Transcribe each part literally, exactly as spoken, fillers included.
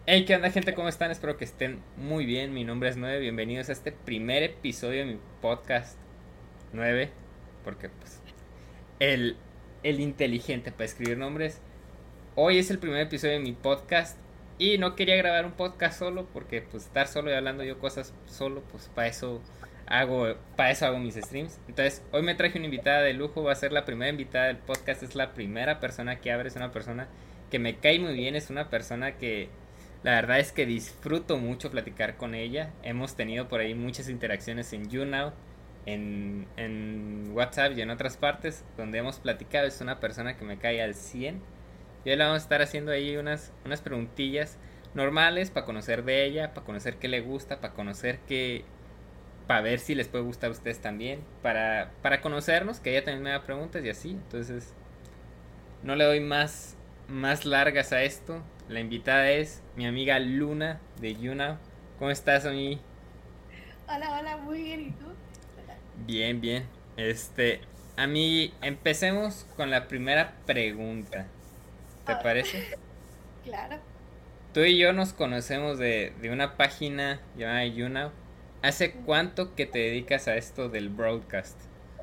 Hey, ¿qué onda, gente? ¿Cómo están? Espero que estén muy bien. Mi nombre es Nueve. Bienvenidos a este primer episodio de mi podcast Nueve. Porque, pues, el, el inteligente para escribir nombres. Hoy es el primer episodio de mi podcast. Y no quería grabar un podcast solo. Porque, pues, estar solo y hablando yo cosas solo, pues, para eso hago, para eso hago mis streams. Entonces, hoy me traje una invitada de lujo. Va a ser la primera invitada del podcast. Es la primera persona que abre. Es una persona que me cae muy bien. Es una persona que la verdad es que disfruto mucho platicar con ella. Hemos tenido por ahí muchas interacciones en YouNow, en, en WhatsApp y en otras partes donde hemos platicado. Es una persona que me cae al cien. Y hoy le vamos a estar haciendo ahí unas, unas preguntillas normales para conocer de ella, para conocer qué le gusta, para conocer qué, para ver si les puede gustar a ustedes también, para, para conocernos, que ella también me haga preguntas y así. Entonces, no le doy más, más largas a esto. La invitada es mi amiga Luna de Yuna. ¿Cómo estás, Omi? Hola, hola, muy bien. ¿Y tú? ¿Qué tal? Bien, bien. Este, a mí, empecemos con la primera pregunta. ¿Te Ah, parece? claro. Tú y yo nos conocemos de, de una página llamada Yuna. ¿Hace cuánto que te dedicas a esto del broadcast?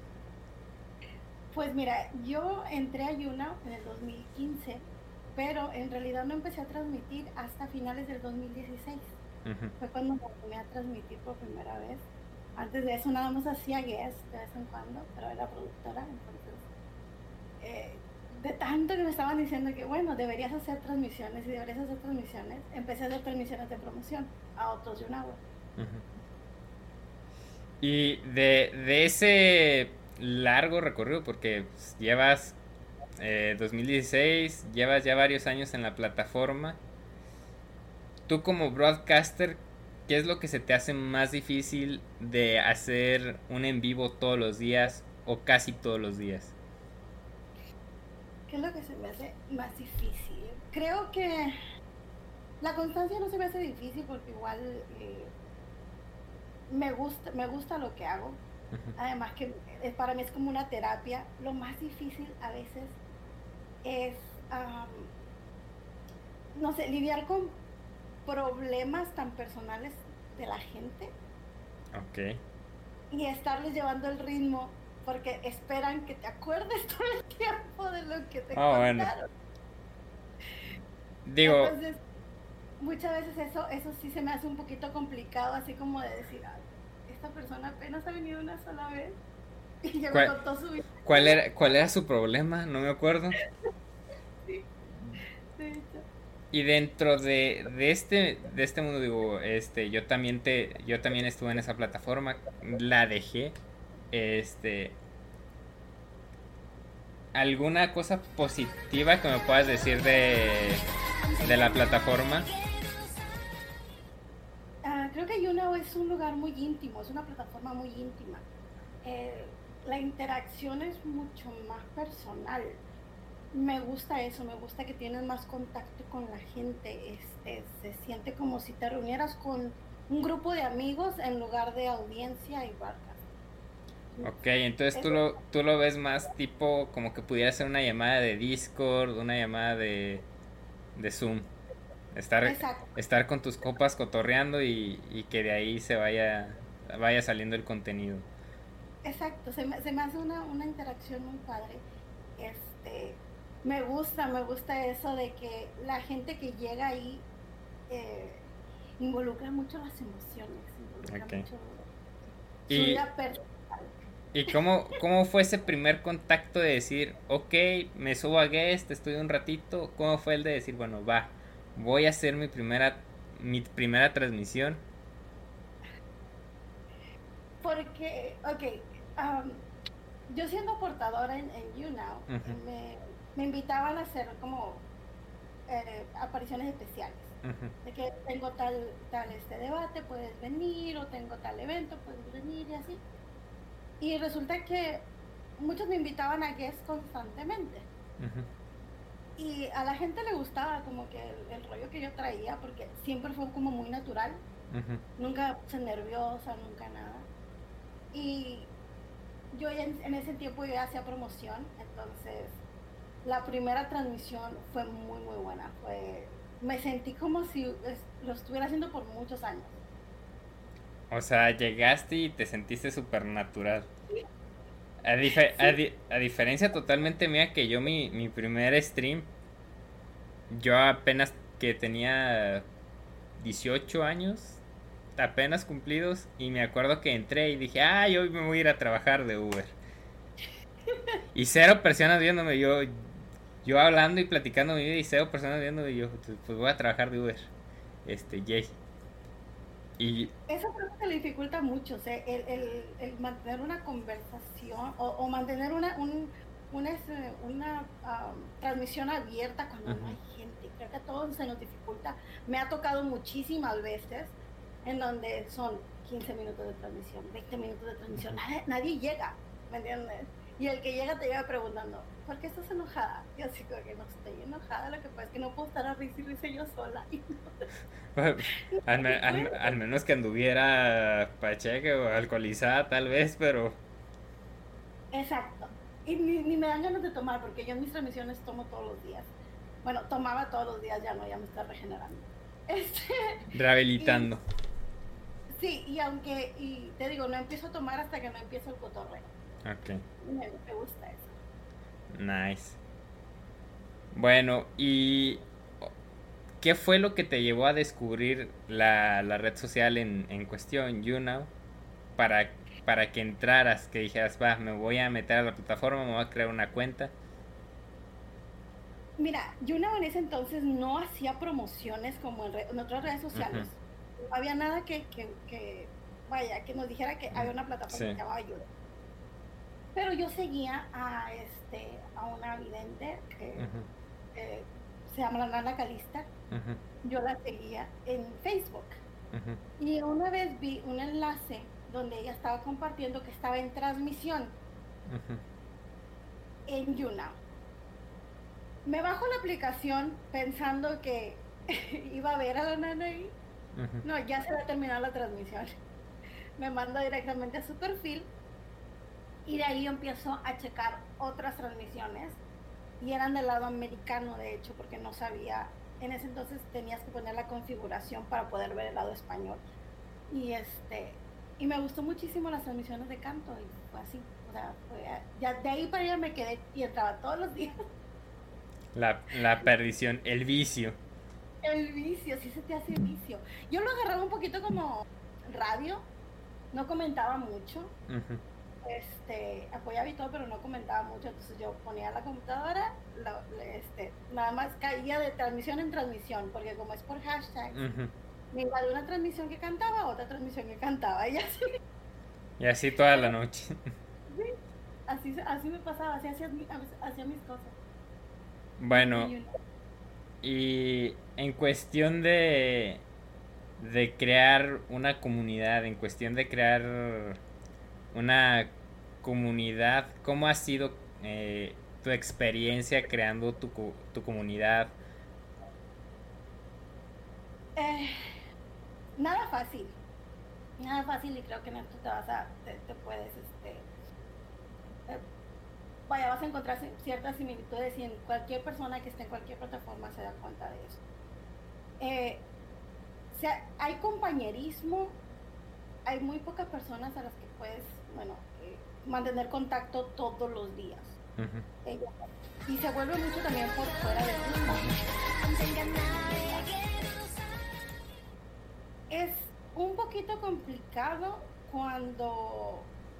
Pues mira, yo entré a Yuna en el dos mil quince, pero en realidad no empecé a transmitir hasta finales del dos mil dieciséis. Ujú. Fue cuando me animé a transmitir por primera vez. Antes de eso nada más hacía guest de vez en cuando, pero era productora, entonces eh, de tanto que me estaban diciendo que bueno, deberías hacer transmisiones y deberías hacer transmisiones, empecé a hacer transmisiones de promoción a otros Yuna. Y de, de ese largo recorrido, porque pues, llevas eh, dos mil dieciséis, llevas ya varios años en la plataforma. Tú como broadcaster, ¿qué es lo que se te hace más difícil de hacer un en vivo todos los días o casi todos los días? ¿Qué es lo que se me hace más difícil? Creo que la constancia no se me hace difícil porque igual eh, me gusta, me gusta lo que hago. Además que eh, para mí es como una terapia. Lo más difícil a veces es, um, no sé, lidiar con problemas tan personales de la gente Ok. y estarles llevando el ritmo porque esperan que te acuerdes todo el tiempo de lo que te Ah, bueno. contaron. Digo, Entonces, muchas veces eso, eso sí se me hace un poquito complicado, así como de decir, "Ay, esta persona apenas ha venido una sola vez y ya me ¿cuál, contó su vida". cuál era, ¿cuál era su problema? No me acuerdo. Sí, de hecho. Y dentro de, de este de este mundo, digo, este yo también te yo también estuve en esa plataforma, la dejé. Este, ¿alguna cosa positiva que me puedas decir de de la plataforma? Ah, creo que YouNow es un lugar muy íntimo, es una plataforma muy íntima. Eh, la interacción es mucho más personal. Me gusta eso, me gusta que tienes más contacto con la gente. Este, se siente como si te reunieras con un grupo de amigos en lugar de audiencia y broadcast. Ok, entonces tú Eso, lo, tú lo ves más tipo como que pudiera ser una llamada de Discord, una llamada de, de Zoom. Estar, exacto. estar con tus copas cotorreando y, y que de ahí se vaya, vaya saliendo el contenido. Exacto, se me, se me hace una, una interacción muy padre. Este, me gusta, me gusta eso de que la gente que llega ahí eh, involucra mucho las emociones, involucra Ok. mucho su ¿Y, vida personal. y cómo, cómo fue ese primer contacto de decir, ok, me subo a guest, estoy un ratito? ¿Cómo fue el de decir, bueno, va, voy a hacer mi primera, mi primera transmisión? Porque, ok, um, yo siendo portadora en, en YouNow, Ujú, eh, me, me invitaban a hacer como eh, apariciones especiales. ujú. De que tengo tal, tal este debate, puedes venir, o tengo tal evento, puedes venir y así. Y resulta que muchos me invitaban a guest constantemente. Y a la gente le gustaba como que el, el rollo que yo traía, porque siempre fue como muy natural. Nunca me puse nerviosa, nunca nada. Y yo ya en, en ese tiempo yo ya hacía promoción, entonces la primera transmisión fue muy, muy buena. Fue, me sentí como si lo estuviera haciendo por muchos años. O sea, llegaste y te sentiste súper natural. A, dife- sí. a, di- a diferencia totalmente mía, que yo mi, mi primer stream, yo apenas que tenía dieciocho años, apenas cumplidos, y me acuerdo que entré y dije, ay, hoy me voy a ir a trabajar de Uber. Y cero personas viéndome, yo yo hablando y platicando mi vida y cero personas viéndome, y yo, pues voy a trabajar de Uber. Este, Jay. Y eso creo que se le dificulta mucho, o sea, el, el, el mantener una conversación o, o mantener una, un, una, una um, transmisión abierta cuando uh-huh. no hay gente. Creo que a todos se nos dificulta. Me ha tocado muchísimas veces en donde son quince minutos de transmisión, veinte minutos de transmisión, nadie, nadie llega, ¿me entiendes? Y el que llega te llega preguntando, ¿por qué estás enojada? Y así como que no estoy enojada, lo que pasa es que no puedo estar a risa y risa yo sola. Y no, al, me, al, al menos que anduviera pacheca o alcoholizada tal vez, pero... Exacto. Y ni, ni me dan ganas de tomar, porque yo en mis transmisiones tomo todos los días. Bueno, tomaba todos los días, ya no, ya me está regenerando. Este, Rehabilitando. Y, sí, y aunque, y te digo, no empiezo a tomar hasta que no empiezo el cotorreo. Ok. Me, me gusta eso. Nice. Bueno, ¿y qué fue lo que te llevó a descubrir la, la red social en, en cuestión, YouNow? Para, para que entraras, que dijeras, va, me voy a meter a la plataforma, me voy a crear una cuenta. Mira, YouNow en ese entonces no hacía promociones como en, re, en otras redes sociales. Uh-huh. No había nada que, que, que, vaya, que nos dijera que uh-huh. había una plataforma sí. que se llamaba YouNow. Pero yo seguía a este a una vidente que uh-huh. eh, se llama la Nana Calista. Uh-huh. Yo la seguía en Facebook. Uh-huh. Y una vez vi un enlace donde ella estaba compartiendo que estaba en transmisión uh-huh. en YouNow. Me bajo la aplicación pensando que iba a ver a la Nana ahí. Uh-huh. No, ya se va a terminar la transmisión. Me mando directamente a su perfil. Y de ahí yo empiezo a checar otras transmisiones y eran del lado americano, de hecho, porque no sabía, en ese entonces tenías que poner la configuración para poder ver el lado español. Y este y me gustó muchísimo las transmisiones de canto y fue así, o sea, fue, ya de ahí para allá me quedé y entraba todos los días. La, la perdición, el vicio. El vicio, sí se te hace vicio. Yo lo agarraba un poquito como radio, no comentaba mucho. Uh-huh. Este, apoyaba y todo, pero no comentaba mucho, entonces yo ponía la computadora, la, este, nada más caía de transmisión en transmisión, porque como es por hashtags, uh-huh. me iba de una transmisión que cantaba a otra transmisión que cantaba, y así. Y así toda la noche. Sí, así, así me pasaba, así hacía, hacía mis cosas. Bueno, y en cuestión de, de crear una comunidad, en cuestión de crear una comunidad, ¿cómo ha sido eh, tu experiencia creando tu, tu comunidad? Eh, nada fácil, nada fácil y creo que en esto te vas a, te, te puedes, este, eh, vaya, vas a encontrar ciertas similitudes y en cualquier persona que esté en cualquier plataforma se da cuenta de eso. Eh, o sea, hay compañerismo, hay muy pocas personas a las que puedes, bueno, eh, mantener contacto todos los días. Uh-huh. Eh, y se vuelve mucho también por fuera de grupo. Es un poquito complicado cuando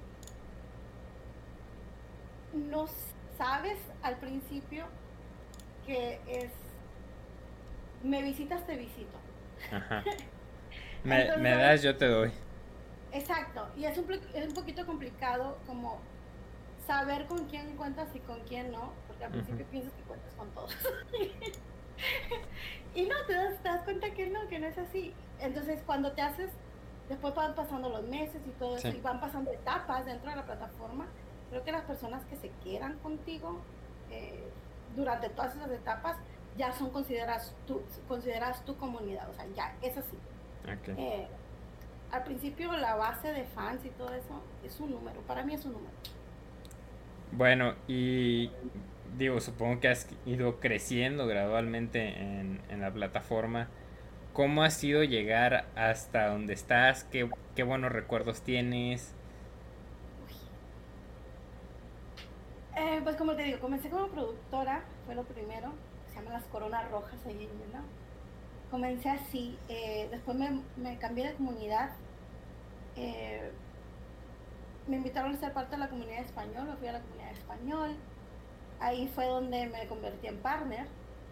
no sabes al principio que es me visitas, te visito. Ajá. me, Entonces, me das, yo te doy. Exacto, y es un, es un poquito complicado como saber con quién cuentas y con quién no, porque al principio uh-huh. piensas que cuentas con todos. Y no, te das, te das cuenta que no, que no es así. Entonces cuando te haces, después van pasando los meses y todo eso, sí. y van pasando etapas dentro de la plataforma, creo que las personas que se quedan contigo eh, durante todas esas etapas ya son consideradas tu, consideradas tu comunidad, o sea, ya es así. Okay. Eh, al principio la base de fans y todo eso es un número, para mí es un número. Bueno, y digo, supongo que has ido creciendo gradualmente en, en la plataforma. ¿Cómo ha sido llegar hasta donde estás? ¿Qué, qué buenos recuerdos tienes? Eh, pues como te digo, comencé como productora, fue lo primero, se llaman las Coronas Rojas ahí en Yuna. Comencé así, eh, después me, me cambié de comunidad, eh, me invitaron a ser parte de la comunidad español, me fui a la comunidad español, ahí fue donde me convertí en partner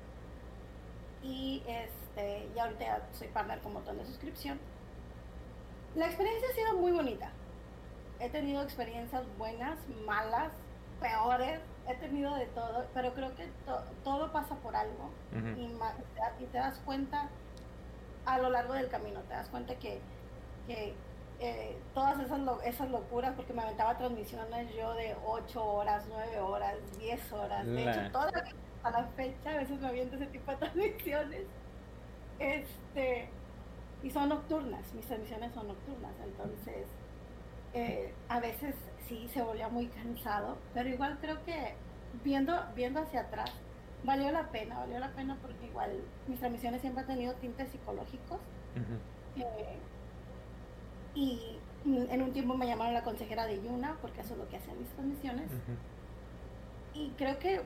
y, este, y ahorita ya soy partner con botón de suscripción. La experiencia ha sido muy bonita, he tenido experiencias buenas, malas, peores, he tenido de todo, pero creo que to, todo pasa por algo. Uh-huh. y, ma, y te das cuenta a lo largo del camino, te das cuenta que, que eh, todas esas, lo, esas locuras, porque me aventaba transmisiones yo de ocho horas, nueve horas, diez horas, de la... hecho todavía a la fecha a veces me aviento ese tipo de transmisiones, este, y son nocturnas, mis transmisiones son nocturnas, entonces eh, a veces sí se volvía muy cansado, pero igual creo que viendo, viendo hacia atrás, valió la pena, valió la pena porque igual mis transmisiones siempre han tenido tintes psicológicos. Uh-huh. eh, y en un tiempo me llamaron la consejera de Yuna, porque eso es lo que hacen mis transmisiones. Uh-huh. Y creo que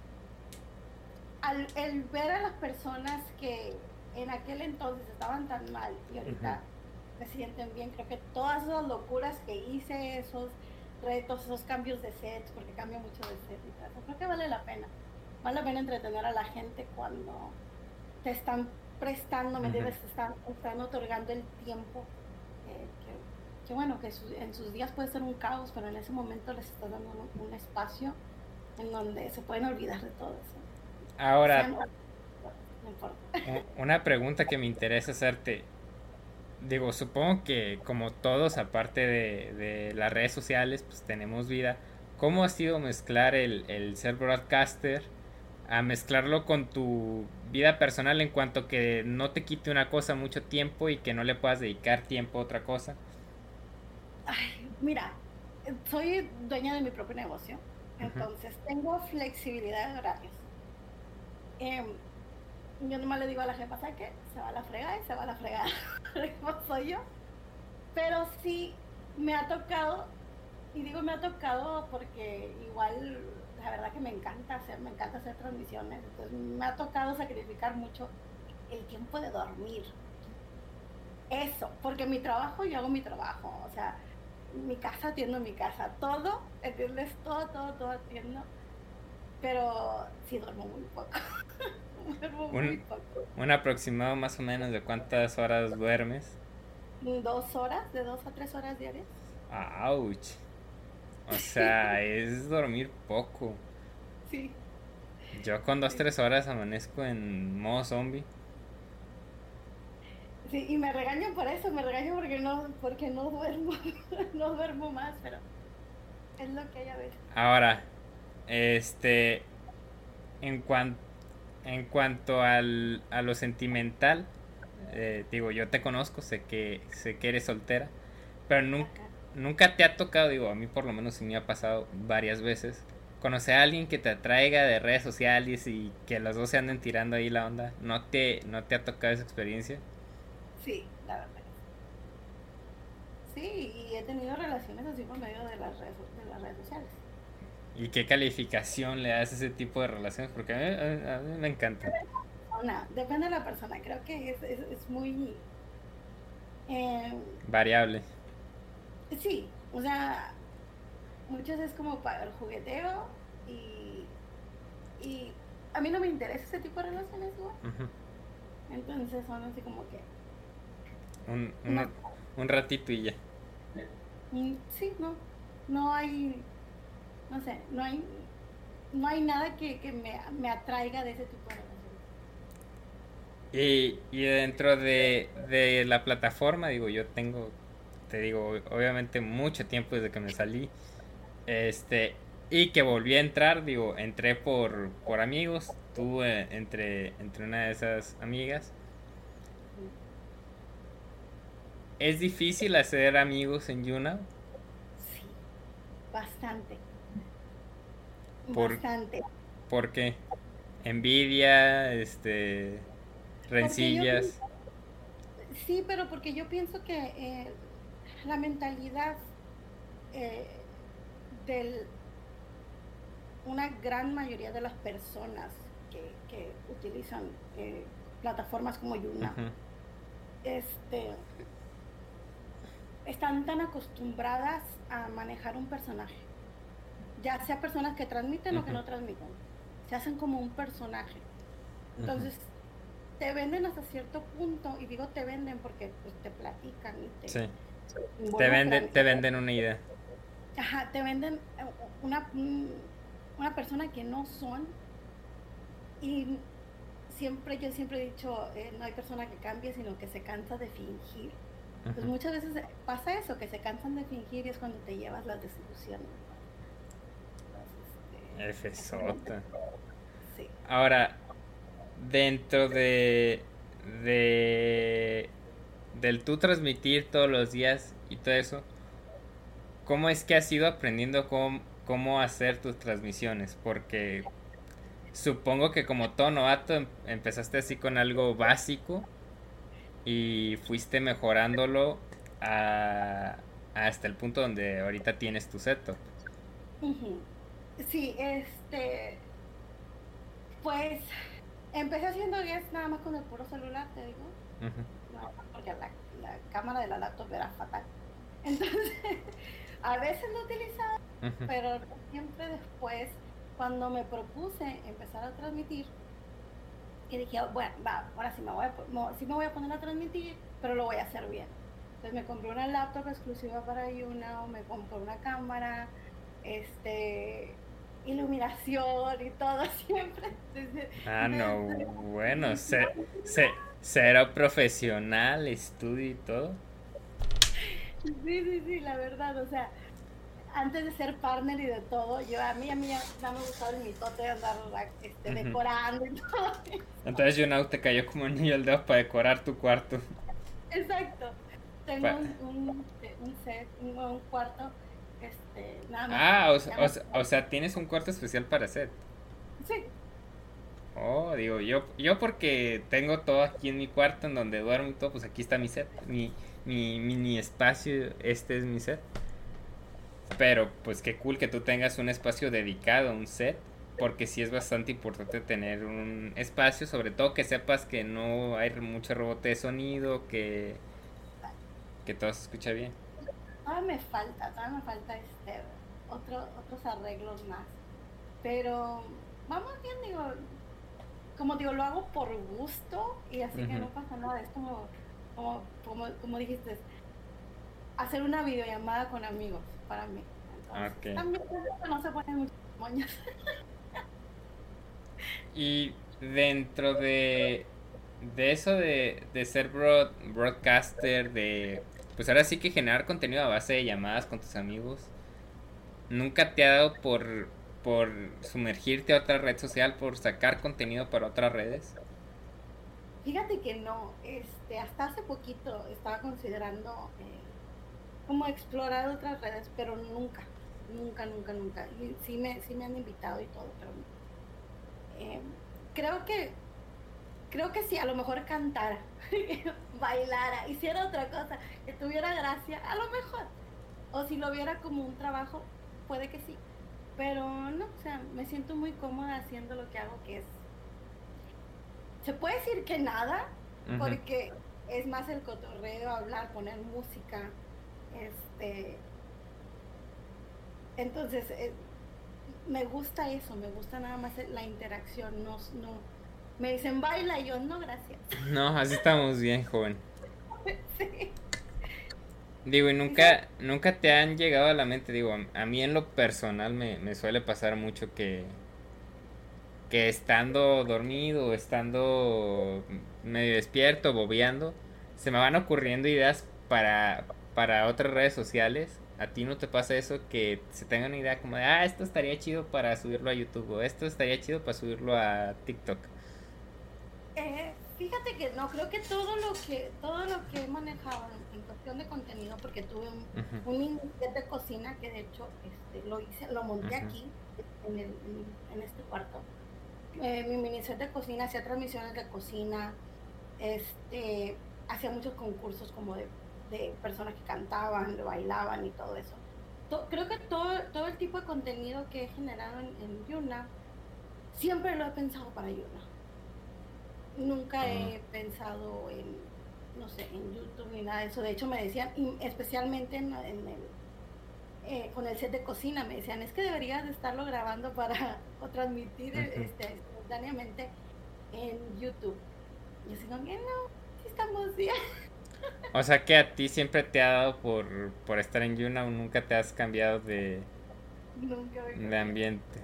al el ver a las personas que en aquel entonces estaban tan mal y ahorita uh-huh. se sienten bien, creo que todas esas locuras que hice, esos retos, esos cambios de sets, porque cambio mucho de set y tal, creo que vale la pena. Vale la pena entretener a la gente cuando te están prestando, me uh-huh. debes, te están, están otorgando el tiempo. Eh, que, que bueno, que su, en sus días puede ser un caos, pero en ese momento les estás dando un, un espacio en donde se pueden olvidar de todo eso. Ahora, o sea, no, no importa. Una pregunta que me interesa hacerte. Digo, supongo que como todos, aparte de, de las redes sociales, pues tenemos vida. ¿Cómo ha sido mezclar el, el ser broadcaster a mezclarlo con tu vida personal en cuanto que no te quite una cosa mucho tiempo y que no le puedas dedicar tiempo a otra cosa? Ay, mira, soy dueña de mi propio negocio, entonces uh-huh. tengo flexibilidad de horarios. Eh, yo nomás le digo a la jefa, ¿sabes qué? Se va a la fregada y se va a la fregada. ¿Cómo soy yo? Pero sí me ha tocado, y digo me ha tocado porque igual la verdad que me encanta hacer, me encanta hacer transmisiones, entonces me ha tocado sacrificar mucho el tiempo de dormir. Eso, porque mi trabajo, yo hago mi trabajo, o sea, mi casa atiendo mi casa, todo, ¿entiendes? Todo, todo, todo atiendo, pero sí duermo muy poco. duermo un, muy poco. Un aproximado más o menos de cuántas horas duermes. Dos horas, de dos a tres horas diarias. ¡Auch! O sea, es dormir poco. Sí. Yo con dos, sí. tres horas amanezco en modo zombie. Sí, y me regañan por eso, me regañan porque no, porque no duermo, no duermo más, pero es lo que hay a veces. Ahora, este, en, cuan, en cuanto al, a lo sentimental, eh, digo, yo te conozco, sé que, sé que eres soltera, pero nunca, nunca te ha tocado, digo, a mí por lo menos sí me ha pasado varias veces, conocer a alguien que te atraiga de redes sociales y que los dos se anden tirando ahí la onda. ¿No te, no te ha tocado esa experiencia? Sí, la verdad. Sí, y he tenido relaciones así por medio de las redes, de las redes sociales. ¿Y qué calificación le das a ese tipo de relaciones? Porque a mí, a mí me encanta. No, depende de la persona, creo que es, es, es muy... Eh, variable. Sí, o sea, muchas es como para el jugueteo y, y a mí no me interesa ese tipo de relaciones igual. Uh-huh. Entonces son así como que... Un, una, no. un ratito y ya. Sí, no, no hay, no sé, no hay, no hay nada que, que me, me atraiga de ese tipo de relaciones. Y, y dentro de, de la plataforma, digo, yo tengo, te digo, obviamente mucho tiempo desde que me salí, este, y que volví a entrar, digo, entré por, por amigos, tú eh, entre, entre una de esas amigas. ¿Es difícil hacer amigos en Yuna? Sí, bastante. ¿Por, bastante. ¿Por qué? Envidia, este, rencillas. Yo, sí, pero porque yo pienso que eh, la mentalidad eh, de una gran mayoría de las personas que, que utilizan eh, plataformas como Yuna, uh-huh. este, están tan acostumbradas a manejar un personaje, ya sea personas que transmiten uh-huh. o que no transmiten, se hacen como un personaje. Entonces uh-huh. te venden hasta cierto punto, y digo te venden porque pues, te platican y te, sí. te venden te venden una idea. Ajá, te venden una, una persona que no son, y siempre yo siempre he dicho, eh, no hay persona que cambie, sino que se cansa de fingir. Uh-huh. Pues muchas veces pasa eso, que se cansan de fingir, y es cuando te llevas las desilusiones. F sota. Sí. Ahora, dentro de, de del tú transmitir todos los días y todo eso, ¿cómo es que has ido aprendiendo cómo, cómo hacer tus transmisiones? Porque supongo que como todo novato empezaste así con algo básico y fuiste mejorándolo a, hasta el punto donde ahorita tienes tu setup. Uh-huh. Sí, este, pues empecé haciendo guest nada más con el puro celular, te digo, uh-huh. no, porque la, la cámara de la laptop era fatal. Entonces, a veces lo utilizaba, uh-huh. pero siempre después, cuando me propuse empezar a transmitir, y dije, bueno, va, ahora sí me, voy a, sí me voy a poner a transmitir, pero lo voy a hacer bien. Entonces me compré una laptop exclusiva para Yuna, me compré una cámara, este, iluminación y todo siempre. Entonces, ah, no, bueno, se, se, cero profesional, estudio y todo. Sí, sí, sí, la verdad, o sea, antes de ser partner y de todo, yo a mí, a mí ya, ya me gustaba el mitote de andar este, uh-huh. decorando y todo eso. Entonces Yuna te cayó como un niño al dedo para decorar tu cuarto. Exacto. Tengo pa- un, un, un set, un, un cuarto, este, nada más. Ah, o, o, o, o sea, ¿tienes un cuarto especial para set? Sí. Oh, digo, yo yo porque tengo todo aquí en mi cuarto en donde duermo y todo, pues aquí está mi set, mi, mi mini espacio, este es mi set. Pero pues qué cool que tú tengas un espacio dedicado a un set, porque sí es bastante importante tener un espacio, sobre todo que sepas que no hay mucho rebote de sonido, que, que todo se escucha bien. Todavía me falta, todavía me falta este, otro, otros arreglos más. Pero vamos bien, digo, como digo, lo hago por gusto, y así uh-huh. que no pasa nada. Es como, como, como, como dijiste, hacer una videollamada con amigos para mí. Entonces, okay. También no se ponen muchas moñas. Y dentro de, de eso de, de ser broad, broadcaster, de pues ahora sí que generar contenido a base de llamadas con tus amigos, ¿nunca te ha dado por, por sumergirte a otra red social, por sacar contenido para otras redes? Fíjate que no, este, hasta hace poquito estaba considerando eh, como explorar otras redes, pero nunca, nunca, nunca, nunca. Y sí me, sí me han invitado y todo, pero eh, creo que, creo que si a lo mejor cantara, bailara, hiciera otra cosa, que tuviera gracia, a lo mejor. O si lo viera como un trabajo, puede que sí. Pero no, o sea, me siento muy cómoda haciendo lo que hago, que es, se puede decir que nada, uh-huh. porque es más el cotorreo, hablar, poner música, este, entonces eh, me gusta eso, me gusta nada más la interacción, no, no, me dicen baila y yo no, gracias. No, así estamos bien, joven. Sí. Digo, y nunca, nunca te han llegado a la mente, digo, a, a mí en lo personal me, me suele pasar mucho que que estando dormido, estando medio despierto, bobeando, se me van ocurriendo ideas para, para otras redes sociales. ¿A ti no te pasa eso? Que se tenga una idea como de, ah, esto estaría chido para subirlo a YouTube, o esto estaría chido para subirlo a TikTok. Eh, fíjate que no, creo que todo lo que todo lo que he manejado en, en cuestión de contenido, porque tuve un, uh-huh. un mini set de cocina que de hecho este, lo hice, lo monté uh-huh. aquí, en, el, en, en este cuarto. Eh, mi mini set de cocina hacía transmisiones de cocina, este, hacía muchos concursos como de, de personas que cantaban, bailaban y todo eso. To, creo que todo, todo el tipo de contenido que he generado en, en Yuna, siempre lo he pensado para Yuna. Nunca Ah. he pensado en, no sé, en YouTube ni nada de eso. De hecho, me decían, y especialmente en, en el, eh, con el set de cocina, me decían, es que deberías de estarlo grabando para o transmitir Ujú. este, simultáneamente en YouTube. Y así como que no, sí estamos bien. O sea que a ti siempre te ha dado por, por estar en Yuna o nunca te has cambiado de, Nunca me de cambié. ambiente.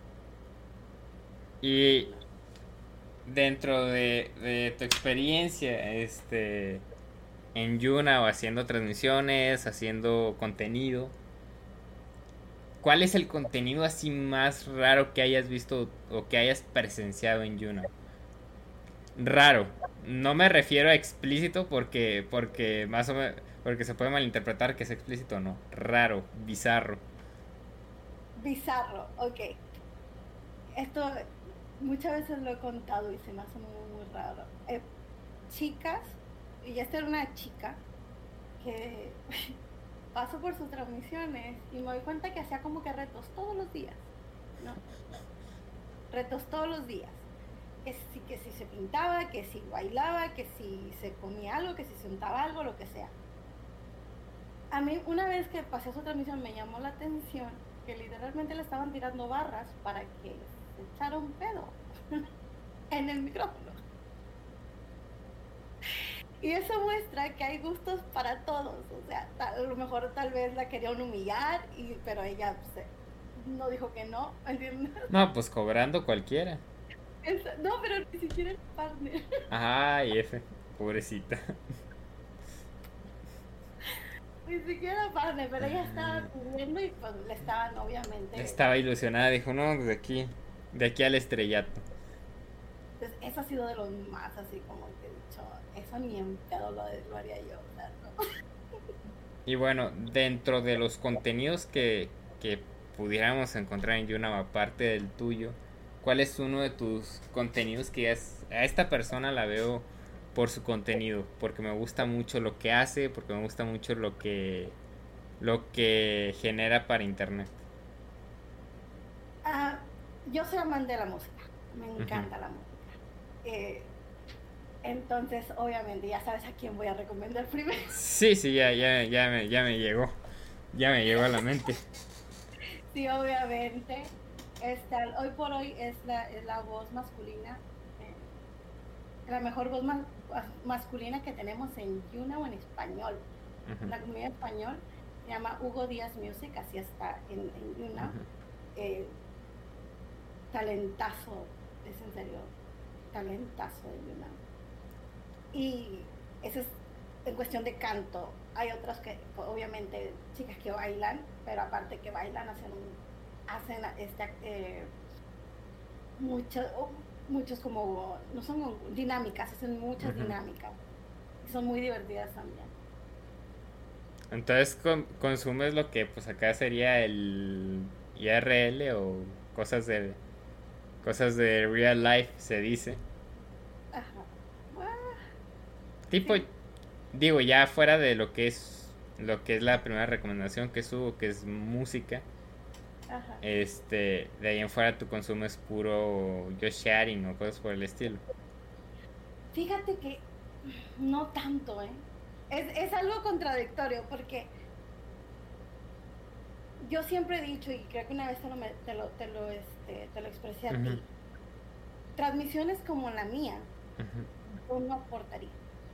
Y No. dentro de, de tu experiencia este, en Yuna o haciendo transmisiones, haciendo contenido, ¿cuál es el contenido así más raro que hayas visto o que hayas presenciado en Yuna? Raro. No me refiero a explícito porque porque más o menos porque se puede malinterpretar que es explícito o no. Raro, bizarro. Bizarro, ok. Esto muchas veces lo he contado y se me hace muy, muy raro. Eh, chicas, y esta era una chica que paso por sus transmisiones y me doy cuenta que hacía como que retos todos los días, ¿no? Retos todos los días. Que si, que si se pintaba, que si bailaba, que si se comía algo, que si se untaba algo, lo que sea. A mí una vez que pasé su transmisión me llamó la atención que literalmente le estaban tirando barras para que se echara un pedo en el micrófono. Y eso muestra que hay gustos para todos. O sea, a lo mejor tal vez la querían humillar, y, pero ella pues, no dijo que no, ¿entiendes? No, pues cobrando cualquiera. Es, no, pero ni siquiera el partner. Ay, F, pobrecita. Ni siquiera partner, pero ella estaba pidiendo y pues le estaban obviamente. Estaba ilusionada, dijo, no, de aquí, de aquí al estrellato. Entonces, eso ha sido de los más así como que he dicho, eso ni en pedo lo, lo haría yo, o sea, no. Y bueno, dentro de los contenidos que, que pudiéramos encontrar en Yuna, aparte del tuyo, ¿cuál es uno de tus contenidos que es, a esta persona la veo por su contenido? Porque me gusta mucho lo que hace, porque me gusta mucho lo que, lo que genera para internet. Ah, yo soy amante de la música, me Ujú. encanta la música. Eh, entonces, obviamente, ya sabes a quién voy a recomendar primero. Sí, sí, ya, ya, ya, me, ya me llegó. Ya me llegó a la mente. Sí, obviamente. Esta, hoy por hoy es la, es la voz masculina, eh, la mejor voz ma- masculina que tenemos en Yuna o en español. Ujú, En la comunidad español se llama Hugo Díaz Music, así está en, en Yuna. ujú. Eh, talentazo, es en serio, talentazo de Yuna. Y eso es en cuestión de canto. Hay otras que, obviamente, chicas que bailan, pero aparte que bailan, hacen, un, hacen este, eh, muchos, muchos como, no son dinámicas, hacen muchas Ujú. dinámicas. Y son muy divertidas también. Entonces con- consumes lo que pues acá sería el I R L o cosas de cosas de real life se dice. Ajá. Ah, Tipo, sí. digo, ya fuera de lo que es lo que es la primera recomendación que subo, que es música, Ajá. este, de ahí en fuera tu consumo es puro just sharing o cosas por el estilo. Fíjate que no tanto, ¿eh? Es, es algo contradictorio porque yo siempre he dicho, y creo que una vez te lo, te lo, te lo, este, te lo expresé a Ujú, ti, transmisiones como la mía, ujú. yo no aportaría.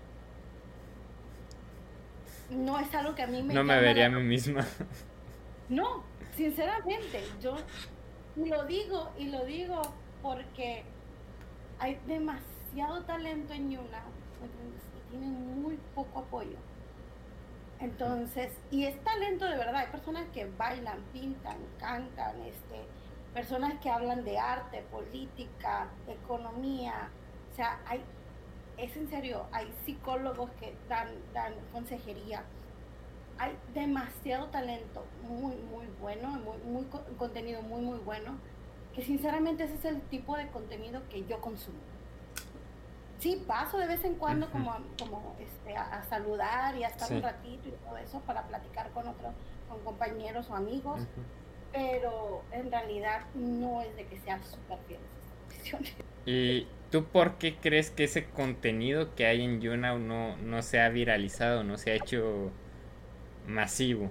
No es algo que a mí me No me llama vería la... a mí misma. No, sinceramente, yo lo digo y lo digo porque hay demasiado talento en Yuna, ¿entiendes? Y tienen muy poco apoyo. Entonces, y es talento de verdad, hay personas que bailan, pintan, cantan, este, personas que hablan de arte, política, economía, o sea, hay, es en serio, hay psicólogos que dan, dan consejería, hay demasiado talento muy, muy bueno, muy, muy contenido muy, muy bueno, que sinceramente ese es el tipo de contenido que yo consumo. Sí, paso de vez en cuando uh-huh. como, como este, a, a saludar y a estar sí. un ratito y todo eso para platicar con otros, con compañeros o amigos, uh-huh. pero en realidad no es de que sea súper fiel esas transmisiones. ¿Y tú por qué crees que ese contenido que hay en YouNow no, no se ha viralizado, no se ha hecho masivo?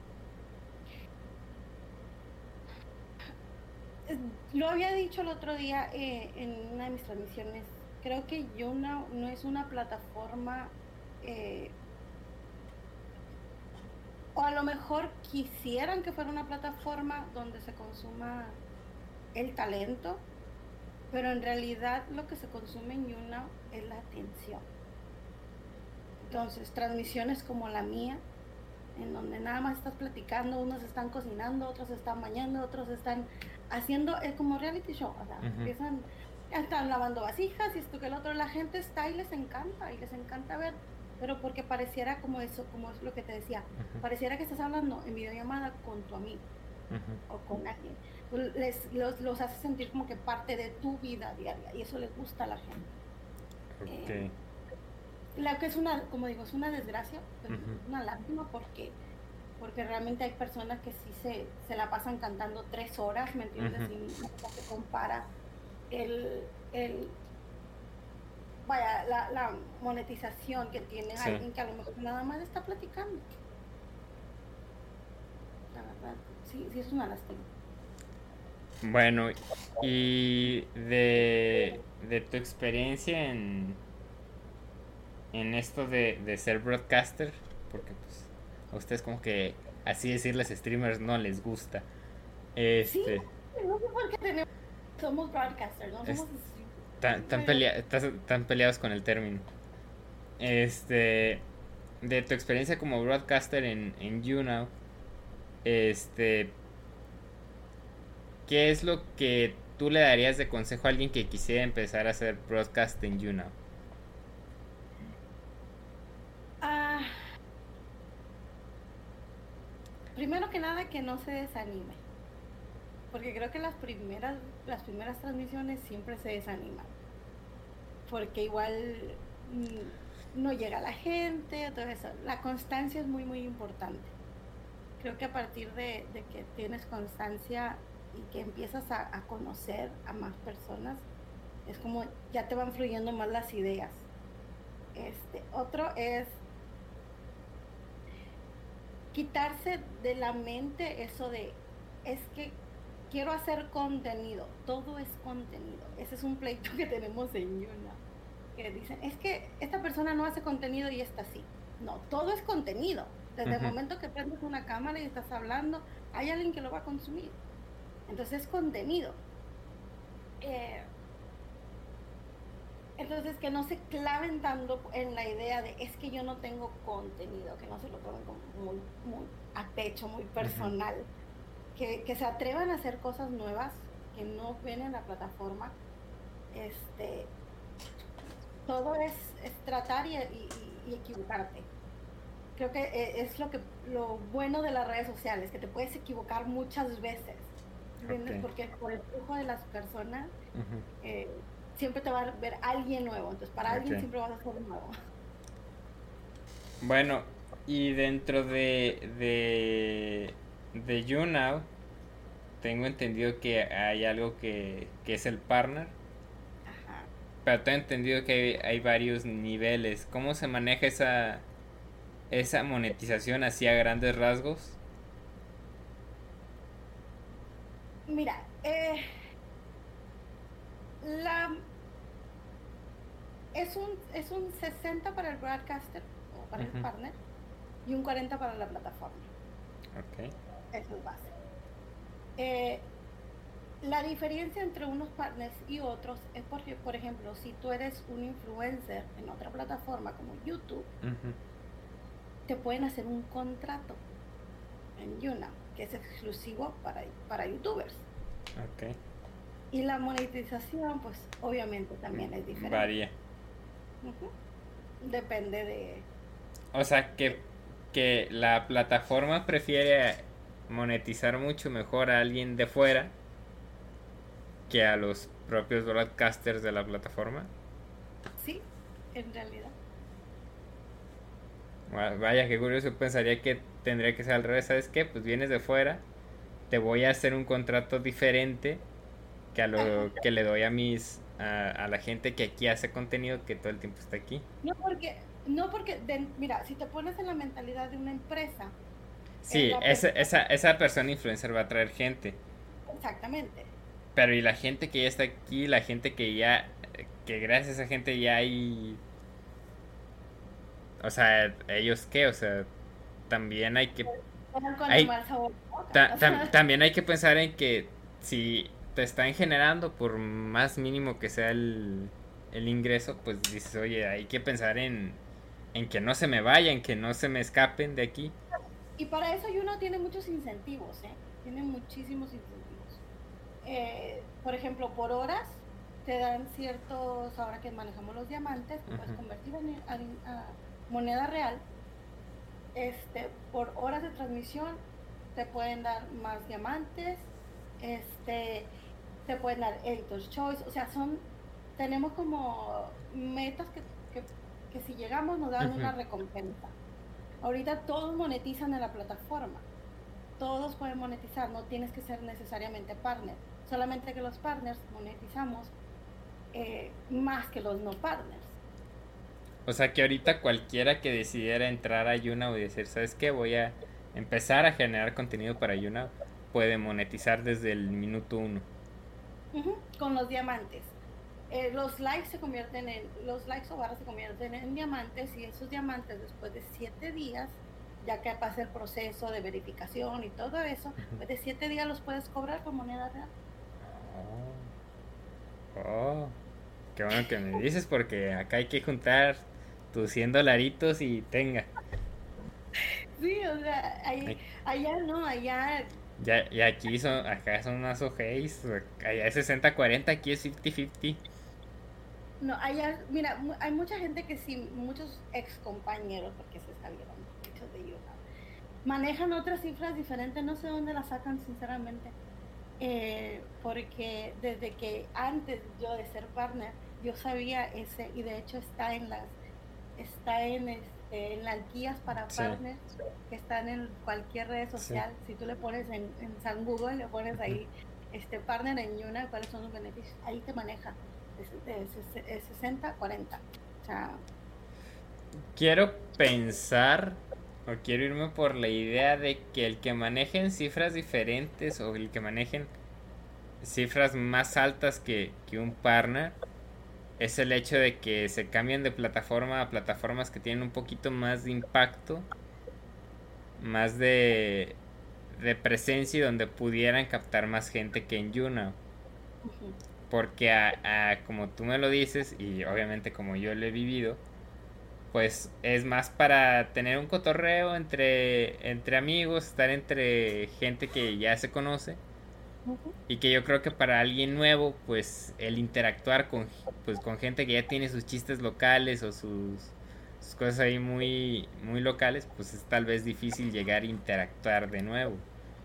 Lo había dicho el otro día eh, en una de mis transmisiones. Creo que YouNow no es una plataforma, eh, o a lo mejor quisieran que fuera una plataforma donde se consuma el talento, pero en realidad lo que se consume en YouNow es la atención. Entonces, transmisiones como la mía, en donde nada más estás platicando, unos están cocinando, otros están bañando, otros están haciendo, es como reality show, o sea, uh-huh. empiezan, están lavando vasijas y esto que el otro, la gente está y les encanta, y les encanta ver, pero porque pareciera como eso, como es lo que te decía, uh-huh. pareciera que estás hablando en videollamada con tu amigo, uh-huh. o con alguien, les, los, los hace sentir como que parte de tu vida diaria, y eso les gusta a la gente. Okay. Eh, la que es una, como digo, es una desgracia, pues, uh-huh. una lástima porque porque realmente hay personas que sí se, se la pasan cantando tres horas, ¿me entiendes? Uh-huh. Y no se compara el, el vaya, la, la monetización que tiene sí. alguien que a lo mejor nada más está platicando. La verdad, sí, sí es una lástima. Bueno, y de, de tu experiencia en, en esto de, de ser broadcaster, porque pues a ustedes como que así decirles streamers no les gusta. Este, sí, no sé por qué tenemos, somos broadcasters, no somos tan, tan, pelea, tan, tan peleados con el término. Este, de tu experiencia como broadcaster en, en YouNow, este, ¿qué es lo que tú le darías de consejo a alguien que quisiera empezar a hacer broadcast en YouNow? Ah, primero que nada, que no se desanime, porque creo que las primeras las primeras transmisiones siempre se desaniman, porque igual mmm, no llega la gente, todo eso. La constancia es muy muy importante. Creo que a partir de, de que tienes constancia y que empiezas a, a conocer a más personas, es como ya te van fluyendo más las ideas. Este, otro es quitarse de la mente eso de, es que quiero hacer contenido, todo es contenido. Ese es un pleito que tenemos en YouNow, que dicen, es que esta persona no hace contenido y esta sí. No, todo es contenido. Desde uh-huh. el momento que prendes una cámara y estás hablando, hay alguien que lo va a consumir. Entonces es contenido. Eh, entonces que no se claven tanto en la idea de es que yo no tengo contenido, que no se lo tomen como muy, muy a pecho, muy personal. Uh-huh. que, que se atrevan a hacer cosas nuevas que no ven en la plataforma. Este, todo es, es tratar y, y, y equivocarte. Creo que es lo que lo bueno de las redes sociales, que te puedes equivocar muchas veces, ¿entiendes? Okay. Porque por el flujo de las personas uh-huh. eh, siempre te va a ver alguien nuevo, entonces para okay. alguien siempre vas a ser nuevo. Bueno, y dentro de de, de YouNow tengo entendido que hay algo que, que es el partner. Ajá. Pero tengo entendido que hay, hay varios niveles. ¿Cómo se maneja esa esa monetización así a grandes rasgos? Mira, eh, la es un es un sesenta para el broadcaster o para uh-huh. el partner y un cuarenta para la plataforma. Okay. Eso es base. Eh, la diferencia entre unos partners y otros es porque, por ejemplo, si tú eres un influencer en otra plataforma como YouTube, uh-huh. te pueden hacer un contrato en YouNow que es exclusivo para, para youtubers. Okay. Y la monetización, pues obviamente también es diferente. Varía. Uh-huh. Depende de... O sea que que la plataforma prefiere monetizar mucho mejor a alguien de fuera que a los propios broadcasters de la plataforma. Sí, en realidad. Vaya, qué curioso, pensaría que tendría que ser al revés, ¿sabes qué? Pues vienes de fuera, te voy a hacer un contrato diferente que a lo que le doy a mis a, a la gente que aquí hace contenido, que todo el tiempo está aquí. No porque, no porque de, mira, si te pones en la mentalidad de una empresa, sí, eh, esa, esa, esa persona influencer va a traer gente. Exactamente. Pero y la gente que ya está aquí, la gente que ya, que gracias a esa gente ya hay, o sea, ellos qué, o sea, también hay que hay, ta, ta, también hay que pensar en que si te están generando, por más mínimo que sea el, el ingreso, pues dices, oye, hay que pensar en, en que no se me vayan, que no se me escapen de aquí. Y para eso uno tiene muchos incentivos, ¿eh? Tiene muchísimos incentivos. Eh, por ejemplo, por horas te dan ciertos, ahora que manejamos los diamantes, que uh-huh. puedes convertir en, en, a moneda real. Este, por horas de transmisión te pueden dar más diamantes, este, te pueden dar Editor's Choice, o sea, son, tenemos como metas que, que, que si llegamos nos dan uh-huh. una recompensa. Ahorita todos monetizan en la plataforma, todos pueden monetizar, no tienes que ser necesariamente partner, solamente que los partners monetizamos eh, más que los no partners. O sea que ahorita cualquiera que decidiera entrar a YouNow y decir, ¿sabes qué? Voy a empezar a generar contenido para YouNow, puede monetizar desde el minuto uno. Uh-huh, con los diamantes. Eh, los likes se convierten en, los likes o barras se convierten en diamantes, y esos diamantes después de siete días, ya que pasa el proceso de verificación y todo eso, uh-huh. después de siete días los puedes cobrar con moneda real. Oh. Oh. Qué bueno que me dices, porque acá hay que juntar tus cien dolaritos y tenga. Sí, o sea, ahí, allá no, allá... Ya, y aquí son, acá son unas O Gs, allá es sesenta cuarenta, aquí es cincuenta cincuenta. No, allá, mira, hay mucha gente que sí, muchos ex compañeros, porque se salieron muchos de ellos, manejan otras cifras diferentes, no sé dónde las sacan sinceramente. Eh, porque desde que antes yo de ser partner yo sabía ese, y de hecho está en las está en este en las guías para sí. partners que están en cualquier red social. Sí. Si tú le pones en, en San Google, le pones ahí este partner en YouNow, cuáles son los beneficios, ahí te maneja de, de, de sesenta cuarenta. O sea, quiero pensar o quiero irme por la idea de que el que manejen cifras diferentes o el que manejen cifras más altas que, que un partner es el hecho de que se cambien de plataforma a plataformas que tienen un poquito más de impacto, más de, de presencia, y donde pudieran captar más gente que en YouNow. Uh-huh. Porque a, a, como tú me lo dices, y obviamente como yo lo he vivido, pues es más para tener un cotorreo entre, entre amigos, estar entre gente que ya se conoce. Uh-huh. Y que yo creo que para alguien nuevo, pues el interactuar con, pues, con gente que ya tiene sus chistes locales o sus, sus cosas ahí muy, muy locales, pues es tal vez difícil llegar a interactuar de nuevo.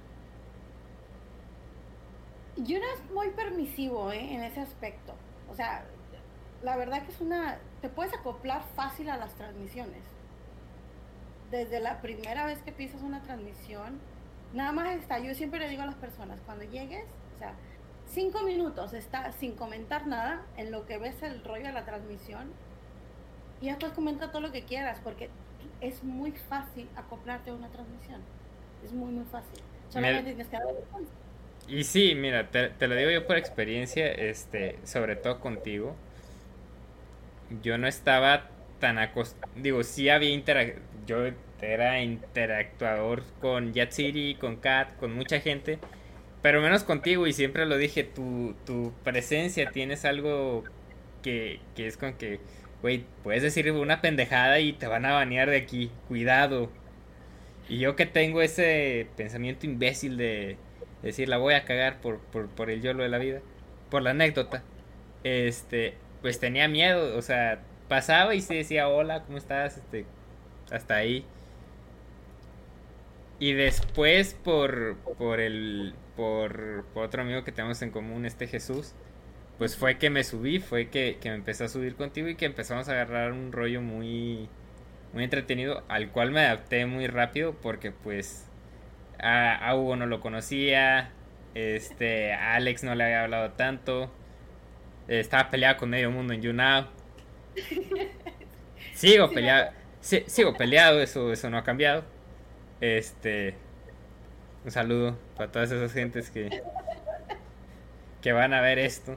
YouNow es muy permisivo, ¿eh? En ese aspecto. O sea, la verdad que es una... Te puedes acoplar fácil a las transmisiones. Desde la primera vez que pisas una transmisión, nada más está, yo siempre le digo a las personas, cuando llegues, o sea, cinco minutos está sin comentar nada, en lo que ves el rollo de la transmisión, y después comenta todo lo que quieras, porque es muy fácil acoplarte a una transmisión. Es muy, muy fácil. Solamente Me... tienes que dar cuenta. Y sí, mira, te, te lo digo yo por experiencia, este, sobre todo contigo. Yo no estaba tan acostumbrado, digo, sí había interacción, yo era interactuador con Yatsiri, con Kat, con mucha gente, pero menos contigo, y siempre lo dije, tu, tu presencia, tienes algo que, que es con que, güey, puedes decir una pendejada y te van a banear de aquí, cuidado. Y yo que tengo ese pensamiento imbécil de decir, la voy a cagar por, por, por el YOLO de la vida, por la anécdota, este, pues tenía miedo, o sea, pasaba y se decía, hola, ¿cómo estás? Este, hasta ahí. y después por, por el, por, por otro amigo que tenemos en común, este Jesús, pues fue que me subí, fue que, que me empecé a subir contigo y que empezamos a agarrar un rollo muy, muy entretenido, al cual me adapté muy rápido porque pues a, a Hugo no lo conocía, este, a Alex no le había hablado tanto, eh, estaba peleado con medio mundo en YouNow. Sigo Sí, me peleado, acuerdo. sí, sigo peleado, eso, eso no ha cambiado. Este, un saludo para todas esas gentes que, que van a ver esto.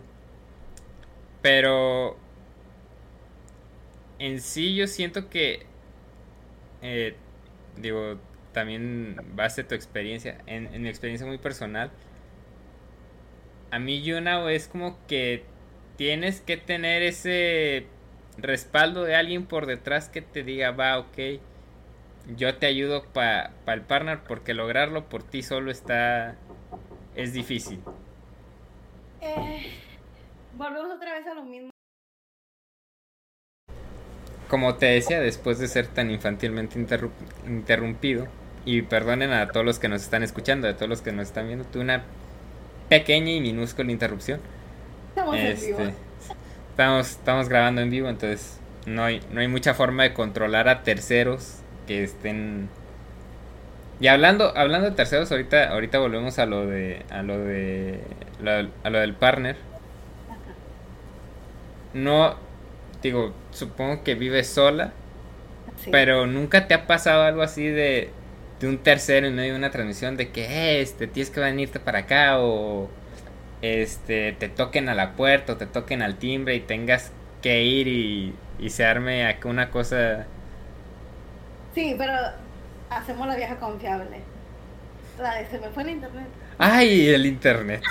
Pero en sí yo siento que, eh, digo, también base tu experiencia, en, en mi experiencia muy personal, a mí Yunao es como que tienes que tener ese respaldo de alguien por detrás que te diga, va, ok, yo te ayudo para pa el partner, porque lograrlo por ti solo está, es difícil. Eh, volvemos otra vez a lo mismo. Como te decía, después de ser tan infantilmente interru- interrumpido, y perdonen a todos los que nos están escuchando, a todos los que nos están viendo, tuve una pequeña y minúscula interrupción. Estamos en vivo. Este, estamos, estamos grabando en vivo, entonces no hay, no hay mucha forma de controlar a terceros que estén. Y hablando, hablando de terceros, ahorita, ahorita volvemos a lo de, a lo de, lo- a lo del partner. No, digo, supongo que vives sola, Sí. pero nunca te ha pasado algo así de, de un tercero en medio de una transmisión de que "Eh, este tienes que venirte para acá o este te toquen a la puerta o te toquen al timbre y tengas que ir y, y se arme acá una cosa". Sí, pero hacemos la vieja confiable. La de se me fue el internet. Ay, el internet.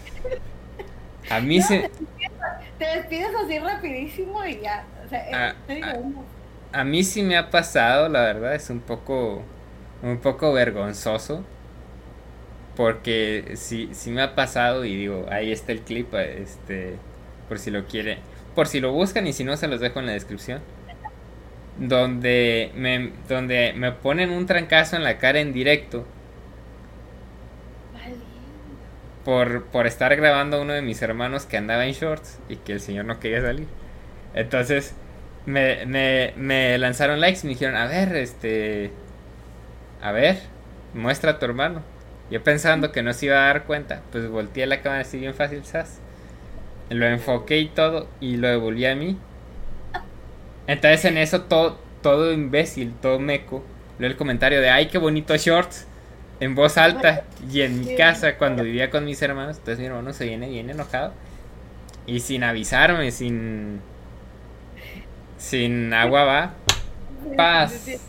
A mí No, se, te despides así rapidísimo y ya. O sea, eh, a, te digo, a- uno. a mí sí me ha pasado, la verdad, es un poco, un poco vergonzoso. Porque sí, sí me ha pasado y digo, ahí está el clip, este, por si lo quiere, por si lo buscan y si no se los dejo en la descripción. Donde me, donde me ponen un trancazo en la cara en directo Vale. por, por estar grabando a uno de mis hermanos que andaba en shorts y que el señor no quería salir. Entonces me, me, me lanzaron likes y me dijeron, a ver, este, a ver, muestra a tu hermano. Yo pensando que no se iba a dar cuenta, pues volteé la cámara así bien fácil, ¿sabes? Lo enfoqué y todo y lo devolví a mí. Entonces en eso todo, todo imbécil, todo meco, leo el comentario de ay qué bonitos shorts en voz alta. Y en mi casa cuando vivía con mis hermanos, entonces mi hermano se viene bien enojado y sin avisarme, sin sin agua va, paz.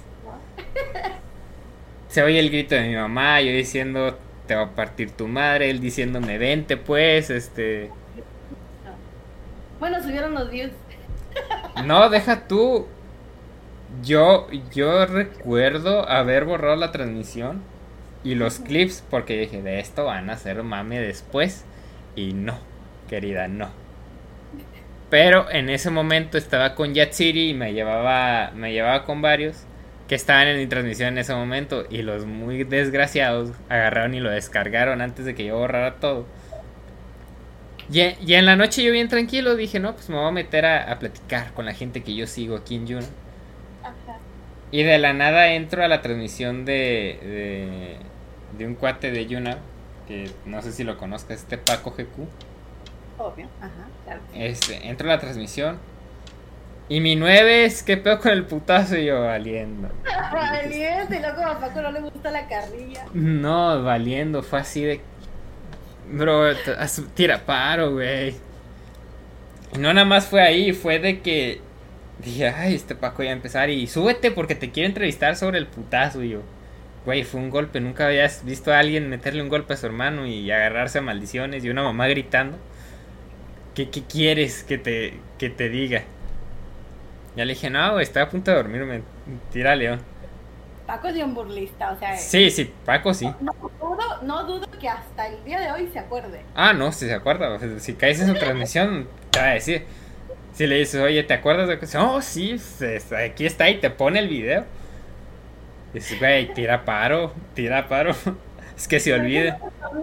Se oye el grito de mi mamá, yo diciendo te va a partir tu madre, él diciéndome vente pues, este, Bueno, subieron los views. no, deja tú. Yo, yo recuerdo haber borrado la transmisión y los clips porque dije, de esto van a hacer mame después. Y no, querida, no. Pero en ese momento estaba con Yatsiri y me llevaba, me llevaba con varios que estaban en mi transmisión en ese momento. Y los muy desgraciados agarraron y lo descargaron antes de que yo borrara todo. Y, y en la noche yo bien tranquilo dije, no, pues me voy a meter a, a platicar con la gente que yo sigo aquí en Yuna. Ajá. Y de la nada entro a la transmisión de, de, de un cuate de Yuna, que no sé si lo conozcas, este Paco G Q. Obvio. Ajá, claro. Este, entro a la transmisión. Y mi nueve es, ¿qué pedo con el putazo? Y yo, valiendo. Valiente, y luego a Paco no le gusta la carrilla. No, valiendo, fue así de... Bro, t- haz- tira paro, güey. Y no nada más fue ahí, fue de que... Dije, ay, este Paco ya va a empezar y súbete porque te quiere entrevistar sobre el putazo. Y yo, güey, fue un golpe, nunca habías visto a alguien meterle un golpe a su hermano y agarrarse a maldiciones y una mamá gritando. ¿Qué, qué quieres que te, que te diga? Ya le dije, no, güey, estoy a punto de dormirme, tira León. Paco es de un burlista, o sea. Sí, sí, Paco sí. No dudo, no dudo que hasta el día de hoy se acuerde. Ah, no, si se acuerda, o sea, si caes en su transmisión, te va a decir. Si le dices, oye, ¿te acuerdas de que? Oh, sí, se- aquí está y te pone el video. Dices, güey, tira paro, tira paro. Es que se olvide.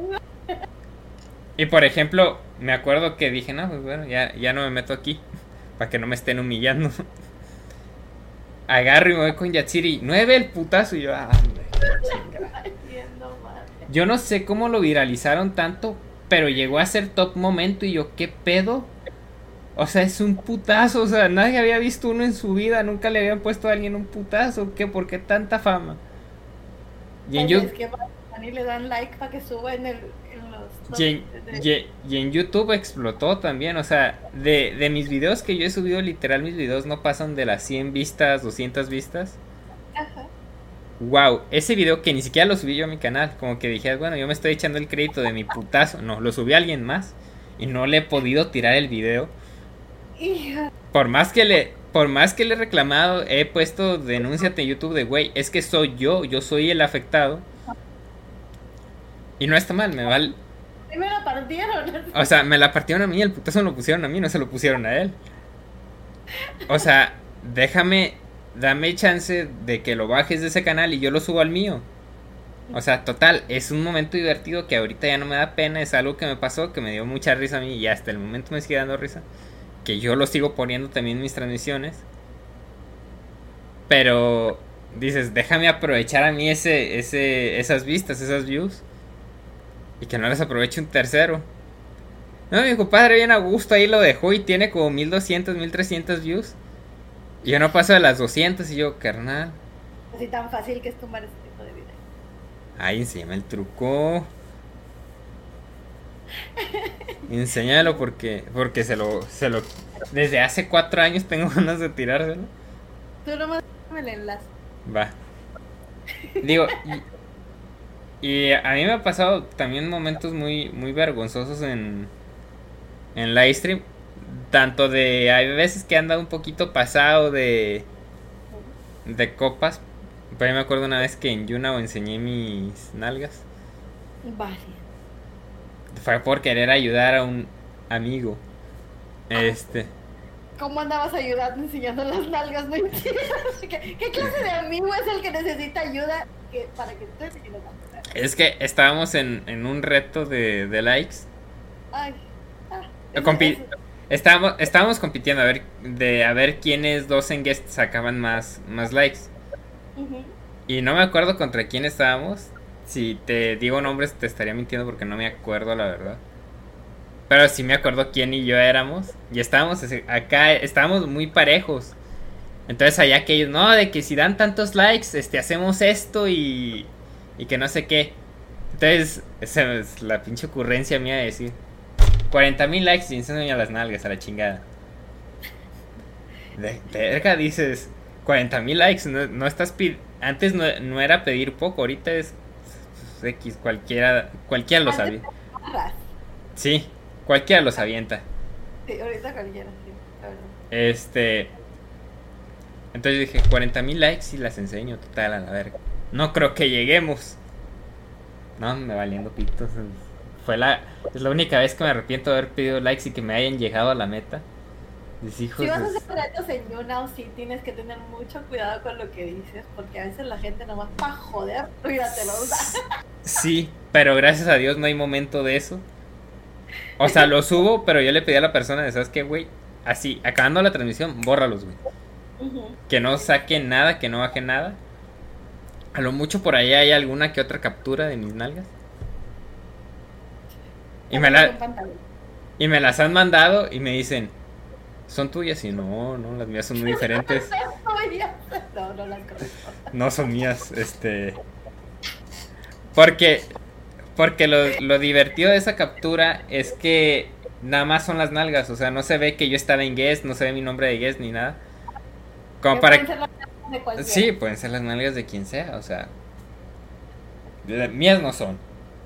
Y por ejemplo, me acuerdo que dije, no, pues bueno, ya, ya no me meto aquí. Para que no me estén humillando. Agarro y me voy con Yatsiri. Nueve el putazo. Y yo, ah, chingada. Yo no sé cómo lo viralizaron tanto, pero llegó a ser top momento. Y yo, ¿qué pedo? O sea, es un putazo. O sea, nadie había visto uno en su vida. Nunca le habían puesto a alguien un putazo. ¿Qué? ¿Por qué tanta fama? Y en YouTube. Es que y le dan like para que suba en, el, en los. Y en, de... y, y en YouTube explotó también. O sea, de, de mis videos que yo he subido, literal, mis videos no pasan de las cien vistas, doscientas vistas. Ajá. Wow, ese video que ni siquiera lo subí yo a mi canal. Como que dije, bueno, yo me estoy echando el crédito de mi putazo. No, lo subí a alguien más. Y no le he podido tirar el video. Hija. Por más que le. Por más que le he reclamado, he puesto denúnciate en YouTube de güey, es que soy yo, yo soy el afectado. Y no está mal, me vale. Y me la partieron. O sea, me la partieron a mí, el putazo me lo pusieron a mí, no se lo pusieron a él. O sea, déjame, dame chance de que lo bajes de ese canal y yo lo subo al mío. O sea, total, es un momento divertido que ahorita ya no me da pena, es algo que me pasó, que me dio mucha risa a mí y hasta el momento me sigue dando risa. Que yo lo sigo poniendo también en mis transmisiones. Pero dices, déjame aprovechar a mí ese, ese, esas vistas, esas views. Y que no les aproveche un tercero. No, mi compadre bien a gusto ahí lo dejó y tiene como mil doscientas, mil trescientas views. Y yo no paso de las doscientas y yo, carnal. Así tan fácil que es tomar ese tipo de videos. Ay, enséñame el truco. Enséñalo porque porque se lo, se lo... Desde hace cuatro años tengo ganas de tirárselo. Tú nomás me el enlace. Va. Digo... Y, y a mí me ha pasado también momentos muy, muy vergonzosos en, en livestream. Tanto de... Hay veces que he andado un poquito pasado de... De copas. Pero me acuerdo una vez que en Yunao enseñé mis nalgas. Vale. Fue por querer ayudar a un amigo. Este... ¿Cómo andabas ayudando enseñando las nalgas? No entiendo. ¿Qué, ¿Qué clase de amigo es el que necesita ayuda que, para que tú enseñes las nalgas? Es que estábamos en, en un reto de, de likes. Ay. Ah, Compi- estábamos, estábamos compitiendo a ver de a ver quiénes dos en guest sacaban más, más likes. Uh-huh. Y no me acuerdo contra quién estábamos. Si te digo nombres te estaría mintiendo porque no me acuerdo la verdad. Pero sí me acuerdo quién y yo éramos. Y estábamos acá, estábamos muy parejos. Entonces allá que ellos, no, de que si dan tantos likes, este, hacemos esto y, y que no sé qué. Entonces, esa es la pinche ocurrencia mía de decir cuarenta mil likes y enseñan a las nalgas a la chingada. De verga dices, cuarenta mil likes, no, no estás pid- antes no, no era pedir poco, ahorita es X, cualquiera, cualquiera los sabía. Sí, cualquiera los avienta. Sí, ahorita cualquiera, sí, la verdad. Este... Entonces dije, cuarenta mil likes y las enseño, total, a la verga. No creo que lleguemos. No, me valiendo pitos. Fue la... Es la única vez que me arrepiento de haber pedido likes y que me hayan llegado a la meta. Mis hijos si vas a de... hacer retos en YouNow, sí tienes que tener mucho cuidado con lo que dices, porque a veces la gente nomás para joder, cuídate, lo usa. Sí, pero gracias a Dios no hay momento de eso. O sea, lo subo, pero yo le pedí a la persona de, ¿sabes qué, güey? Así, acabando la transmisión, bórralos, güey. Uh-huh. Que no saquen nada, que no bajen nada. A lo mucho por ahí hay alguna que otra captura de mis nalgas. Y me, la, y me las han mandado y me dicen, ¿son tuyas? Y no, no, las mías son muy diferentes. No, no las conozco. No son mías, este... Porque... Porque lo, lo divertido de esa captura es que nada más son las nalgas, o sea, no se ve que yo estaba en guest, no se ve mi nombre de guest ni nada. Como para... Pueden ser las nalgas de cualquiera. Sí, pueden ser las nalgas de quien sea, o sea... Las mías no son.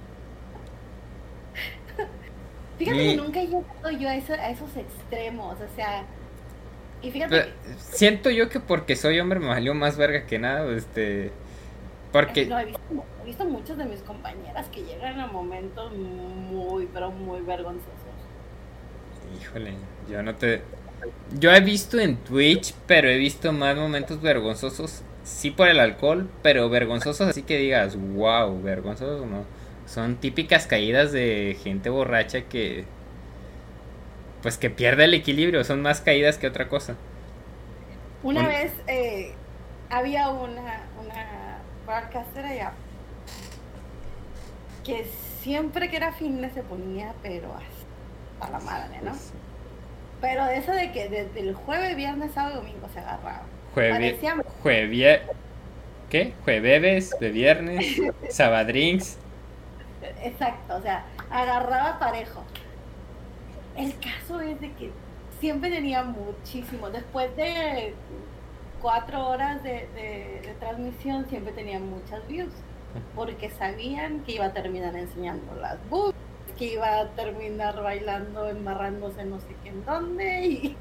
Fíjate Mi... que nunca he llegado yo a, eso, a esos extremos, o sea... Y fíjate Pero, que... Siento yo que porque soy hombre me valió más verga que nada, este... Porque... No, he visto, he visto muchas de mis compañeras que llegan a momentos muy, pero muy vergonzosos. Híjole, yo no te... Yo he visto en Twitch, pero he visto más momentos vergonzosos sí por el alcohol, pero vergonzosos así que digas, wow, vergonzosos no. Son típicas caídas de gente borracha que, pues que pierde el equilibrio, son más caídas que otra cosa. Una Un... vez eh, había una, una barcaster allá que siempre que era fitness se ponía, pero hasta la madre, ¿no? Pues, pero eso de que desde el jueves, viernes, sábado y domingo se agarraba. Jueves, Parecía... jueves, ¿qué? Jueves, de viernes, sabadrinks. Exacto, o sea, agarraba parejo. El caso es de que siempre tenía muchísimo. Después de cuatro horas de, de, de transmisión, siempre tenía muchas views. Porque sabían que iba a terminar enseñando las boobs, que iba a terminar bailando, embarrándose no sé qué en dónde. Y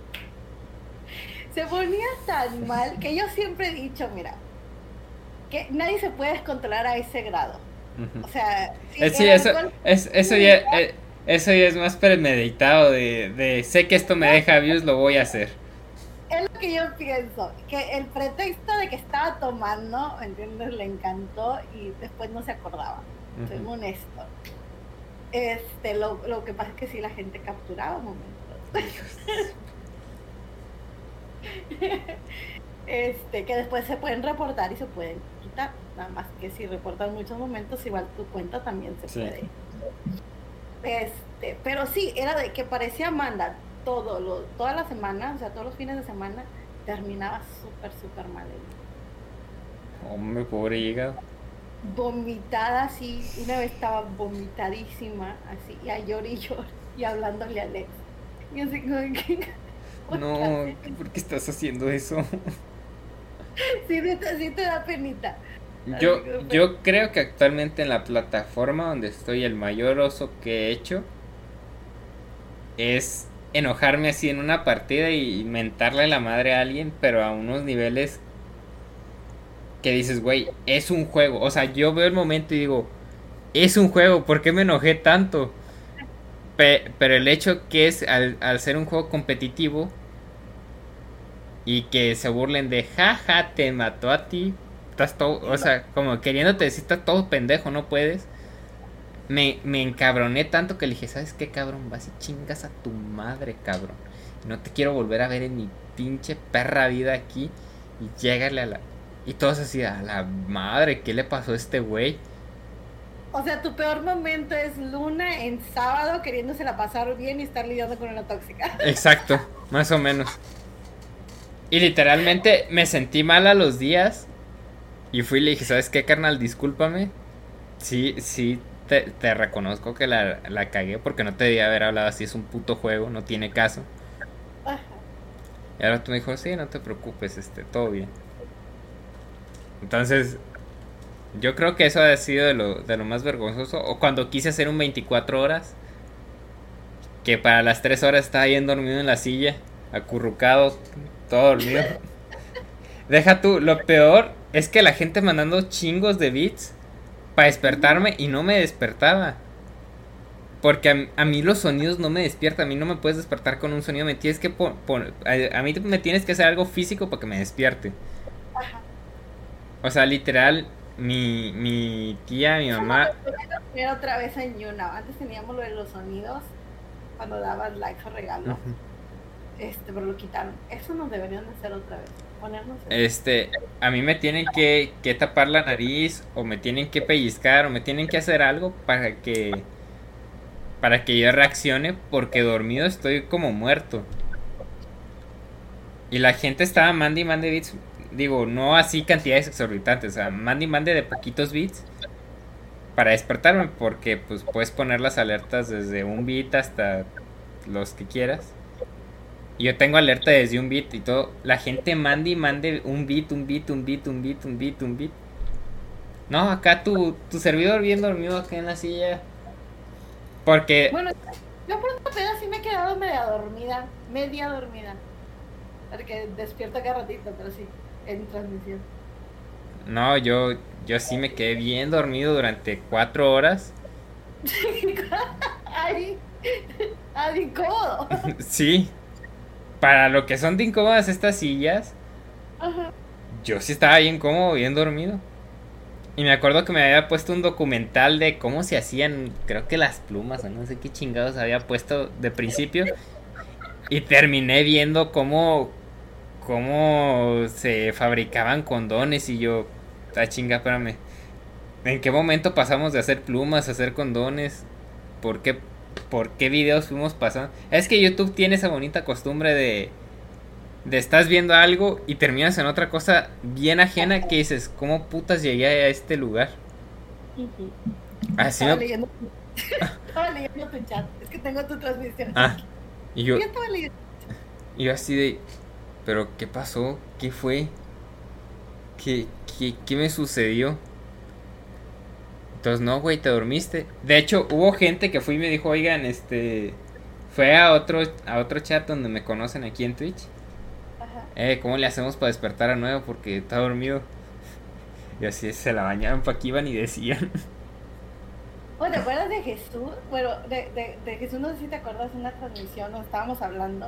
se ponía tan mal que yo siempre he dicho, mira, que nadie se puede descontrolar a ese grado. O sea, si eh, sí, eso, es, eso, ya, eh, eso ya es más premeditado de, de sé que esto me deja views, lo voy a hacer. Es lo que yo pienso, que el pretexto de que estaba tomando, ¿entiendes? Le encantó y después no se acordaba, uh-huh. Soy honesto. Este, lo, lo que pasa es que sí la gente capturaba momentos. Este, que después se pueden reportar y se pueden quitar. Nada más que si reportan muchos momentos, igual tu cuenta también se sí. puede. Este, pero sí, era de que parecía Amanda todo lo, toda la semana, o sea, todos los fines de semana, terminaba súper, súper mal. Hombre, pobre hígado. Vomitada así, una vez estaba vomitadísima, así, y a llorar y llorar, y hablándole a Alex. Y así como que... No, ¿por qué estás haciendo eso? Sí, te, sí te da penita. Yo, yo creo que actualmente en la plataforma donde estoy, el mayor oso que he hecho es enojarme así en una partida y mentarle la madre a alguien, pero a unos niveles que dices, güey, es un juego. O sea, yo veo el momento y digo, es un juego, ¿por qué me enojé tanto? Pe- pero el hecho que es al, al ser un juego competitivo y que se burlen de jaja, te mató a ti, estás todo, o sea, como queriéndote decir, estás todo pendejo, no puedes. Me, me encabroné tanto que le dije, ¿sabes qué, cabrón? Vas y chingas a tu madre, cabrón. No te quiero volver a ver en mi pinche perra vida aquí. Y llégale a la... Y todos así, a la madre, ¿qué le pasó a este güey? O sea, tu peor momento es Luna en sábado queriéndosela pasar bien y estar lidiando con una tóxica. Exacto, más o menos. Y literalmente me sentí mal a los días. Y fui y le dije, ¿sabes qué, carnal? Discúlpame. Sí, sí. Te, te reconozco que la, la cagué porque no te debía haber hablado así, es un puto juego, no tiene caso. Ajá. Y ahora tú me dijo, sí, no te preocupes, este, todo bien. Entonces, yo creo que eso ha sido de lo, de lo más vergonzoso. O cuando quise hacer un veinticuatro horas, que para las tres horas estaba bien dormido en la silla, acurrucado, todo dormido. Deja tú, lo peor es que la gente mandando chingos de beats para despertarme y no me despertaba. Porque a, a mí los sonidos no me despiertan. A mí no me puedes despertar con un sonido. Me tienes que pon, pon, a, a mí me tienes que hacer algo físico para que me despierte. Ajá. O sea, literal, mi, mi tía, mi mamá. Era otra vez en YouNow. Antes teníamos lo de los sonidos cuando dabas likes o regalos. Uh-huh. Este, pero lo quitaron. Eso nos deberían de hacer otra vez. Ponernos este, a mí me tienen que, que tapar la nariz, o me tienen que pellizcar, o me tienen que hacer algo para que para que yo reaccione, porque dormido estoy como muerto. Y la gente estaba mande y mande bits, digo, no así cantidades exorbitantes, o sea, mande y mande de poquitos bits para despertarme, porque pues puedes poner las alertas desde un bit hasta los que quieras. Y yo tengo alerta desde un bit y todo. La gente mande y mande un bit, un bit, un bit, un bit, un bit, un bit. No, acá tu, tu servidor bien dormido acá en la silla. Porque... Bueno, yo por esta peda sí me he quedado media dormida. Media dormida. Porque despierto cada ratito, pero sí, en transmisión. No, yo, yo sí me quedé bien dormido durante cuatro horas. Ay, ay, incómodo. Sí. Para lo que son de incómodas estas sillas, ajá, yo sí estaba bien cómodo, bien dormido. Y me acuerdo que me había puesto un documental de cómo se hacían, creo que las plumas, o no sé qué chingados había puesto de principio. Y terminé viendo cómo, cómo se fabricaban condones y yo, ah chinga, espérame. ¿En qué momento pasamos de hacer plumas a hacer condones? ¿Por qué, por qué videos fuimos pasando? Es que YouTube tiene esa bonita costumbre de, de estás viendo algo y terminas en otra cosa bien ajena que dices, ¿cómo putas llegué a este lugar? Uh-huh. Así estaba, me... leyendo, estaba leyendo tu chat, es que tengo tu transmisión. Ah, y yo... Yo estaba leyendo. Y yo así de... ¿Pero qué pasó? ¿Qué fue? ¿Qué, qué, qué me sucedió? Entonces, no, güey, te dormiste. De hecho, hubo gente que fue y me dijo, oigan, este... Fue a otro, a otro chat donde me conocen aquí en Twitch. Ajá. Eh, ¿cómo le hacemos para despertar a nuevo? Porque está dormido. Y así se la bañaban para que iban y decían. Bueno, ¿te acuerdas de Jesús? Bueno, de, de, de Jesús, no sé si te acuerdas de una transmisión donde estábamos hablando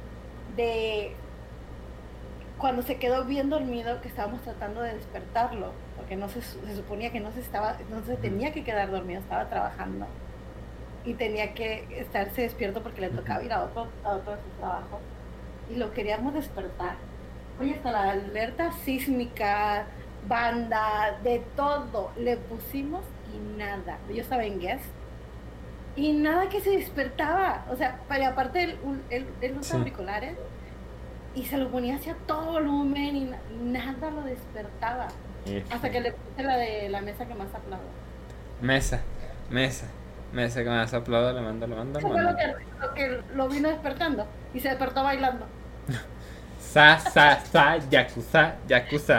de cuando se quedó bien dormido, que estábamos tratando de despertarlo, porque no se, se suponía que no se estaba, no se tenía que quedar dormido, estaba trabajando y tenía que estarse despierto porque le tocaba ir a otro, a otro de su trabajo y lo queríamos despertar. Oye, hasta la alerta sísmica, banda, de todo le pusimos y nada. Yo estaba en guest y nada que se despertaba. O sea, pero aparte él, él, él usa sí. auriculares y se lo ponía hacia todo volumen y, na y nada lo despertaba. Sí. Hasta que le puse la de la mesa que más aplaudo. Mesa, mesa, mesa que más aplaudo, le mando, le mando, le mando. Fue lo que, lo que lo vino despertando y se despertó bailando. Sa, sa, sa, yakuza, yakuza.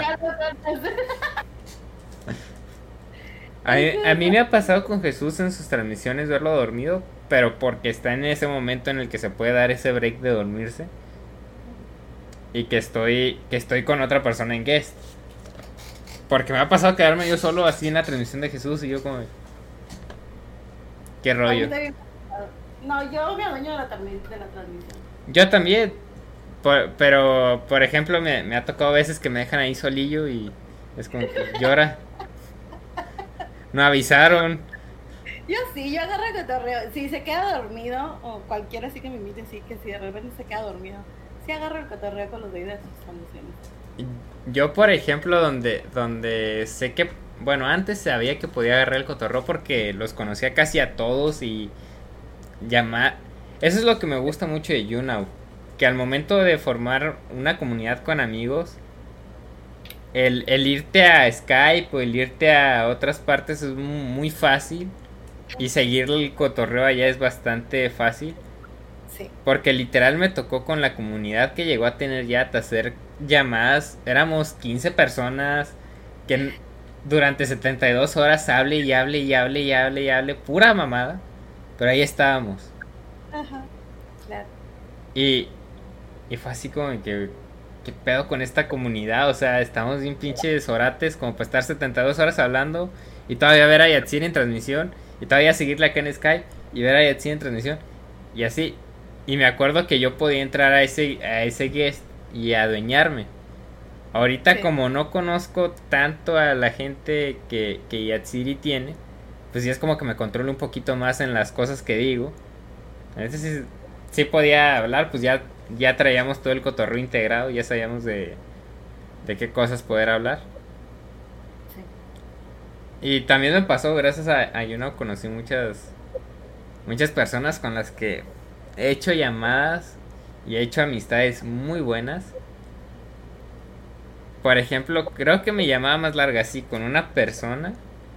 A mí, a mí me ha pasado con Jesús en sus transmisiones verlo dormido, pero porque está en ese momento en el que se puede dar ese break de dormirse. Y que estoy, que estoy con otra persona en guest. Porque me ha pasado quedarme yo solo así en la transmisión de Jesús y yo como... ¿Qué rollo? No, yo me adueño de la, de la transmisión. Yo también. Por, pero, por ejemplo, me, me ha tocado veces que me dejan ahí solillo y es como que llora. No avisaron. Yo sí, yo agarro el cotorreo. Si se queda dormido, o cualquiera así que me invite, sí, que si de repente se queda dormido, sí agarro el cotorreo con los de sus transmisiones. Yo, por ejemplo, donde, donde sé que, bueno, antes sabía que podía agarrar el cotorreo porque los conocía casi a todos y llamar. Eso es lo que me gusta mucho de YouNow. Que al momento de formar una comunidad con amigos, el, el irte a Skype o el irte a otras partes es muy fácil. Y seguir el cotorreo allá es bastante fácil. Sí. Porque literal me tocó con la comunidad que llegó a tener ya a hacer llamadas. Éramos quince personas que durante setenta y dos horas hable y hable y hable y hable y hable. Pura mamada. Pero ahí estábamos. Ajá, claro. Y... Y fue así como que, ¿qué pedo con esta comunidad? O sea, estamos bien pinches orates como para estar setenta y dos horas hablando y todavía ver a Yatsir en transmisión y todavía seguirle acá en Skype y ver a Yatsir en transmisión y así. Y me acuerdo que yo podía entrar a ese, a ese guest y adueñarme. Ahorita sí. Como no conozco tanto a la gente que, que Yatsiri tiene, pues ya es como que me controlo un poquito más en las cosas que digo. A veces sí, sí podía hablar, pues ya... Ya traíamos todo el cotorreo integrado, ya sabíamos de, de qué cosas poder hablar. Sí. Y también me pasó, gracias a, a YouNow, conocí muchas muchas personas con las que he hecho llamadas y he hecho amistades muy buenas. Por ejemplo, creo que mi llamada más larga así con una persona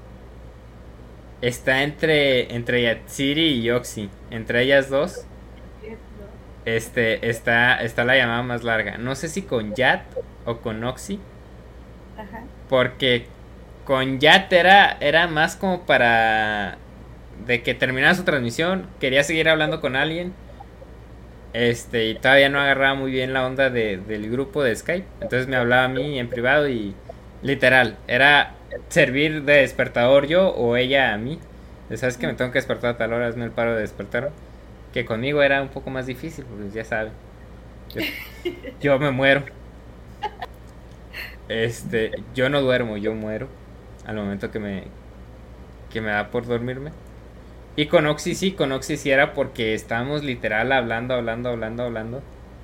está entre, entre Yatsiri y Yoxi, entre ellas dos. Este, está, está la llamada más larga. No sé si con Yat o con Oxy. Ajá. Porque con Yat era, era más como para... De que terminara su transmisión, quería seguir hablando con alguien. Este, y todavía no agarraba muy bien la onda de, del grupo de Skype. Entonces me hablaba a mí en privado y... Literal, era servir de despertador yo o ella a mí. ¿Sabes que me tengo que despertar a tal hora? Hazme el paro de despertar. Que conmigo era un poco más difícil, pues ya saben. Yo, yo me muero. Este, yo no duermo, yo muero al momento que me que me da por dormirme. Y con Oxy sí, con Oxy sí era porque estábamos literal hablando, hablando, hablando, hablando.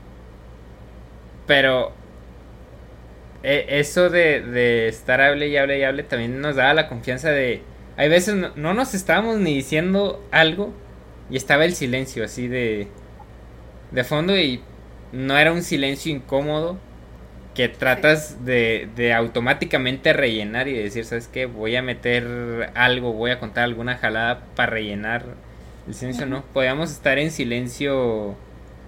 Pero eh, eso de, de estar hable y hable y hable también nos daba la confianza de... Hay veces no, no nos estábamos ni diciendo algo y estaba el silencio así de, de fondo y no era un silencio incómodo que tratas de, de automáticamente rellenar y decir, ¿sabes qué? Voy a meter algo, voy a contar alguna jalada para rellenar el silencio, ¿no? Podíamos estar en silencio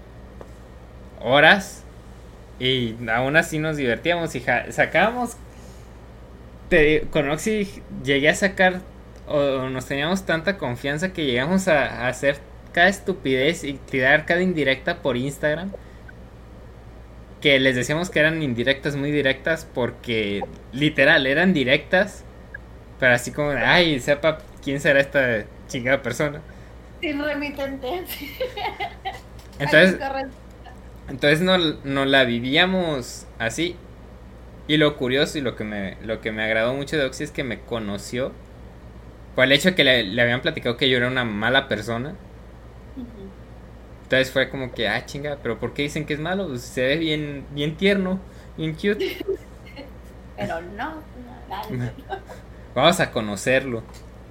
horas y aún así nos divertíamos y ja- sacábamos... Te, con Oxy llegué a sacar, o nos teníamos tanta confianza que llegamos a, a hacer cada estupidez y tirar cada indirecta por Instagram. Que les decíamos que eran indirectas muy directas porque literal eran directas, pero así como de, ay, sepa quién será esta chingada persona. Sin remitente. Entonces, entonces no, no la vivíamos así. Y lo curioso y lo que me lo que me agradó mucho de Oxy es que me conoció por el hecho de que le, le habían platicado que yo era una mala persona. Uh-huh. Entonces fue como que, ah, chinga, pero ¿por qué dicen que es malo? Pues se ve bien, bien tierno, bien cute. Pero no, no. Vamos a conocerlo.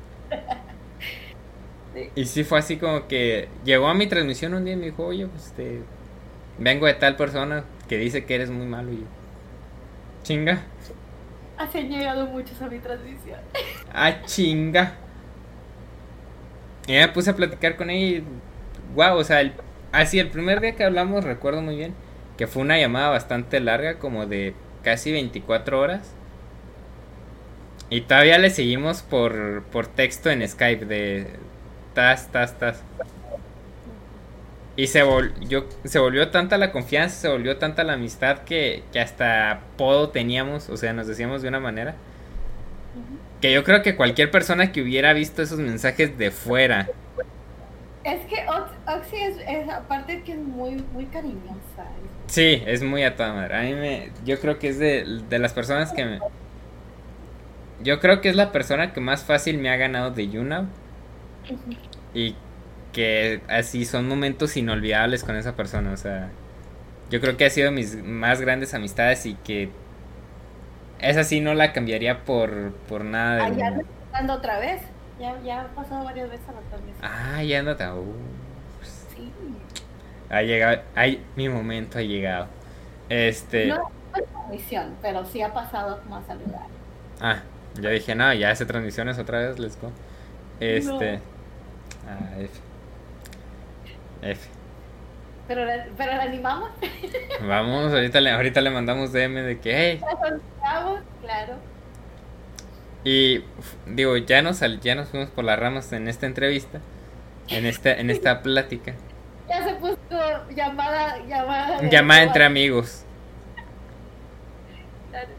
Sí. Y sí fue así como que llegó a mi transmisión un día y me dijo, oye, pues este, vengo de tal persona que dice que eres muy malo. Y yo, chinga. Así han llegado muchos a mi transmisión. Ah, chinga. Y ya me puse a platicar con ella y, wow, o sea, el, así el primer día que hablamos recuerdo muy bien que fue una llamada bastante larga, como de casi veinticuatro horas. Y todavía le seguimos por, por texto en Skype de tas, tas, tas. Y se, vol, yo, se volvió tanta la confianza, se volvió tanta la amistad que, que hasta apodo teníamos, o sea, nos decíamos de una manera. Uh-huh. Que yo creo que cualquier persona que hubiera visto esos mensajes de fuera. Es que Oxy es, es aparte que es muy, muy cariñosa. Sí, es muy a toda madre. A mí me, yo creo que es de, de las personas que me... Yo creo que es la persona que más fácil me ha ganado de YouNow. Uh-huh. Y que así son momentos inolvidables con esa persona, o sea, yo creo que ha sido mis más grandes amistades y que esa sí no la cambiaría por, por nada del mundo. Ah, ya mundo. me ando otra vez, ya, ya ha pasado varias veces a la transmisión. Ah, ya anda tan... Uh, sí. Ha llegado, hay, mi momento ha llegado. Este... No es transmisión, pero sí ha pasado como a saludar. Ah, ya dije, no, ya hace transmisiones otra vez, let's go. Este... No. Ah, F. F. Pero, pero la animamos. Vamos, ahorita le, ahorita le mandamos D M de que, hey. Vamos, claro. Y digo, ya nos, ya nos fuimos por las ramas en esta entrevista, en esta, en esta plática. Ya se puso llamada, llamada. De llamada entre amigos. Claro.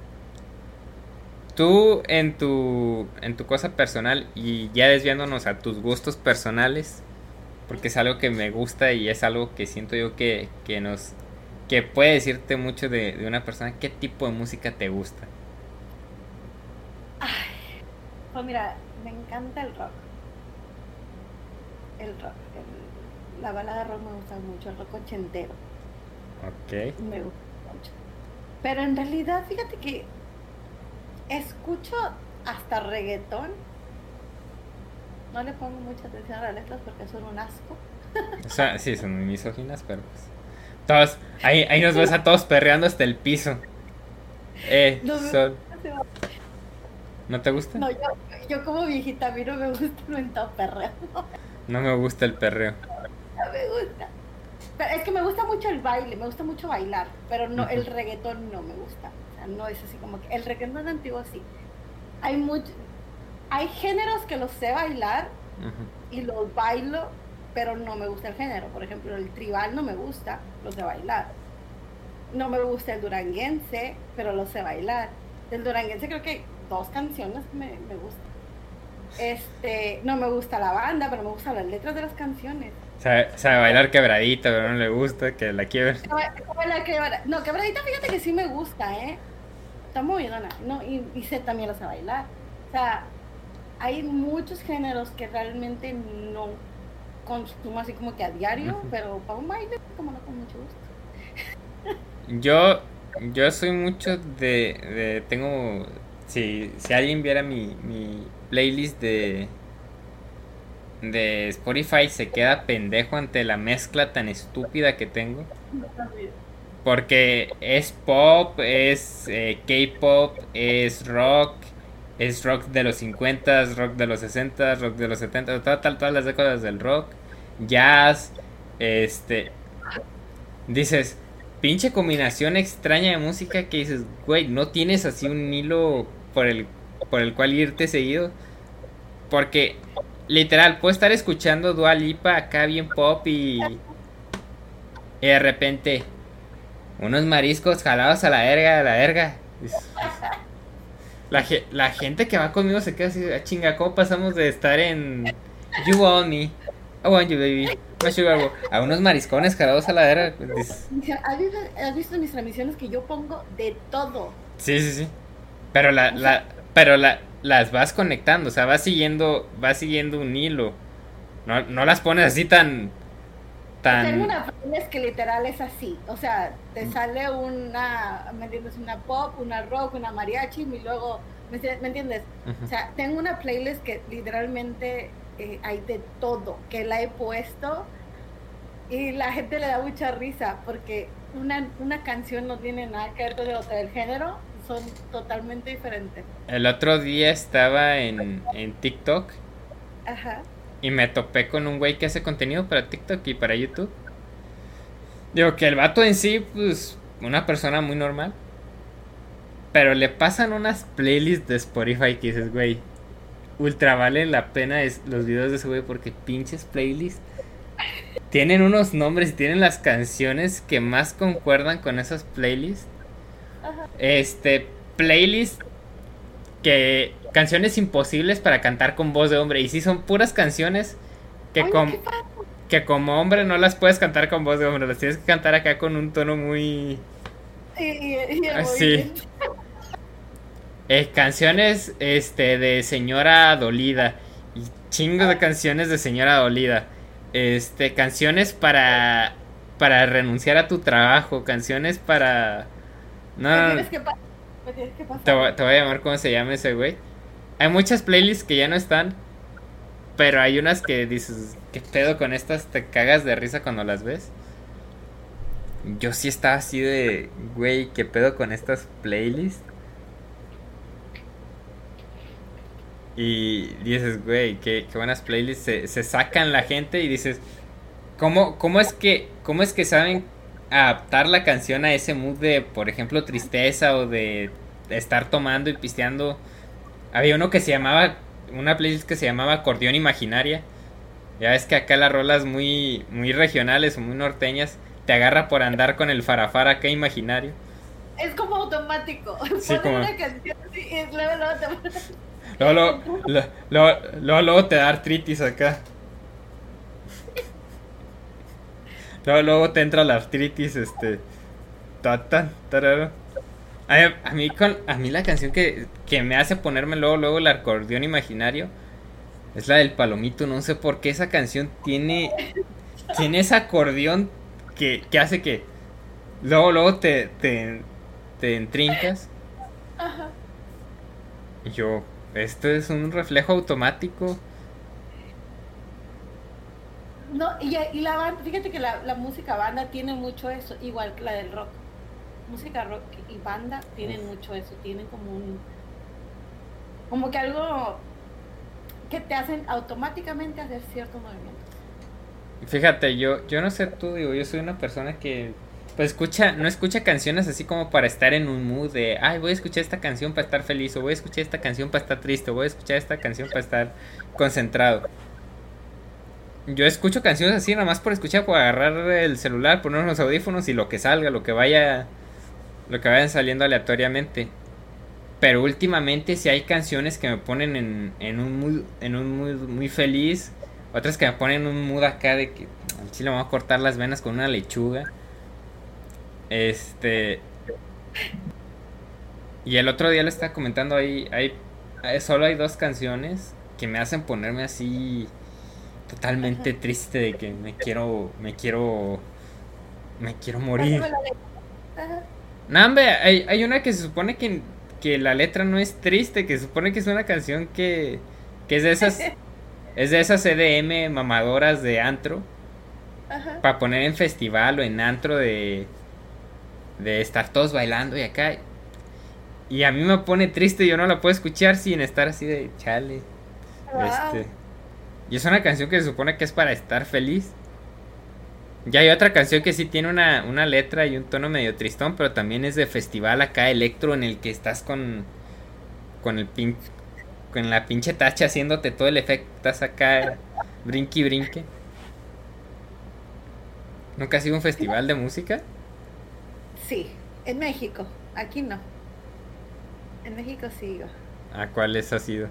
Tú en tu, en tu cosa personal y ya desviándonos a tus gustos personales. Porque es algo que me gusta y es algo que siento yo que, que nos que puede decirte mucho de, de una persona. ¿Qué tipo de música te gusta? Ay, pues mira, me encanta el rock. El rock. El, la balada rock me gusta mucho, el rock ochentero. Ok. Me gusta mucho. Pero en realidad, fíjate que escucho hasta reggaetón. No le pongo mucha atención a las letras porque son un asco. O sea, sí, son muy misóginas, pero pues... Todos, ahí, ahí nos ves a todos perreando hasta el piso. Eh, no, sol. ¿No te gusta? No, yo, yo como viejita, a mí no me gusta el mentado perreo. No me gusta el perreo. No me gusta. Pero es que me gusta mucho el baile, me gusta mucho bailar, pero no, uh-huh. El reggaetón no me gusta. O sea, no es así como que... El reggaetón antiguo sí. Hay mucho... Hay géneros que los sé bailar uh-huh. y los bailo, pero no me gusta el género. Por ejemplo, el tribal no me gusta, lo sé bailar. No me gusta el duranguense, pero lo sé bailar. Del duranguense creo que hay dos canciones que me, me gustan. Este, no me gusta la banda, pero me gustan las letras de las canciones. Sabe, sabe bailar quebradita, pero no le gusta que la quiebre. No, quebradita, fíjate que sí me gusta, ¿eh? está movidona, ¿no? Y, y sé también las a bailar. O sea, hay muchos géneros que realmente no consumo así como que a diario, uh-huh. pero para un baile, como no, con mucho gusto. Yo, yo soy mucho de, de tengo, si, si alguien viera mi, mi playlist de, de Spotify, se queda pendejo ante la mezcla tan estúpida que tengo. Porque es pop, es eh, K-pop, es rock, es rock de los cincuenta, rock de los sesenta, rock de los setenta, tal, tal, todas las décadas del rock, jazz, este, dices, pinche combinación extraña de música que dices, güey, no tienes así un hilo por el, por el cual irte seguido, porque literal, puedo estar escuchando Dua Lipa acá bien pop y, y de repente unos mariscos jalados a la verga, a la verga. La, la gente que va conmigo se queda así, chinga, ¿cómo pasamos de estar en You Want Me, I Want You Baby, a unos mariscones jalados a la verga? ¿Has visto, ¿Has visto mis transmisiones que yo pongo de todo? Sí, sí, sí. Pero la, la, pero la, las vas conectando, o sea, vas siguiendo, vas siguiendo un hilo. No, no las pones así tan... tan... Tengo una playlist que literal es así, o sea, te sale una, ¿me entiendes? Una pop, una rock, una mariachi y luego, ¿me, ¿me entiendes? Uh-huh. O sea, tengo una playlist que literalmente eh, hay de todo, que la he puesto y la gente le da mucha risa porque una, una canción no tiene nada que ver con el otro, del género, son totalmente diferentes. El otro día estaba en, en TikTok. Ajá. Y me topé con un güey que hace contenido para TikTok y para YouTube. Digo que el vato en sí, pues, una persona muy normal. Pero le pasan unas playlists de Spotify que dices, güey, ultra vale la pena es los videos de ese güey porque pinches playlists tienen unos nombres y tienen las canciones que más concuerdan con esas playlists. Ajá. Este, playlist que... canciones imposibles para cantar con voz de hombre. Y sí, son puras canciones que, Oye, com, que como hombre no las puedes cantar con voz de hombre. Las tienes que cantar acá con un tono muy... Sí, y, y sí. Eh, canciones este, de señora dolida. Y chingos de canciones de señora dolida. Este, canciones para... para renunciar a tu trabajo. Canciones para... No, no, no. Te, te voy a llamar cómo se llama ese güey. Hay muchas playlists que ya no están, pero hay unas que dices, ¿qué pedo con estas? Te cagas de risa cuando las ves. Yo sí estaba así de, güey, ¿qué pedo con estas playlists? Y dices, güey, qué, qué buenas playlists se, se sacan la gente y dices, ¿cómo, cómo, es que, ¿cómo es que saben adaptar la canción a ese mood de, por ejemplo, tristeza o de estar tomando y pisteando? Había uno que se llamaba, una playlist que se llamaba Acordeón Imaginaria. Ya ves que acá las rolas muy, muy regionales o muy norteñas te agarra por andar con el farafara acá imaginario. Es como automático. Sí, Pones como... una canción y es luego, luego te... Luego, luego, luego, luego, luego, luego te da artritis acá. Luego, luego te entra la artritis, este... Tata, tarara. A, a mí con a mí la canción que, que me hace ponerme luego luego el acordeón imaginario es la del Palomito. No sé por qué esa canción tiene tiene ese acordeón que, que hace que luego luego te te, te entrincas. Ajá. Y yo, esto es un reflejo automático. No, y, y la banda, fíjate que la, la música banda tiene mucho eso, igual que la del rock. Música rock y banda tienen mucho eso, tienen como un como que algo que te hacen automáticamente hacer ciertos movimientos. Fíjate, yo yo no sé tú, digo, yo soy una persona que pues escucha, no escucha canciones así como para estar en un mood de, ay, voy a escuchar esta canción para estar feliz, o voy a escuchar esta canción para estar triste, o voy a escuchar esta canción para estar concentrado. Yo escucho canciones así nada más por escuchar, por agarrar el celular, poner unos audífonos y lo que salga, lo que vaya lo que vayan saliendo aleatoriamente. Pero últimamente sí hay canciones que me ponen en, en un mood, en un mood muy feliz, otras que me ponen en un mood acá de que al chile me voy a cortar las venas con una lechuga. Este Y el otro día le estaba comentando ahí, hay, hay- solo hay dos canciones que me hacen ponerme así Ajá. totalmente triste de que me quiero, me quiero, me quiero morir. Pásame la letra. Ajá. No, hombre, hay, hay una que se supone que, que la letra no es triste, que se supone que es una canción que, que es de esas, es de esas E D M mamadoras de antro, Ajá. para poner en festival o en antro de, de estar todos bailando y acá. Y a mí me pone triste, yo no la puedo escuchar sin estar así de chale. Wow. Este. Y es una canción que se supone que es para estar feliz. Ya hay otra canción que sí tiene una, una letra y un tono medio tristón, pero también es de festival acá electro en el que estás con, con el pin, con la pinche tacha haciéndote todo el efecto, estás acá brinque y brinque. ¿Nunca ha sido un festival de música? Sí, en México. Aquí no. En México sí iba. ¿A cuáles ha sido?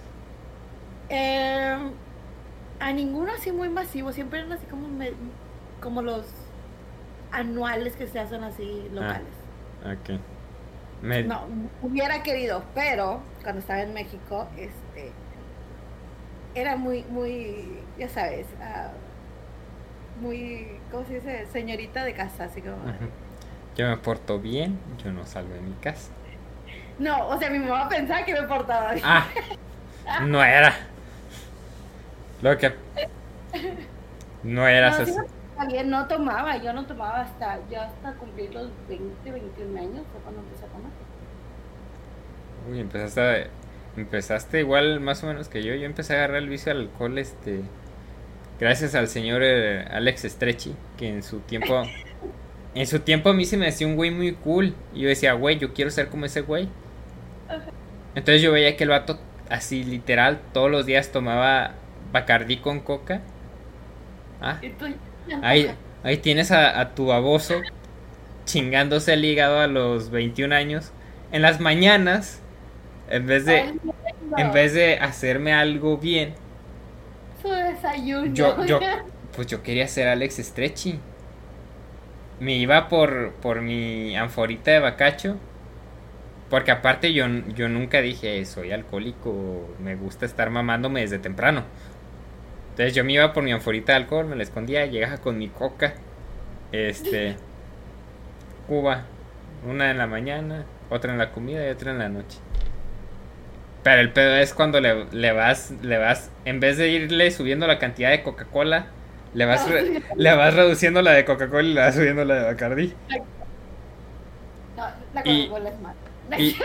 Eh, a ninguno así muy masivo. Siempre eran así como, me- como los anuales que se hacen así Ah, locales. ok. Me, No, hubiera querido, pero cuando estaba en México, este, era muy, muy, ya sabes, ah, muy, ¿cómo se dice? Señorita de casa, así como... ujú. Yo me porto bien, yo no salgo de mi casa. No, o sea, mi mamá pensaba que me portaba bien. Ah, no era. Lo que no eras No, sí así. me portaba bien, no tomaba, yo no tomaba hasta, yo hasta cumplir los veinte, veintiún años fue cuando empecé a tomar. Uy, empezaste a- empezaste igual más o menos que yo. Yo empecé a agarrar el vicio al alcohol, este, gracias al señor eh, Alex Stretchy, que en su tiempo, en su tiempo a mí se me hacía un güey muy cool. Y yo decía, güey, yo quiero ser como ese güey. Entonces yo veía que el vato, así literal, todos los días tomaba Bacardí con coca. Ah, Y tú, me ahí, antoja. ahí tienes a, a tu baboso chingándose el hígado a los veintiún años. En las mañanas, en vez de, Ay, en lindo, vez de hacerme algo bien, su desayuno. yo, yo, pues yo quería ser Alex Stretchy. Me iba por, por mi anforita de bacacho. Porque aparte yo, yo nunca dije soy alcohólico, me gusta estar mamándome desde temprano. Entonces yo me iba por mi anforita de alcohol, me la escondía, llegaba con mi coca, este, Cuba, una en la mañana, otra en la comida y otra en la noche. Pero el pedo es cuando le, le vas, le vas, en vez de irle subiendo la cantidad de Coca-Cola, le vas, re- le vas reduciendo la de Coca-Cola y le vas subiendo la de Bacardi. No, la Y, Coca-Cola es mala. y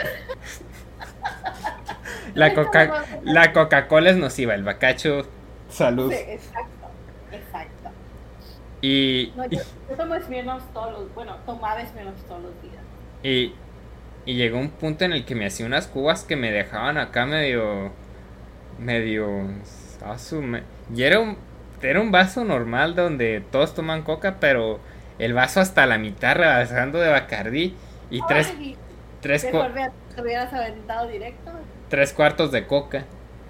¿Dónde la está la Coca, Coca-Cola? la Coca-Cola es nociva, el bacacho, salud. Sí, exacto, exacto. Y, No, yo, yo tomo Smirnoff todos los, bueno, tomaba Smirnoff todos los días. y, y llegó un punto en el que me hacía unas cubas que me dejaban acá medio, medio, asume. Y era un, era un vaso normal donde todos toman coca, pero el vaso hasta la mitad rebasando de Bacardí y tres, Ay, tres, mejor me te hubieras aventado directo. tres cuartos de coca.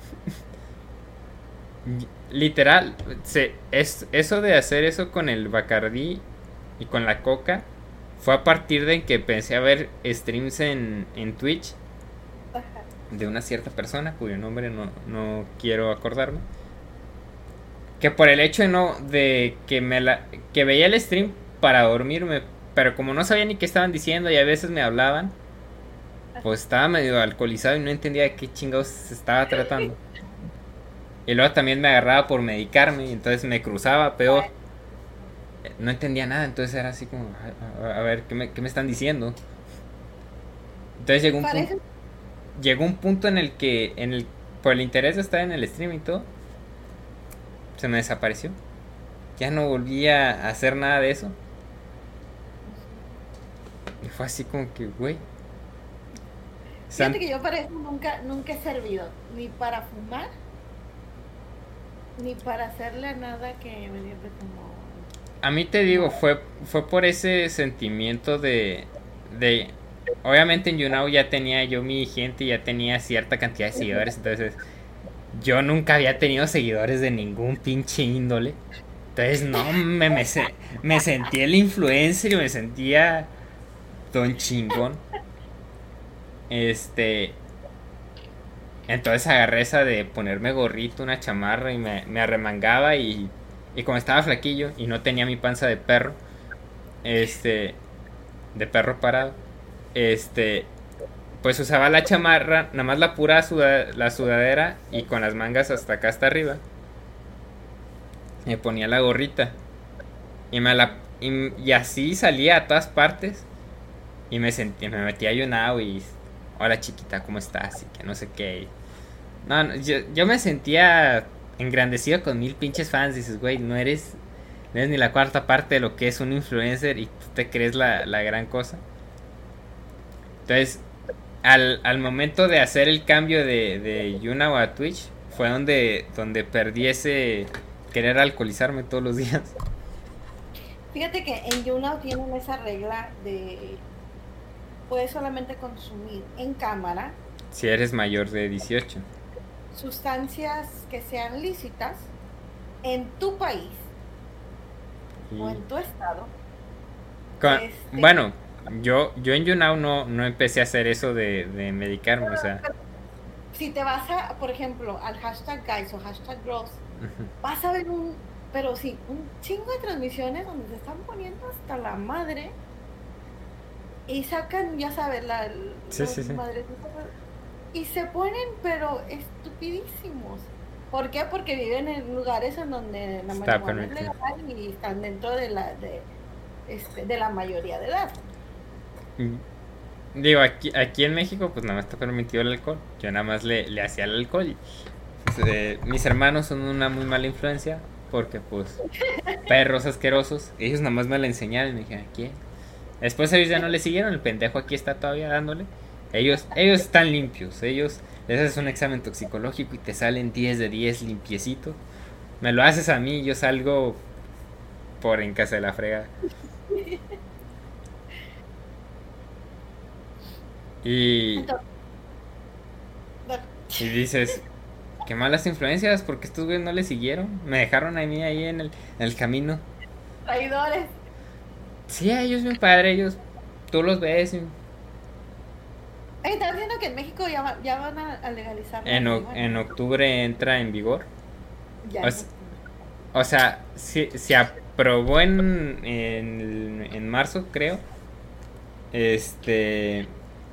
Literal, se, es, eso de hacer eso con el Bacardí y con la coca fue a partir de que pensé a ver streams en, en Twitch Ajá. de una cierta persona cuyo nombre no, no quiero acordarme. Que por el hecho de no de que me la que veía el stream para dormirme, pero como no sabía ni qué estaban diciendo y a veces me hablaban, pues estaba medio alcoholizado y no entendía de qué chingados se estaba tratando. Y luego también me agarraba por medicarme y entonces me cruzaba peor. No entendía nada, entonces era así como, a, a- a ver, ¿qué me, ¿qué me están diciendo? Entonces llegó un punto, Parece, llegó un punto en el que, en el, por el interés de estar en el stream y todo, se me desapareció. Ya no volví a hacer nada de eso. Y fue así como que, güey. fíjate San- que yo para eso nunca, nunca he servido, ni para fumar, ni para hacerle nada que me diera como, a mí te como, digo, fue, fue por ese sentimiento de, de... Obviamente en YouNow ya tenía yo mi gente, ya tenía cierta cantidad de seguidores, entonces yo nunca había tenido seguidores de ningún pinche índole. Entonces no, me, me, se- me sentía el influencer y me sentía don chingón. Este... Entonces agarré esa de ponerme gorrito, una chamarra y me, me arremangaba y... Y como estaba flaquillo y no tenía mi panza de perro, este... De perro parado, este... Pues usaba la chamarra, nada más la pura suda, la sudadera y con las mangas hasta acá, hasta arriba. Me ponía la gorrita. Y me la... Y, y así salía a todas partes. Y me sentí, me metía yo en agua y... Hola chiquita, ¿cómo estás? Y que no sé qué. No, no yo, yo me sentía engrandecido con mil pinches fans. Dices, güey, no eres, no eres ni la cuarta parte de lo que es un influencer y tú te crees la, la gran cosa. Entonces, al, al momento de hacer el cambio de, de YouNow a Twitch, fue donde, donde perdí ese querer alcoholizarme todos los días. Fíjate que en YouNow tienen esa regla de puedes solamente consumir en cámara si eres mayor de dieciocho sustancias que sean lícitas en tu país y... o en tu estado. Con, este... Bueno, yo yo en YouNow no, no empecé a hacer eso de, de medicarme, pero, o sea. Si te vas a, por ejemplo, al hashtag guys o hashtag girls, uh-huh. vas a ver un, pero sí, un chingo de transmisiones donde se están poniendo hasta la madre y sacan, ya sabes, la, sí, sí, sí. madres y se ponen, pero estupidísimos. ¿Por qué? Porque viven en lugares en donde la marihuana es legal y están dentro de la de, este, de la mayoría de edad. Digo, aquí, aquí en México pues nada más está permitido el alcohol. Yo nada más le, le hacía el alcohol y, pues, eh, mis hermanos son una muy mala influencia porque pues perros asquerosos. Ellos nada más me la enseñaron y me dijeron, ¿quién? Después ellos ya no le siguieron, el pendejo aquí está todavía dándole. Ellos, ellos están limpios, ellos les haces un examen toxicológico y te salen diez de diez limpiecitos. Me lo haces a mí y yo salgo por en casa de la fregada. Y, y dices, qué malas influencias, porque estos güeyes no le siguieron. Me dejaron a mí ahí en el, en el camino. Traidores. Sí, a ellos, mi padre, ellos, tú los ves. Y... ¿Estás diciendo que en México ya, ya van a legalizar? En, o, en octubre entra en vigor. Ya. O, o sea, se, se aprobó en, en, en marzo, creo. Este...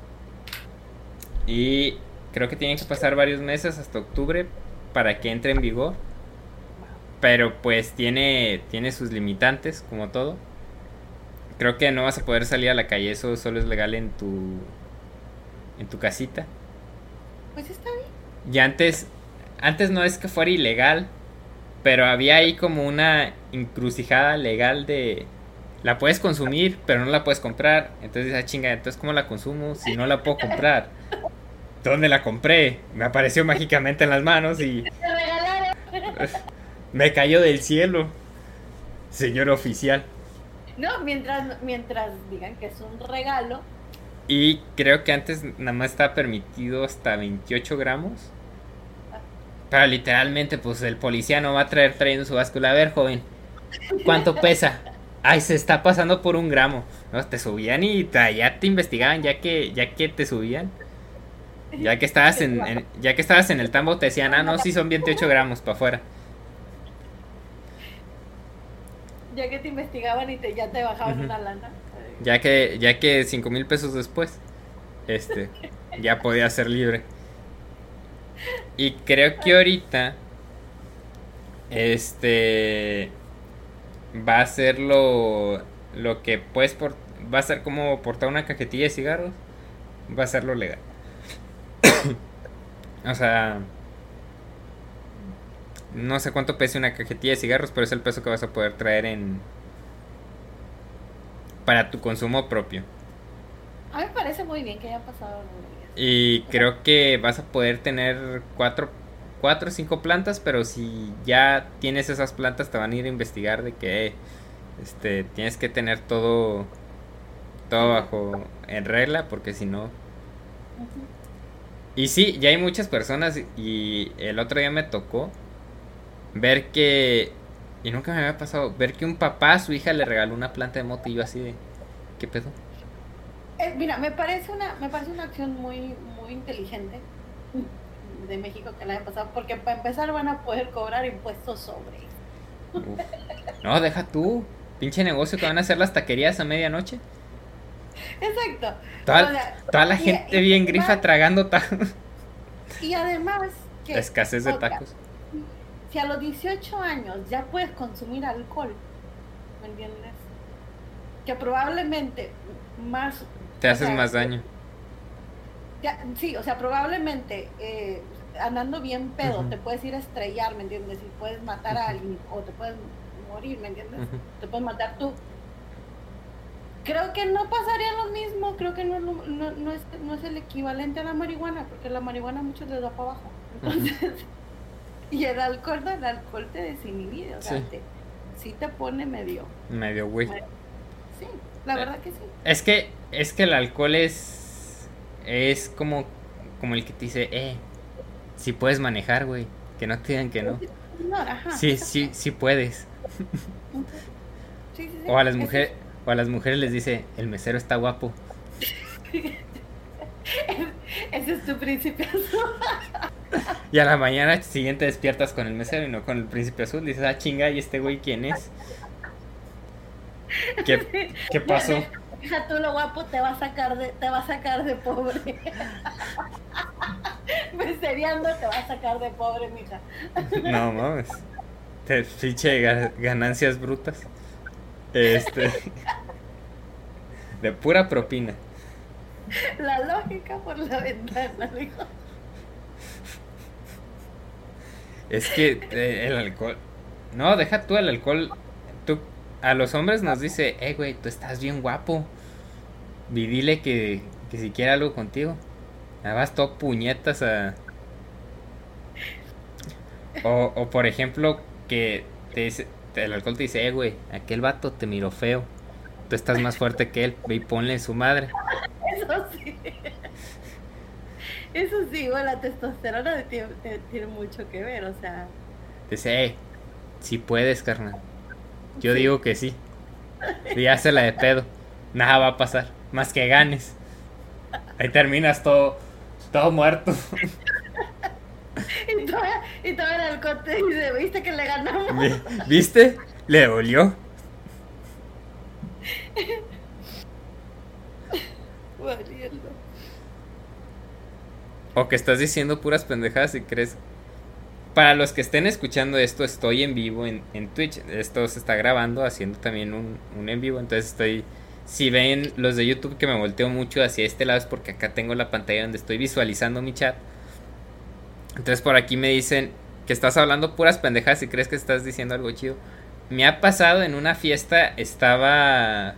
Y creo que tienen que pasar varios meses hasta octubre para que entre en vigor. Pero pues tiene, tiene sus limitantes, como todo. Creo que no vas a poder salir a la calle, eso solo es legal en tu en tu casita. Pues está bien. Y antes, antes no es que fuera ilegal, pero había ahí como una encrucijada legal de la puedes consumir, pero no la puedes comprar. Entonces esa chinga, entonces ¿cómo la consumo si no la puedo comprar? ¿Dónde la compré? Me apareció mágicamente en las manos y te regalaron. Me cayó del cielo, señor oficial. No, mientras mientras digan que es un regalo. Y creo que antes nada más estaba permitido hasta veintiocho gramos. Pero literalmente, pues el policía no va a traer trayendo su báscula. A ver, joven, ¿cuánto pesa? Ay, se está pasando por un gramo. No, te subían y te, ya te investigaban, ya que ya que te subían. Ya que estabas en, en ya que estabas en el tambo te decían, ah, no, sí son veintiocho gramos para afuera. Ya que te investigaban y te, ya te bajaban uh-huh. una lana. Ya que, ya que cinco mil pesos después, este, ya podía ser libre. Y creo que ahorita, este, va a ser lo, lo que puedes, por, va a ser como portar una cajetilla de cigarros, va a ser lo legal. O sea, no sé cuánto pese una cajetilla de cigarros, pero es el peso que vas a poder traer en para tu consumo propio. A mí me parece muy bien que haya pasado algunos días. Y creo que vas a poder tener cuatro, cuatro o cinco plantas, pero si ya tienes esas plantas te van a ir a investigar de que este tienes que tener todo todo bajo en regla, porque si no. Uh-huh. Y sí, ya hay muchas personas y el otro día me tocó ver que, y nunca me había pasado, ver que un papá a su hija le regaló una planta de mota y yo así de, ¿qué pedo? Eh, mira, me parece una, me parece una acción muy, muy inteligente de México que la haya pasado, porque para empezar van a poder cobrar impuestos sobre. Uf. No, deja tú. Pinche negocio que van a hacer las taquerías a medianoche. Exacto. Toda, O sea, toda la y, gente y bien además, grifa tragando tacos. y además que La escasez de otra, tacos. si a los dieciocho años ya puedes consumir alcohol, ¿me entiendes? Que probablemente más... Te o haces sea, más daño. Ya, sí, o sea, probablemente eh, andando bien pedo Ujú. te puedes ir a estrellar, ¿me entiendes? Y puedes matar Ujú. a alguien o te puedes morir, ¿me entiendes? Ujú. Te puedes matar tú. Creo que no pasaría lo mismo, creo que no, es lo- no, no es, no es el equivalente a la marihuana, porque la marihuana a muchos les da para abajo. Entonces, y el alcohol, no, el alcohol te desinhibe, o sea, Sí. te, sí te pone medio. Medio güey. Sí, la verdad que sí. Es que, es que el alcohol es. Es como, como el que te dice, eh, si puedes manejar, güey. Que no te digan que no. No, ajá, Sí, exacto. sí, sí puedes. Sí, sí, sí. O a las Eso mujeres, es- o a las mujeres les dice, el mesero está guapo. Ese es tu príncipe azul. Y a la mañana siguiente despiertas con el mesero y no con el príncipe azul. Dices, ah, chinga, ¿y este güey quién es? ¿Qué, qué pasó? Deja tú lo guapo, te va a sacar de, te va a sacar de pobre. Meseriando te va a sacar de pobre, mija. No mames. Te pinche ga- ganancias brutas. Este. De pura propina. La lógica por la ventana, dijo. Es que eh, el alcohol. No, deja tú el alcohol. Tú, a los hombres nos dice, eh, güey, tú estás bien guapo. Vi, dile que, que si quiere algo contigo. Nada más todo puñetas a. O, o por ejemplo, que te dice, te- el alcohol te dice, eh, güey, aquel vato te miró feo. Tú estás más fuerte que él. Ve y ponle en su madre. Eso sí. Eso sí, bueno, la testosterona tiene, tiene mucho que ver, o sea. Te dice, eh, si puedes, carnal. Yo Sí. digo que sí. Y hazla de pedo. Nada va a pasar. Más que ganes. Ahí terminas todo, todo muerto. Y todavía, y todavía el alcohol te dice, ¿viste que le ganamos? Vi- ¿Viste? Le dolió. Valiendo. O que estás diciendo puras pendejadas y crees. Para los que estén escuchando esto, estoy en vivo en, en Twitch. Esto se está grabando, haciendo también un, un en vivo. Entonces estoy. Si ven los de YouTube que me volteo mucho hacia este lado, es porque acá tengo la pantalla donde estoy visualizando mi chat. Entonces por aquí me dicen que estás hablando puras pendejadas y crees que estás diciendo algo chido. Me ha pasado en una fiesta, estaba.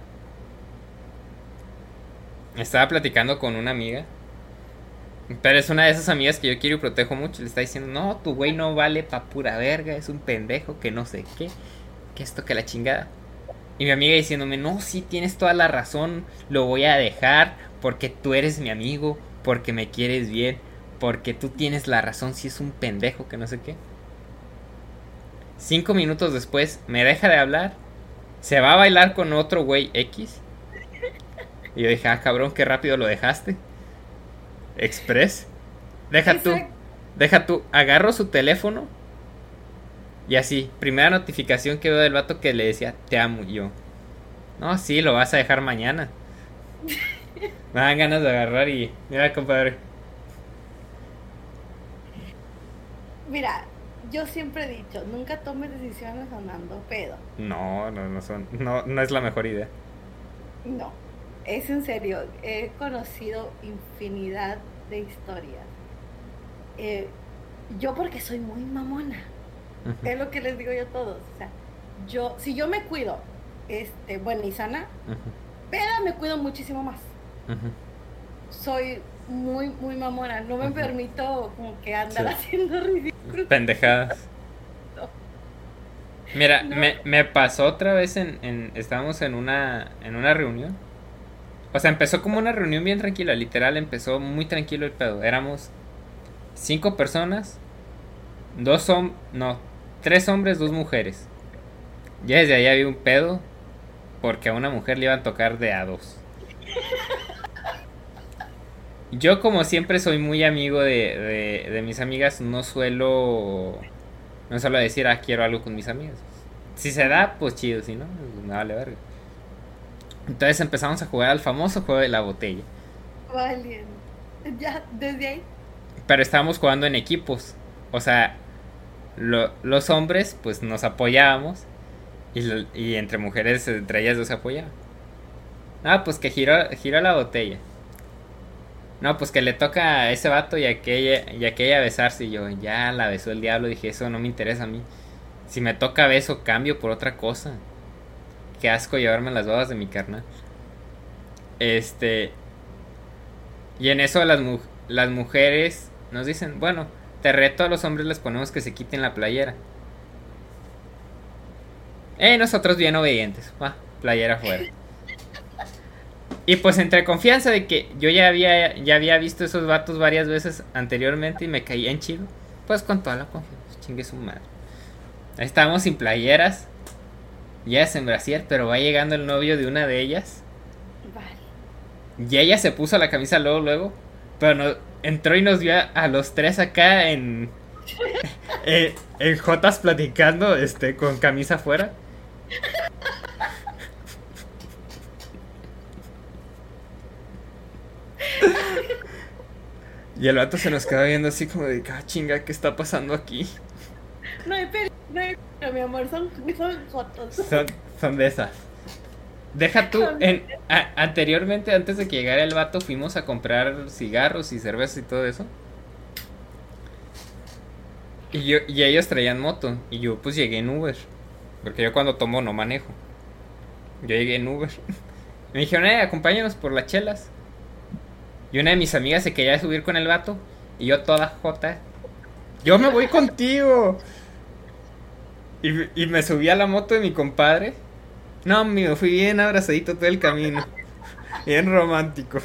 Estaba platicando con una amiga. Pero es una de esas amigas que yo quiero y protejo mucho. Le está diciendo, no, tu güey no vale pa' pura verga, es un pendejo, que no sé qué. Que esto, que la chingada. Y mi amiga diciéndome, no, sí, tienes toda la razón, lo voy a dejar porque tú eres mi amigo, porque me quieres bien, porque tú tienes la razón, si es un pendejo, que no sé qué. Cinco minutos después me deja de hablar, se va a bailar con otro güey X. Y yo dije, ah, cabrón, qué rápido lo dejaste. Express. Deja tú, Exacto. deja tú, agarro su teléfono. Y así, primera notificación que veo del vato que le decía, te amo. Y yo, no, sí, lo vas a dejar mañana. Me dan ganas de agarrar y, mira, compadre. Mira, yo siempre he dicho, nunca tomes decisiones andando pedo. No, no, no son, no, no es la mejor idea. No, es en serio, he conocido infinidad de historias. Eh, yo porque soy muy mamona, Ujú, es lo que les digo yo a todos. O sea, yo, si yo me cuido, este, buena y sana, ujú, peda me cuido muchísimo más. ujú. Soy muy, muy mamona, no me Ujú. permito como que andar Sí. haciendo ridículo. Pendejadas. Mira, No. me, me pasó otra vez en, en. Estábamos en una. En una reunión. O sea, empezó como una reunión bien tranquila. Literal, empezó muy tranquilo el pedo. Éramos cinco personas. Dos hombres. No, tres hombres, dos mujeres. Ya desde ahí había un pedo. Porque a una mujer le iban a tocar de a dos. Yo como siempre soy muy amigo de, de, de mis amigas, no suelo, no suelo decir, ah, quiero algo con mis amigas. Si se da, pues chido, si no, pues me vale verga. Entonces empezamos a jugar al famoso juego de la botella. Valiente. Ya, desde ahí. Pero estábamos jugando en equipos. O sea, lo, los hombres pues nos apoyábamos y, lo, y entre mujeres, entre ellas dos se apoyaban. Ah, pues que giró, giró la botella. No, pues que le toca a ese vato y a aquella, y a aquella besarse. Y yo, ya la besó el diablo. Dije, eso no me interesa a mí. Si me toca beso, cambio por otra cosa. Qué asco llevarme las babas de mi carnal. Este. Y en eso las, mu las mujeres nos dicen, bueno, te reto, a los hombres les ponemos que se quiten la playera. Eh, nosotros bien obedientes. Ah, playera fuera. Y pues entre confianza de que yo ya había, ya había visto esos vatos varias veces anteriormente y me caían chido, pues con toda la confianza, chingue su madre. Ahí estábamos sin playeras, ya es en brasier, pero va llegando el novio de una de ellas. Vale. Y ella se puso la camisa luego, luego, pero no, entró y nos vio a, a los tres acá en, en, en Jotas platicando, este, con camisa afuera. Y el vato se nos quedó viendo así como de, ah, chinga, ¿qué está pasando aquí? No hay peli, no hay peli, mi amor, son, son fotos. Son, son de esas. Deja tú, en, a, anteriormente, antes de que llegara el vato, fuimos a comprar cigarros y cervezas y todo eso. Y, yo, y ellos traían moto, y yo pues llegué en Uber. Porque yo cuando tomo no manejo. Yo llegué en Uber. Me dijeron, eh, acompáñanos por las chelas. Y una de mis amigas se quería subir con el vato. Y yo toda jota, yo me voy contigo. Y, y me subí a la moto de mi compadre. No, amigo, fui bien abrazadito todo el camino. Bien romántico.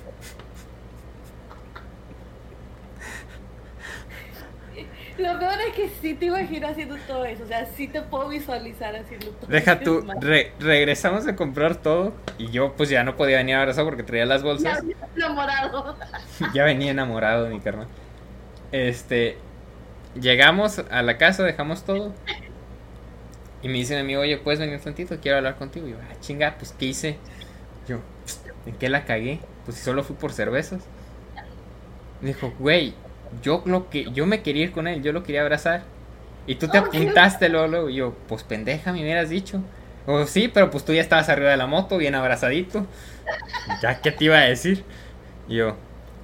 Lo peor es que sí te imagino haciendo todo eso. O sea, sí te puedo visualizar haciendo todo eso. Deja tú, re, regresamos a comprar todo. Y yo pues ya no podía venir abrazado porque traía las bolsas. Ya venía enamorado. Ya venía enamorado de mi carnal. Este, llegamos a la casa, dejamos todo. Y me dice mi amigo, oye, ¿puedes venir tantito? Quiero hablar contigo. Y yo, ah, chinga, pues ¿qué hice? Yo, ¿en qué la cagué? Pues si solo fui por cervezas. Me dijo, güey, yo lo que yo me quería ir con él, yo lo quería abrazar. Y tú te apuntaste luego, luego. Y yo, pues pendeja, me hubieras dicho. O sí, pero pues tú ya estabas arriba de la moto, bien abrazadito. Ya, ¿qué te iba a decir? Y yo.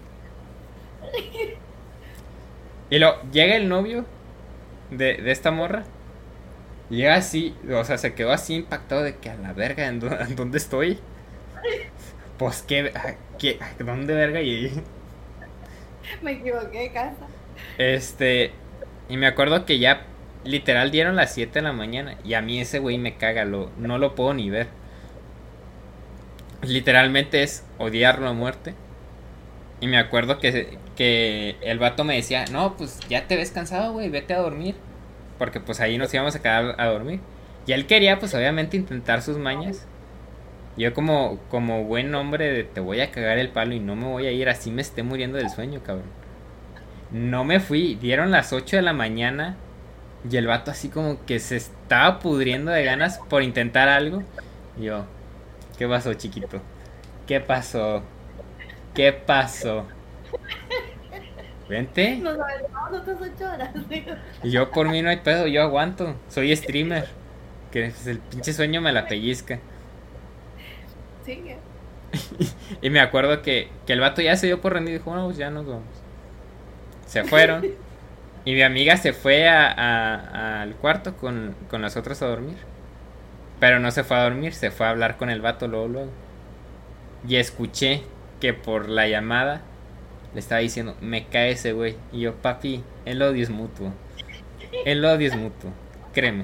Y luego llega el novio de, de esta morra. Llega así, o sea, se quedó así impactado de que a la verga, ¿en, do, ¿en dónde estoy? Pues qué, qué, ¿dónde verga? Y me equivoqué de casa. Este, y me acuerdo que ya literal dieron las siete de la mañana y a mí ese güey me caga, lo, no lo puedo ni ver. Literalmente es odiarlo a muerte. Y me acuerdo que, que el vato me decía, no, pues ya te ves cansado, güey, vete a dormir. Porque pues ahí nos íbamos a quedar a dormir. Y él quería pues obviamente intentar sus mañas. Yo como, como buen hombre de te voy a cagar el palo y no me voy a ir, así me esté muriendo del sueño, cabrón. No me fui, dieron las ocho de la mañana y el vato así como que se estaba pudriendo de ganas por intentar algo. Y yo, ¿qué pasó, chiquito? ¿Qué pasó? ¿Qué pasó? Vente. No sabes, no, no te ocho horas. Y yo por mí no hay pedo, yo aguanto. Soy streamer. Que pues, el pinche sueño me la pellizca. Sí. Y me acuerdo que, que el vato ya se dio por rendido y dijo, bueno, pues ya nos vamos. Se fueron. Y mi amiga se fue a, a, al cuarto con, con las otras a dormir. Pero no se fue a dormir, se fue a hablar con el vato luego, luego. Y escuché que por la llamada le estaba diciendo, me cae ese güey. Y yo, papi, el odio es mutuo. El odio es mutuo, créeme.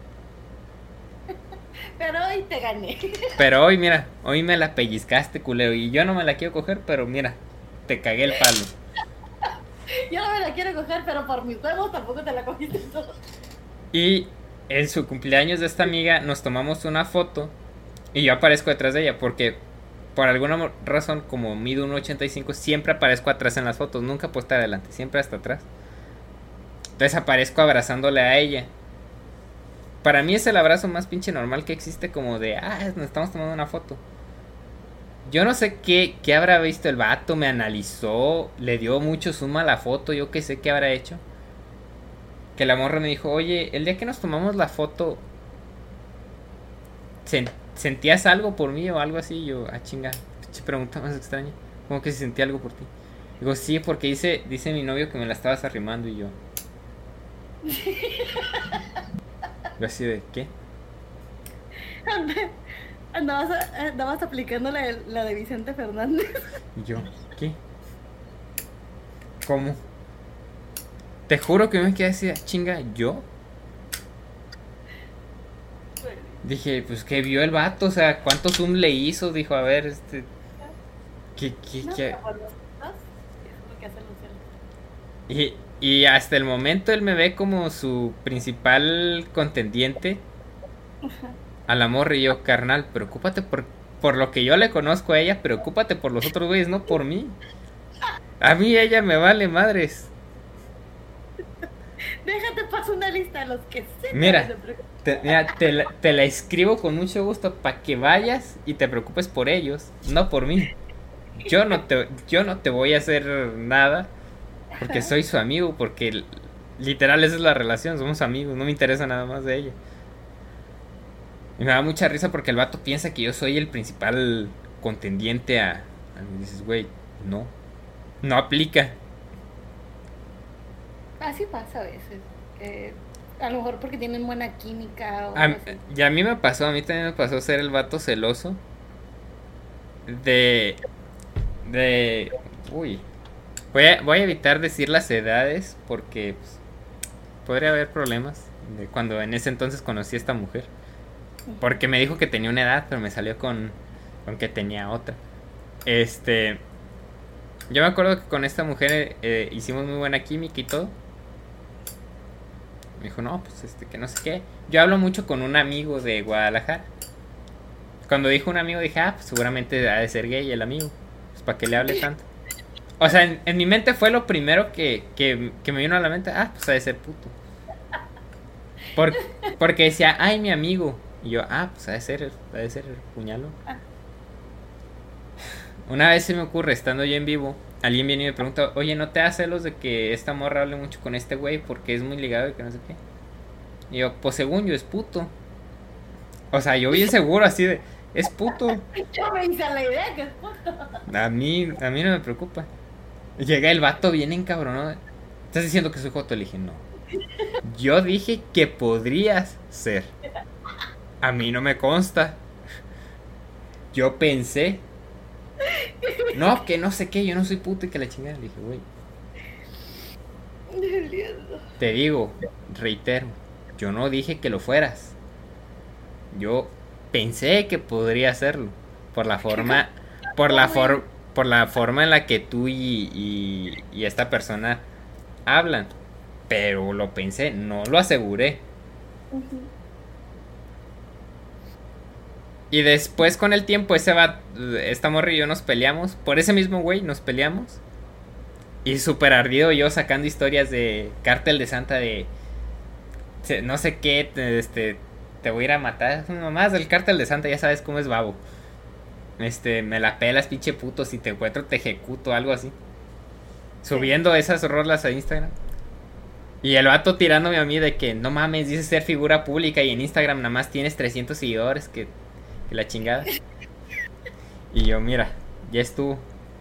Pero hoy te gané. Pero hoy, mira, hoy me la pellizcaste, culero. Y yo no me la quiero coger, pero mira, te cagué el palo. Yo no me la quiero coger, pero por mis huevos tampoco te la cogiste todo. Y en su cumpleaños de esta amiga nos tomamos una foto. Y yo aparezco detrás de ella porque por alguna razón, como mido uno ochenta y cinco, siempre aparezco atrás en las fotos. Nunca puesto adelante, siempre hasta atrás. Entonces aparezco abrazándole a ella. Para mí es el abrazo más pinche normal que existe, como de, ah, nos estamos tomando una foto. Yo no sé qué, qué habrá visto el vato, me analizó, le dio mucho zoom a la foto, yo qué sé qué habrá hecho. Que la morra me dijo, oye, el día que nos tomamos la foto, ¿sentías algo por mí o algo así? Y yo, ah, chinga, pinche pregunta más extraña. ¿Cómo que si sentía algo por ti? Digo, sí, porque dice, dice mi novio que me la estabas arrimando y yo. Yo así de, ¿qué? Andabas, andabas aplicando la de, la de Vicente Fernández. Y yo, ¿qué? ¿Cómo? Te juro que me quedé así, chinga, ¿yo? Dije, pues que vio el vato, o sea, ¿cuánto zoom le hizo? Dijo, a ver, este... ¿Qué, qué, no, qué? Por los dos, es lo que hacen los Y, y hasta el momento él me ve como su principal contendiente al amor. Y yo, carnal, preocúpate por, por lo que yo le conozco a ella, preocúpate por los otros güeyes, no por mí. A mí ella me vale madres. Déjate paso una lista de los que sé. Mira, te, mira te, la, te la escribo con mucho gusto para que vayas y te preocupes por ellos, no por mí. Yo no te, yo no te voy a hacer nada porque soy su amigo, porque literal esa es la relación, somos amigos, no me interesa nada más de ella. Y me da mucha risa porque el vato piensa que yo soy el principal contendiente a... a mí dices, güey, no, no aplica. Así pasa a veces. Eh, a lo mejor porque tienen buena química o A, y a mí me pasó, a mí también me pasó ser el vato celoso. De... De... Uy. Voy a, voy a evitar decir las edades porque pues, podría haber problemas de cuando en ese entonces conocí a esta mujer. Porque me dijo que tenía una edad, pero me salió con, con que tenía otra. Este... Yo me acuerdo que con esta mujer eh, hicimos muy buena química y todo. Me dijo, no, pues este, que no sé qué. Yo hablo mucho con un amigo de Guadalajara. Cuando dijo un amigo dije, ah, pues seguramente ha de ser gay el amigo. Pues para que le hable tanto. O sea, en, en mi mente fue lo primero que, que, que me vino a la mente. Ah, pues ha de ser puto. Por, porque decía, ay, mi amigo. Y yo, ah, pues ha de ser, ha de ser puñalo. Una vez se me ocurre, estando yo en vivo, alguien viene y me pregunta, oye, ¿no te da celos de que esta morra hable mucho con este güey porque es muy ligado y que no sé qué? Y yo, pues según yo es puto. O sea, yo bien seguro así de, es puto. Yo me hice la idea que es puto. A mí, a mí no me preocupa. Y llega el vato bien encabronado. ¿Estás diciendo que soy joto? Le dije, no. Yo dije que podrías ser. A mí no me consta. Yo pensé. No, que no sé qué, yo no soy puto y que la chingada. Le dije, güey. Te digo, reitero, yo no dije que lo fueras. Yo pensé que podría hacerlo. Por la forma, por la for, por la forma en la que tú y, y, y esta persona hablan. Pero lo pensé, no lo aseguré. Uh-huh. Y después con el tiempo ese va, esta morra y yo nos peleamos. Por ese mismo güey nos peleamos. Y súper ardido yo sacando historias de Cártel de Santa de... No sé qué, este... Te voy a ir a matar. Nomás del Cártel de Santa, ya sabes cómo es babo. Este, me la pelas, pinche puto. Si te encuentro te ejecuto, algo así. Subiendo esas rolas a Instagram. Y el vato tirándome a mí de que no mames, dices ser figura pública y en Instagram nada más tienes trescientos seguidores, que... la chingada. Y yo, mira, ya estuvo.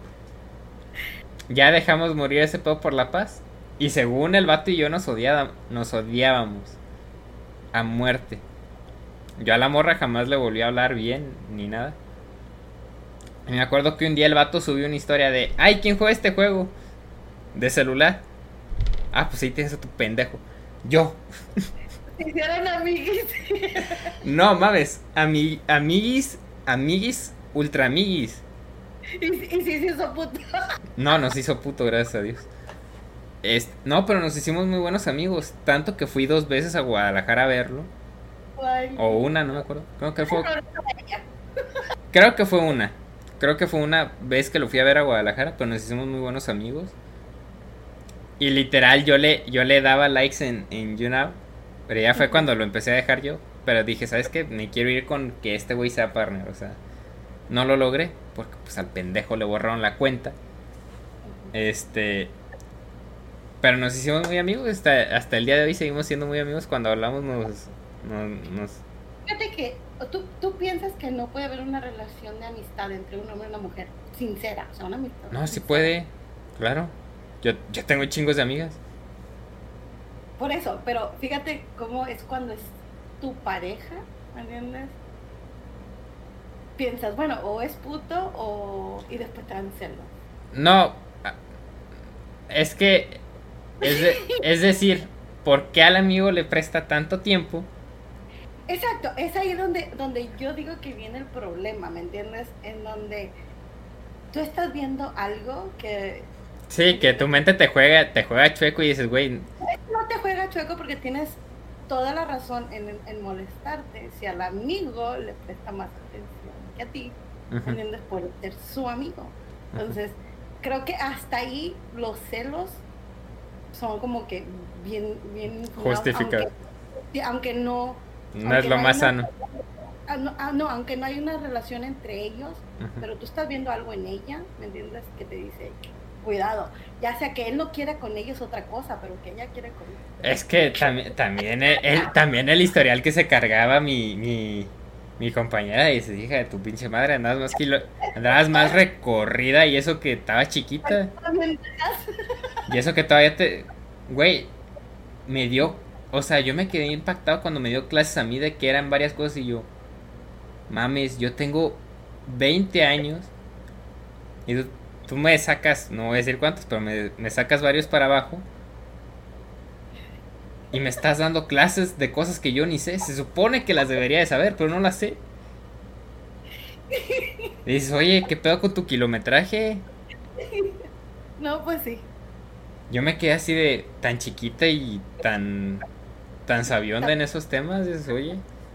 Ya dejamos morir ese pedo por la paz. Y según el vato y yo nos odiábamos, nos odiábamos a muerte. Yo a la morra jamás le volví a hablar bien ni nada. Y me acuerdo que un día el vato subió una historia de, ay, ¿quién juega este juego? De celular. Ah, pues ahí tienes a tu pendejo. Yo. Hicieron amiguis. No mames, ami, amiguis, amiguis, ultra amiguis. Y, y sí se hizo puto. No, nos hizo puto, gracias a Dios. Es, no, pero nos hicimos muy buenos amigos. Tanto que fui dos veces a Guadalajara a verlo. Ay. O una, no me acuerdo. Creo que fue. Creo que fue una. creo que fue una vez que lo fui a ver a Guadalajara, pero nos hicimos muy buenos amigos. Y literal yo le, yo le daba likes en, en YouNow, pero ya fue uh-huh. cuando lo empecé a dejar yo. Pero dije, ¿sabes qué? Me quiero ir con que este güey sea partner, o sea, no lo logré, porque pues al pendejo le borraron la cuenta. Este... Pero nos hicimos muy amigos, hasta, hasta el día de hoy seguimos siendo muy amigos. Cuando hablamos nos... nos, nos... Fíjate que ¿tú, tú piensas que no puede haber una relación de amistad entre un hombre y una mujer sincera, o sea, una amistad. No, sí puede, claro. Yo, yo tengo chingos de amigas. Por eso, pero fíjate cómo es cuando es tu pareja, ¿me entiendes? Piensas, bueno, o es puto o... y después te dan celos. No, es que, es, de, es decir, ¿por qué al amigo le presta tanto tiempo? Exacto, es ahí donde, donde yo digo que viene el problema, ¿me entiendes? En donde tú estás viendo algo que... Sí, que tu mente te juega, te juega chueco y dices, güey... No te juega chueco porque tienes toda la razón en, en molestarte. Si al amigo le presta más atención que a ti, uh-huh. ¿entiendes? Por ser su amigo. Entonces, uh-huh. creo que hasta ahí los celos son como que bien... bien justificados. Aunque, aunque no... No aunque es lo no más una, sano. Ah, no, ah, no, aunque no hay una relación entre ellos, uh-huh. pero tú estás viendo algo en ella, ¿me entiendes? Que te dice, cuidado, ya sea que él no quiera con ella es otra cosa, pero que ella quiere con él. Es que tam- también, el, el, también el historial que se cargaba mi, mi, mi compañera, dice, hija de tu pinche madre, andabas más, kilo, andabas más recorrida y eso que estaba chiquita. Y eso que todavía te... Güey, me dio... O sea, yo me quedé impactado cuando me dio clases a mí de que eran varias cosas y yo... Mames, yo tengo veinte años y tú, tú me sacas, no voy a decir cuántos, pero me, me sacas varios para abajo y me estás dando clases de cosas que yo ni sé. Se supone que las debería de saber, pero no las sé. Y dices, oye, ¿qué pedo con tu kilometraje? No, pues sí. Yo me quedé así de tan chiquita y tan... tan sabionda en esos temas, dices, oye.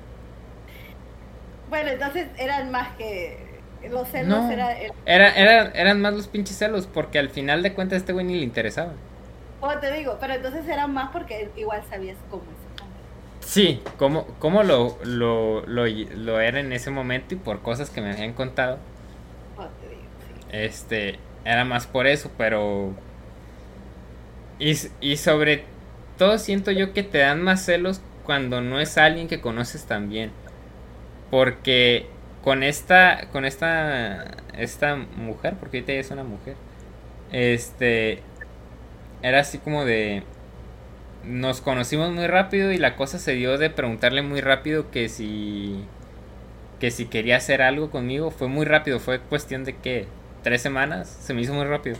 Bueno, entonces eran más que los celos, no, era, el... era, era eran más los pinches celos, porque al final de cuentas a este güey ni le interesaba. Como te digo, pero entonces era más porque igual sabías cómo es. Sí, cómo, cómo lo, lo, lo, lo era en ese momento y por cosas que me habían contado. Como te digo, sí. Este, era más por eso, pero... Y, y sobre todo siento yo que te dan más celos cuando no es alguien que conoces tan bien. Porque con esta con esta esta mujer, porque ahorita ella es una mujer, este era así como de nos conocimos muy rápido y la cosa se dio de preguntarle muy rápido que si que si quería hacer algo conmigo. Fue muy rápido, fue cuestión de que tres semanas, se me hizo muy rápido.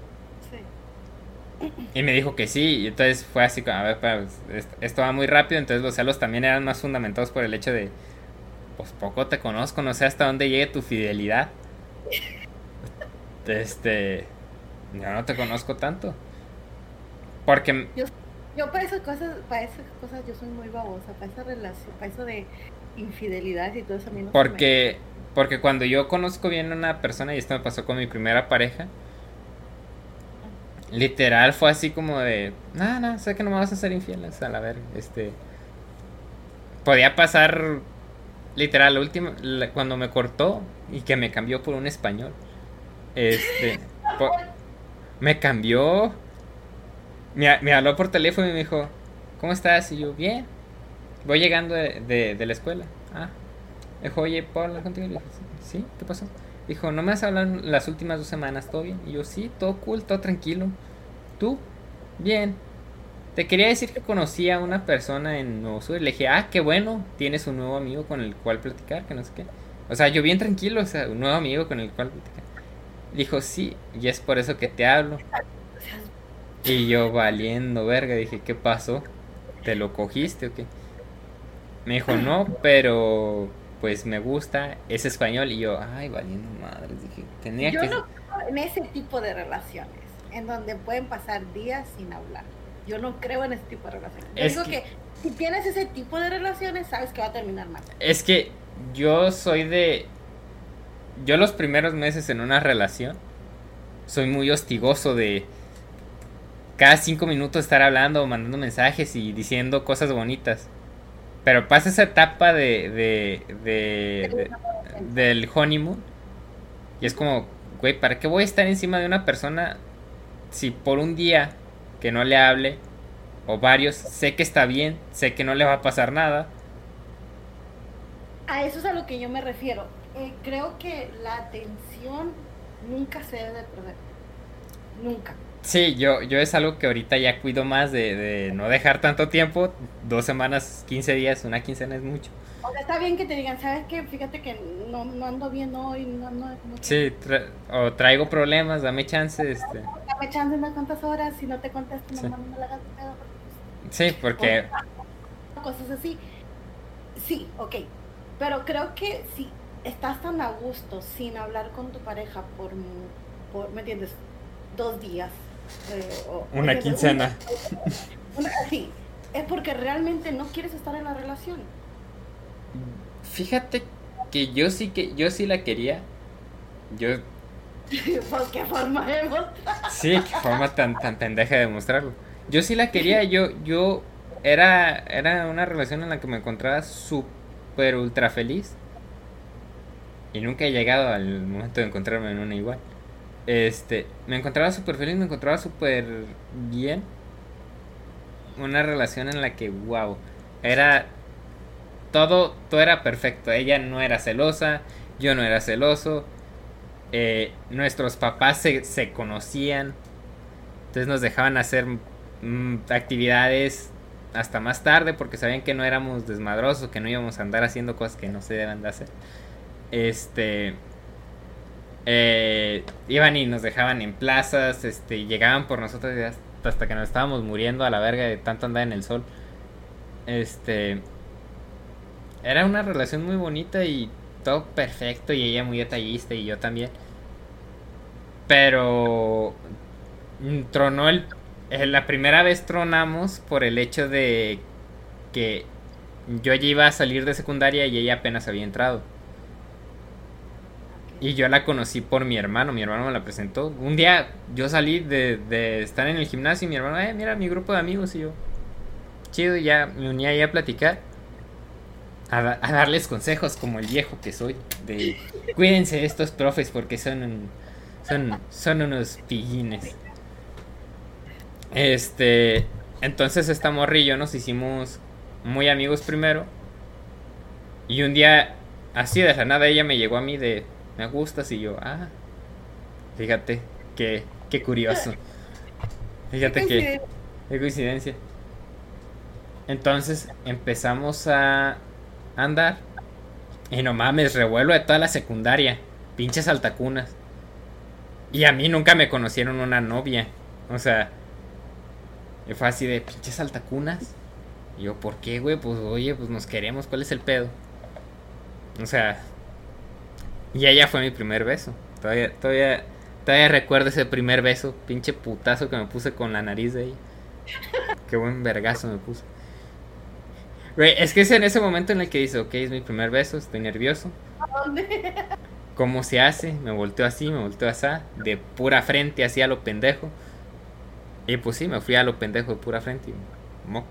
Sí. Y me dijo que sí, y entonces fue así, a ver, pues, esto va muy rápido, entonces los celos también eran más fundamentados por el hecho de pues poco te conozco, no sé hasta dónde llegue tu fidelidad. Este, yo no te conozco tanto. Porque yo, yo para esas cosas, para esas cosas yo soy muy babosa, para esa relación, para eso de infidelidad y todo eso a mí no porque me... porque cuando yo conozco bien a una persona, y esto me pasó con mi primera pareja, literal fue así como de, no, no, sé que no me vas a hacer infiel, o sea, a ver, este podía pasar literal, la última, la, cuando me cortó y que me cambió por un español. Este. por, me cambió. Me, me habló por teléfono y me dijo, ¿cómo estás? Y yo, bien. Voy llegando de, de, de la escuela. Ah. Me dijo, oye, ¿puedo hablar contigo? Y le dije, ¿sí? ¿Qué pasó? Dijo, ¿no me has hablado las últimas dos semanas? ¿Todo bien? Y yo, sí, todo cool, todo tranquilo. ¿Tú? Bien. Te quería decir que conocí a una persona en Nuevo Sur. Le dije, ah, qué bueno, tienes un nuevo amigo con el cual platicar, que no sé qué. O sea, yo bien tranquilo, o sea, un nuevo amigo con el cual platicar. Dijo, sí, y es por eso que te hablo. Y yo, valiendo verga, dije, ¿qué pasó? ¿Te lo cogiste o qué? Me dijo, no, pero pues me gusta, es español. Y yo, ay, valiendo madre, dije, tenía yo que... Yo no creo en ese tipo de relaciones, en donde pueden pasar días sin hablar. Yo no creo en ese tipo de relaciones. Yo digo que... que si tienes ese tipo de relaciones, sabes que va a terminar mal. Es que yo soy de... yo los primeros meses en una relación soy muy hostigoso de cada cinco minutos estar hablando o mandando mensajes y diciendo cosas bonitas. Pero pasa esa etapa de, de, de, de del honeymoon y es como, güey, ¿para qué voy a estar encima de una persona si por un día que no le hable o varios, sé que está bien, sé que no le va a pasar nada? A eso es a lo que yo me refiero. Eh, creo que la atención nunca se debe de perder. Nunca. Sí, yo, yo es algo que ahorita ya cuido más de, de no dejar tanto tiempo. Dos semanas, quince días, una quincena es mucho. O sea, está bien que te digan, ¿sabes qué? Fíjate que no, no ando bien hoy, no ando... No, sí, tra o traigo problemas, dame chance, este... Dame chance unas cuantas horas, si no te contesto, sí. no, no la hagas de pedo. Sí, porque... O cosas así. Sí, ok. Pero creo que si estás tan a gusto sin hablar con tu pareja por, por ¿me entiendes? Dos días. Eh, o, una quincena. Una, una, sí, es porque realmente no quieres estar en la relación. Fíjate que yo sí que yo sí la quería. Yo. Pues qué forma de mostrar. Sí, qué forma tan tan pendeja de mostrarlo. Yo sí la quería. Yo yo era era una relación en la que me encontraba súper ultra feliz y nunca he llegado al momento de encontrarme en una igual. Este, me encontraba súper feliz, me encontraba súper bien. Una relación en la que, wow, era todo, todo era perfecto. Ella no era celosa, yo no era celoso. Eh, nuestros papás se, se conocían, entonces nos dejaban hacer mmm, actividades hasta más tarde porque sabían que no éramos desmadrosos, que no íbamos a andar haciendo cosas que no se deben de hacer. Este... Eh, iban y nos dejaban en plazas, este, llegaban por nosotros hasta que nos estábamos muriendo a la verga de tanto andar en el sol. Este, era una relación muy bonita y todo perfecto, y ella muy detallista y yo también. Pero tronó el, la primera vez tronamos por el hecho de que yo ya iba a salir de secundaria y ella apenas había entrado. Y yo la conocí por mi hermano, mi hermano me la presentó. Un día yo salí de, de estar en el gimnasio y mi hermano, eh, mira mi grupo de amigos, y yo, chido, y ya me uní ahí a platicar, a, a darles consejos como el viejo que soy, de cuídense de estos profes porque son, un, son, son unos pillines. Este, entonces esta morra y yo nos hicimos muy amigos primero. Y un día, así de la nada, ella me llegó a mí de... me gustas, y yo, ah, fíjate, qué, qué curioso. Fíjate que, qué coincidencia. Entonces empezamos a andar. Y no mames, revuelo de toda la secundaria. Pinches altacunas. Y a mí nunca me conocieron una novia. O sea, fue así de pinches altacunas. Y yo, ¿por qué, güey? Pues oye, pues nos queremos, ¿cuál es el pedo? O sea... Y ella fue mi primer beso. Todavía, todavía, todavía recuerdo ese primer beso. Pinche putazo que me puse con la nariz de ella. Qué buen vergazo me puse. Güey, es que es en ese momento en el que dice, ok, es mi primer beso, estoy nervioso. ¿Cómo se hace? Me volteo así, me volteo así, de pura frente, así a lo pendejo. Y pues sí, me fui a lo pendejo de pura frente y mocos.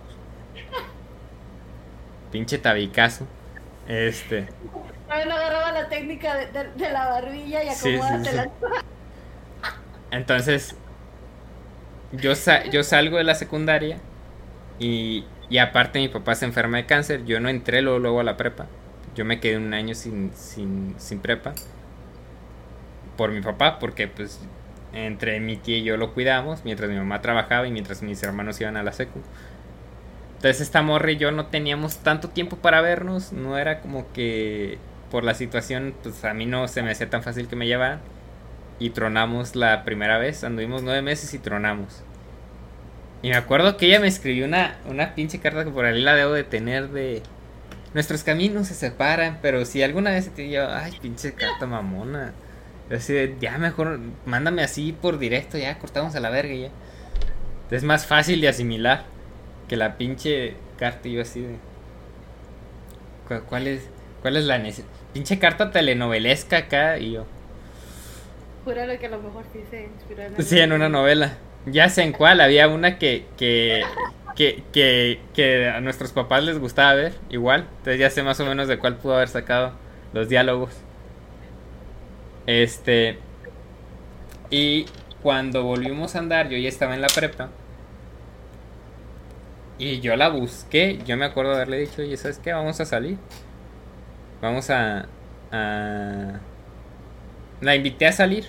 Pinche tabicazo. Este... no agarraba la técnica de, de, de la barbilla y acomódatela. Sí, sí, sí. Entonces, yo, sa yo salgo de la secundaria y, y aparte mi papá se enferma de cáncer. Yo no entré luego, luego a la prepa. Yo me quedé un año sin, sin, sin prepa por mi papá, porque pues entre mi tía y yo lo cuidábamos mientras mi mamá trabajaba y mientras mis hermanos iban a la secu. Entonces esta morra y yo no teníamos tanto tiempo para vernos. No era como que por la situación, pues a mí no se me hacía tan fácil que me llevaran. Y tronamos la primera vez. Anduvimos nueve meses y tronamos. Y me acuerdo que ella me escribió una, una pinche carta que por ahí la debo de tener de... nuestros caminos se separan, pero si alguna vez te digo, ay, pinche carta mamona. Así de, ya mejor, mándame así por directo, ya cortamos a la verga y ya. Es más fácil de asimilar que la pinche carta. Y yo así de... ¿Cuál es, cuál es la necesidad? pinche carta telenovelesca acá y yo. Júralo que a lo mejor sí se inspiró en Sí, en una novela. Ya sé en cuál, había una que, que, que, que, que a nuestros papás les gustaba ver, igual. Entonces ya sé más o menos de cuál pudo haber sacado los diálogos. Este... Y cuando volvimos a andar, yo ya estaba en la prepa. Y yo la busqué. Yo me acuerdo de haberle dicho, oye, ¿sabes qué? Vamos a salir. Vamos a... a... La invité a salir.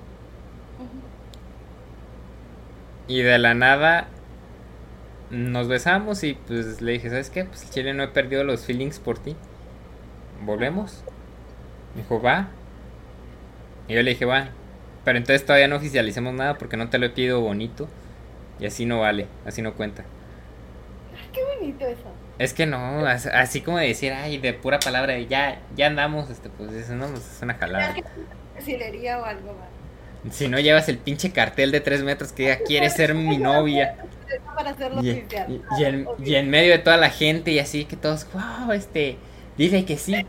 Y de la nada nos besamos y pues le dije, ¿sabes qué? Pues Chile, no he perdido los feelings por ti. ¿Volvemos? Me dijo, va. Y yo le dije, va. Pero entonces todavía no oficialicemos nada porque no te lo he pedido bonito. Y así no vale, así no cuenta. Ay, qué bonito eso. Es que no, así como de decir, ay, de pura palabra, de ya, ya andamos, este, pues eso no, pues es una jalada. Silería o algo más. Si no llevas el pinche cartel de tres metros que diga, quieres ser mi novia. Para hacerlo y, oficial. Y, y, en, y en medio de toda la gente y así que todos, wow, este, dile que sí.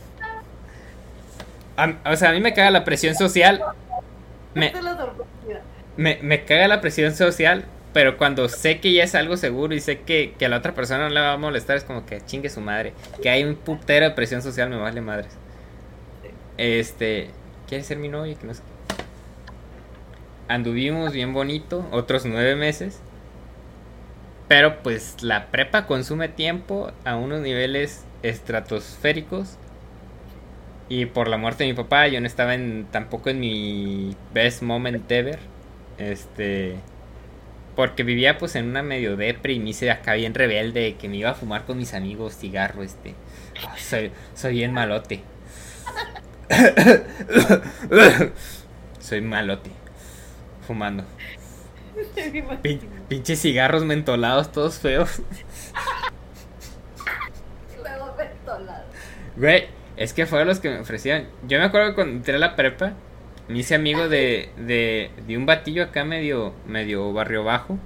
A, o sea, a mí me caga la presión social. Me, me, me caga la presión social, pero cuando sé que ya es algo seguro y sé que, que a la otra persona no le va a molestar, es como que chingue su madre. Que hay un putero de presión social, me vale madres. Este, ¿quieres ser mi novia? Que no sé. Anduvimos bien bonito, otros nueve meses. Pero pues la prepa consume tiempo a unos niveles estratosféricos. Y por la muerte de mi papá, yo no estaba en, tampoco en mi best moment ever. Este... Porque vivía pues en una medio depre y me hice acá bien rebelde, que me iba a fumar con mis amigos cigarro, este... Oh, soy, soy bien malote. Soy malote. Fumando. Pin, pinches cigarros mentolados, todos feos. Luego mentolados. Güey, es que fueron los que me ofrecían. Yo me acuerdo que cuando entré a la prepa, me hice amigo de, de, de un batillo acá medio, medio barrio bajo.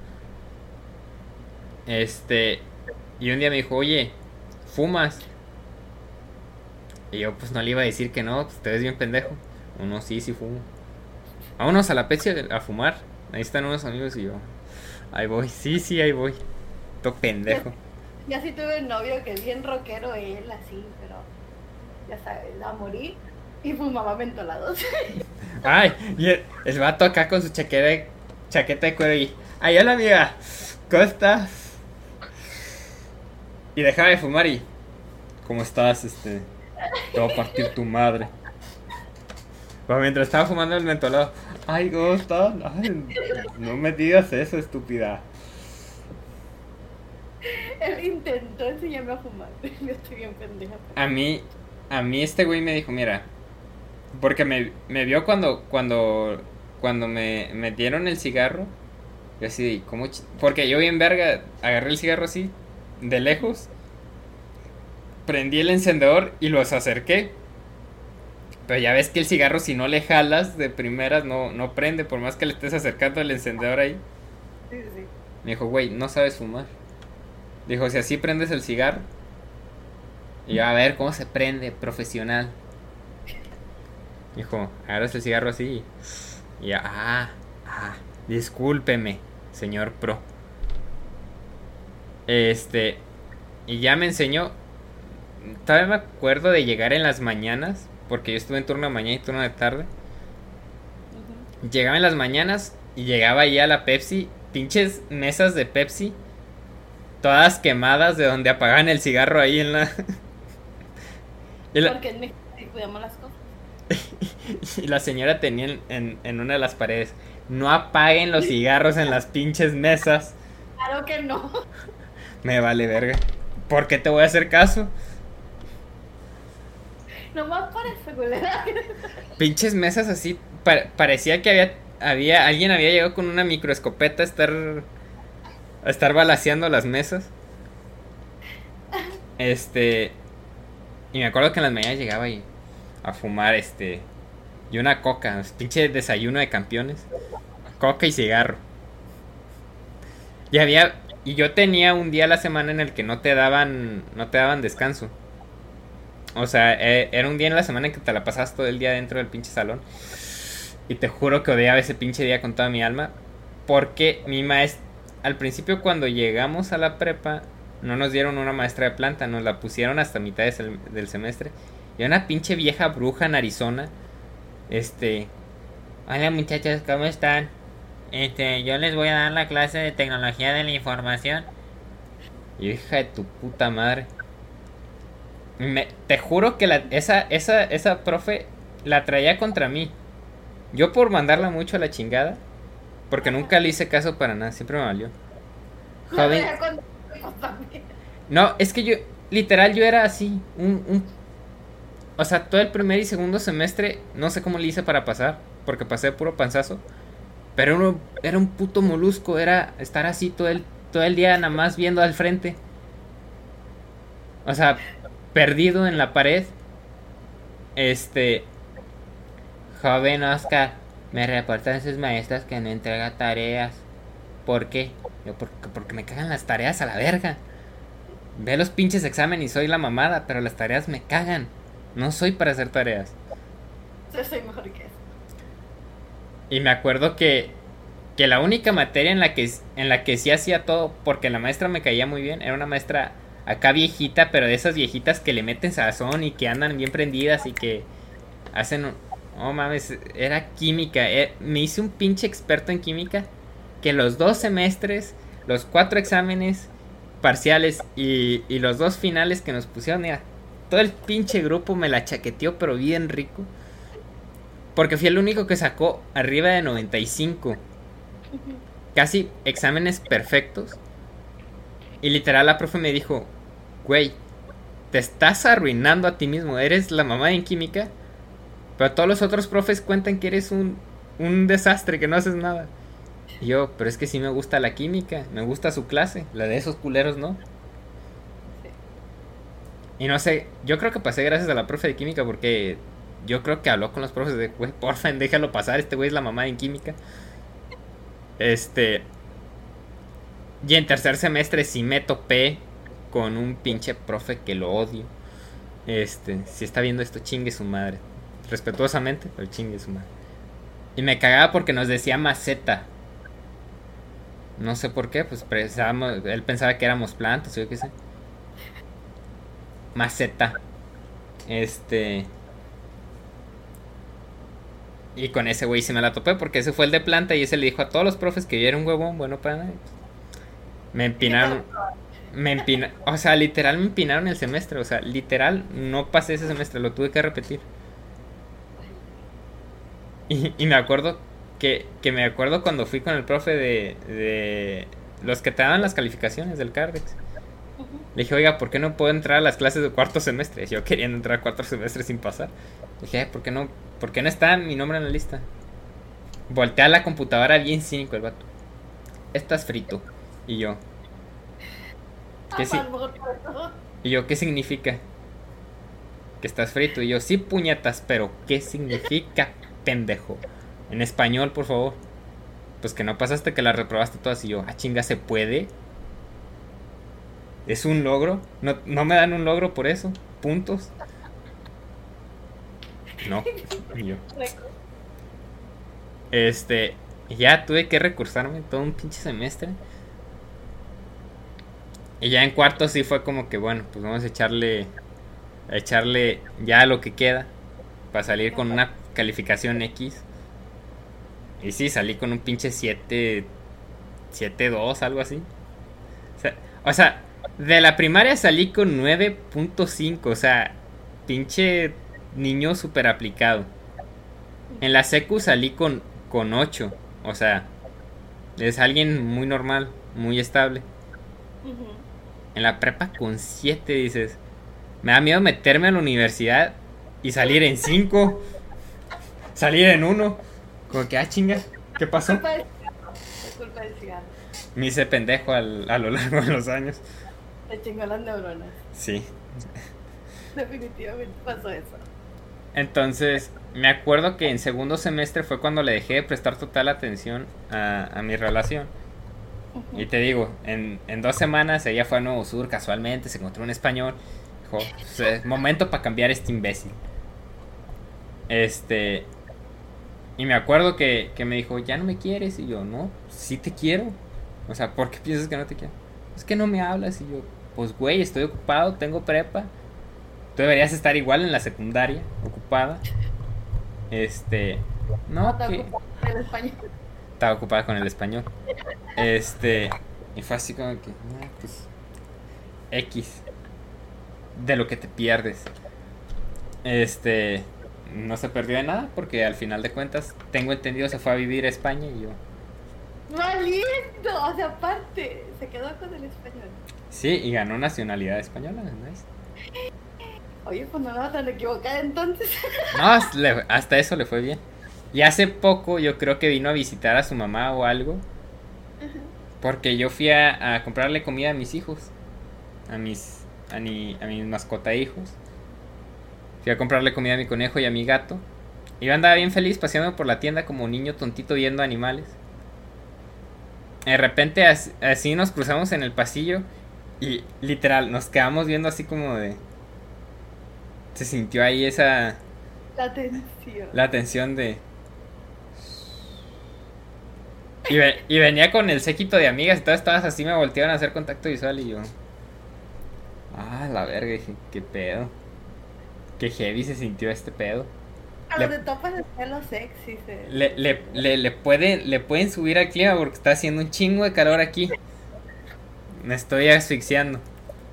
Este, y un día me dijo, oye, ¿fumas? Y yo pues no le iba a decir que no, pues te ves bien pendejo. Uno, sí, sí fumo. Vámonos a la Pepsi a fumar. Ahí están unos amigos y yo, ahí voy, sí, sí, ahí voy. Todo pendejo. Ya, ya sí tuve un novio que es bien rockero él, así, pero ya sabes, a morir y fumaba mentolados. Ay, y el, el vato acá con su chaqueta de, chaqueta de cuero y, ay, hola amiga, ¿cómo estás? Y dejaba de fumar y, ¿cómo estás? Este, te voy a partir tu madre. Pero mientras estaba fumando el mentolado, ay, ¿cómo estás? Ay, no me digas eso, estúpida. Él intentó enseñarme a fumar. Yo estoy bien pendeja. A mí, a mí este güey me dijo, mira, porque me, me vio cuando, cuando, cuando me, me dieron el cigarro. Y así, ¿cómo? Ch-? Porque yo bien verga, agarré el cigarro así, de lejos, prendí el encendedor y los acerqué. Pero ya ves que el cigarro, si no le jalas de primeras, no, no prende, por más que le estés acercando el encendedor ahí. Sí, sí. Me dijo, güey, no sabes fumar. Dijo, si así prendes el cigarro. Y yo, a ver, ¿cómo se prende? Profesional. Dijo, agarras el cigarro así. Y ya, ah, ah, discúlpeme, señor pro. Este, y ya me enseñó. Todavía me acuerdo de llegar en las mañanas, porque yo estuve en turno de mañana y turno de tarde. Uh-huh. Llegaba en las mañanas y llegaba ahí a la Pepsi, pinches mesas de Pepsi, todas quemadas de donde apagaban el cigarro ahí en la... y la... Porque en México cuidamos las cosas. Y la señora tenía en, en, en una de las paredes, no apaguen los cigarros en las pinches mesas. Claro que no. Me vale verga. ¿Por qué te voy a hacer caso? Nomás para seguridad. Pinches mesas así, pa- parecía que había, había, alguien había llegado con una microescopeta a estar, a estar balaceando las mesas. Este, y me acuerdo que en las mañanas llegaba y a fumar, este, y una coca, pinche desayuno de campeones, coca y cigarro. Y había, y yo tenía un día a la semana en el que no te daban, no te daban descanso. O sea, eh, era un día en la semana en que te la pasabas todo el día dentro del pinche salón. Y te juro que odiaba ese pinche día con toda mi alma. Porque mi maestra, al principio cuando llegamos a la prepa, no nos dieron una maestra de planta, nos la pusieron hasta mitad de sel- del semestre. Y una pinche vieja bruja en Arizona. Este, hola muchachos, ¿cómo están? Este, yo les voy a dar la clase de tecnología de la información. Y hija de tu puta madre. Me, te juro que la, esa, esa, esa profe la traía contra mí. Yo por mandarla mucho a la chingada. Porque nunca le hice caso para nada, siempre me valió. Joven. No, es que yo, literal, yo era así. Un, un, o sea, todo el primer y segundo semestre, no sé cómo le hice para pasar. Porque pasé puro panzazo. Pero uno, era un puto molusco. Era estar así todo el, todo el día nada más viendo al frente. O sea, perdido en la pared. Este, joven Oscar, me reportan sus maestras que no entrega tareas. ¿Por qué? Yo, porque, porque me cagan las tareas a la verga. Ve los pinches exámenes y soy la mamada, pero las tareas me cagan. No soy para hacer tareas. Yo soy mejor que eso. Y me acuerdo que, que la única materia en la que, en la que sí hacía todo, porque la maestra me caía muy bien, era una maestra acá viejita, pero de esas viejitas que le meten sazón y que andan bien prendidas y que hacen... Oh mames, era química. Eh, me hice un pinche experto en química que los dos semestres, los cuatro exámenes parciales y, y los dos finales que nos pusieron, mira, todo el pinche grupo me la chaqueteó, pero bien rico. Porque fui el único que sacó arriba de noventa y cinco. Casi exámenes perfectos. Y literal la profe me dijo, güey, te estás arruinando a ti mismo. Eres la mamá en química, pero todos los otros profes cuentan que eres un, un desastre, que no haces nada. Y yo, pero es que sí me gusta la química, me gusta su clase, la de esos culeros no. Y no sé, yo creo que pasé gracias a la profe de química porque yo creo que habló con los profes de, güey, porfa, déjalo pasar, este güey es la mamá en química. Este... Y en tercer semestre sí me topé con un pinche profe que lo odio. Este, si está viendo esto, chingue su madre. Respetuosamente, pero chingue su madre. Y me cagaba porque nos decía maceta. No sé por qué, pues pensábamos, él pensaba que éramos plantas, o yo qué sé. Maceta. Este... Y con ese güey sí me la topé porque ese fue el de planta y ese le dijo a todos los profes que yo era un huevón bueno para nadie. Me empinaron. Me empinaron. O sea, literal me empinaron el semestre. O sea, literal no pasé ese semestre. Lo tuve que repetir. Y, y me acuerdo que, que me acuerdo cuando fui con el profe de, de los que te daban las calificaciones del Cardex. Le dije, oiga, ¿por qué no puedo entrar a las clases de cuarto semestre? Yo queriendo entrar a cuarto semestre sin pasar. Le dije, ¿por qué no, ¿por qué no está mi nombre en la lista? Voltea a la computadora bien cínico el vato. Estás frito. Y yo, ¿qué si- y yo, ¿qué significa? Que estás frito. Y yo, sí, puñetas, pero ¿qué significa, pendejo? En español, por favor. Pues que no pasaste, que la reprobaste todas. Y yo, ah, chinga, ¿se puede? ¿Es un logro? ¿No, no me dan un logro por eso? ¿Puntos? No. Y yo, este, ya tuve que recursarme todo un pinche semestre. Y ya en cuarto sí fue como que, bueno, pues vamos a echarle a echarle ya lo que queda para salir con una calificación X. Y sí, salí con un pinche siete siete dos, algo así. O sea, o sea, de la primaria salí con nueve punto cinco, o sea, pinche niño super aplicado. En la secu salí con con ocho, o sea, es alguien muy normal, muy estable. En la prepa con siete dices, me da miedo meterme a la universidad y salir en cinco, salir en uno. Como que, ah, chinga, ¿qué pasó? Culpa del cigarro. Es culpa del cigarro. Me hice pendejo al, a lo largo de los años. Te chingó las neuronas. Sí. Definitivamente pasó eso. Entonces, me acuerdo que en segundo semestre fue cuando le dejé de prestar total atención a, a mi relación. Uh-huh. Y te digo, en, en dos semanas ella fue a Nuevo Sur casualmente, se encontró un español. Dijo, es momento para cambiar este imbécil. Este... Y me acuerdo que, que me dijo, ¿ya no me quieres? Y yo, no, sí te quiero. O sea, ¿por qué piensas que no te quiero? Es que no me hablas. Y yo, pues güey, estoy ocupado, tengo prepa. Tú deberías estar igual en la secundaria, ocupada. Este... No, Estaba que... ocupada con el español. Estaba ocupada con el español. Este... Y fue así como que, nah, pues... X. De lo que te pierdes. Este... No se perdió de nada porque al final de cuentas, tengo entendido, se fue a vivir a España y yo... ¡Maldito! O sea, aparte, se quedó con el español. Sí, y ganó nacionalidad española, nice. Oye, pues no me vas tan equivocada entonces. No, le- hasta eso le fue bien. Y hace poco yo creo que vino a visitar a su mamá o algo. Porque yo fui a, a comprarle comida a mis hijos. A mis, a, mi, a mis mascota hijos. Fui a comprarle comida a mi conejo y a mi gato. Y yo andaba bien feliz paseando por la tienda como niño tontito viendo animales. De repente así, así nos cruzamos en el pasillo. Y literal, nos quedamos viendo así como de... Se sintió ahí esa... La tensión. La tensión de... Y, ve- y venía con el séquito de amigas y todas estabas así, me volteaban a hacer contacto visual y yo... Ah, la verga, dije, qué pedo. Qué heavy se sintió este pedo. A Le- los de topas de pelo sexy. Se... Le, le, le, le, pueden, le pueden subir al clima porque está haciendo un chingo de calor aquí. Me estoy asfixiando.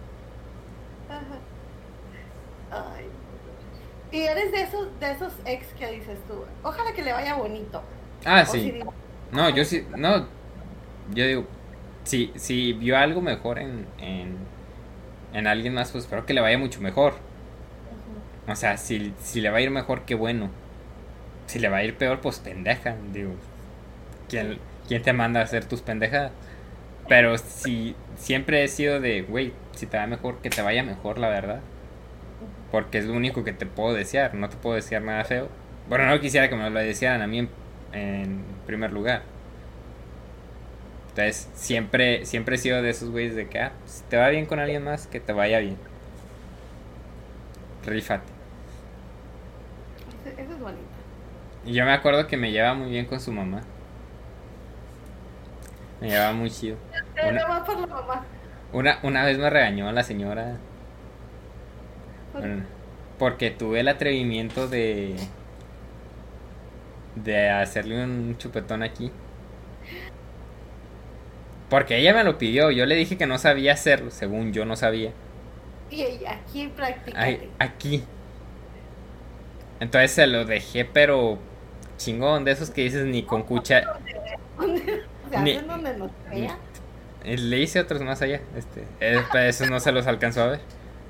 Ajá. Ay. Y eres de esos, de esos ex que dices tú, ojalá que le vaya bonito. Ah, O si sí. digo, No, yo sí, no, yo digo, si, si vio algo mejor en, en, en alguien más, pues espero que le vaya mucho mejor. ujú. O sea, si, si le va a ir mejor, qué bueno. Si le va a ir peor, pues pendeja. Digo, ¿quién, quién te manda a hacer tus pendejadas? Pero si siempre he sido de, güey, si te va mejor, que te vaya mejor, la verdad. Porque es lo único que te puedo desear. No te puedo desear nada feo. Bueno, no quisiera que me lo desearan a mí en, en primer lugar. Entonces, siempre, siempre he sido de esos güeyes de que, ah, si te va bien con alguien más, que te vaya bien. Rífate. Eso, eso es bonito. Y yo me acuerdo que me llevaba muy bien con su mamá. Me llevaba muy chido. Pero Una, no va por la mamá. una, una vez me regañó la señora. Por- Bueno, porque tuve el atrevimiento de. De hacerle un chupetón aquí. Porque ella me lo pidió. Yo le dije que no sabía hacerlo. Según yo no sabía. Y ella, aquí Ay, practicate. aquí. Entonces se lo dejé, pero chingón, de esos que dices ni con cuchara. Se Ni- hacen donde nos vea. Le hice otros más allá. Este, eh, pero esos no se los alcanzó a ver.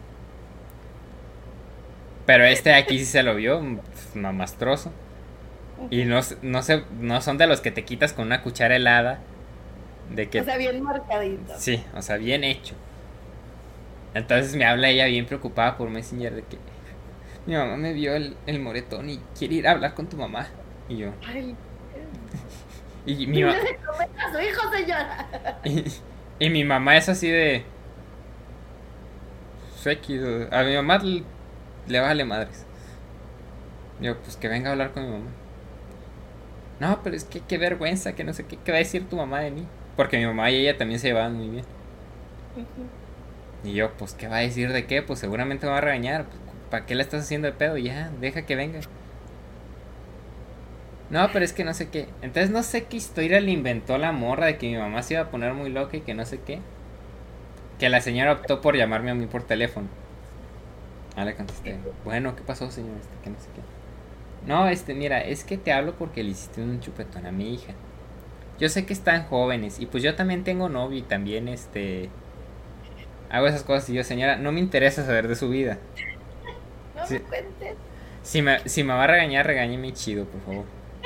Pero este de aquí sí se lo vio, pues, mamastroso. Y no, s- no, se, no son de los que te quitas con una cuchara helada. De que... O sea, bien marcadito. Sí, o sea, bien hecho. Entonces me habla ella bien preocupada por Messenger de que mi mamá me vio el, el moretón y quiere ir a hablar con tu mamá. Y yo... Ay, Y mi, ma- dile de comer a su hijo, señora. y, y mi mamá es así de... X, o- a mi mamá le, le vale madres. Yo, pues que venga a hablar con mi mamá. No, pero es que qué vergüenza, que no sé qué, qué va a decir tu mamá de mí. Porque mi mamá y ella también se llevaban muy bien. Y yo, pues, ¿qué va a decir de qué? Pues seguramente me va a regañar. Pues, ¿para qué la estás haciendo de pedo? Ya, deja que venga. No, pero es que no sé qué. Entonces no sé qué historia le inventó la morra de que mi mamá se iba a poner muy loca y que no sé qué. Que la señora optó por llamarme a mí por teléfono. Ah, le contesté. Bueno, ¿qué pasó, señor? Este, que no sé qué. No, este, mira, es que te hablo porque le hiciste un chupetón a mi hija. Yo sé que están jóvenes y pues yo también tengo novio y también, este... Hago esas cosas y yo, señora, no me interesa saber de su vida. No Sí. me cuentes. Si me, si me va a regañar, regáñeme chido, por favor.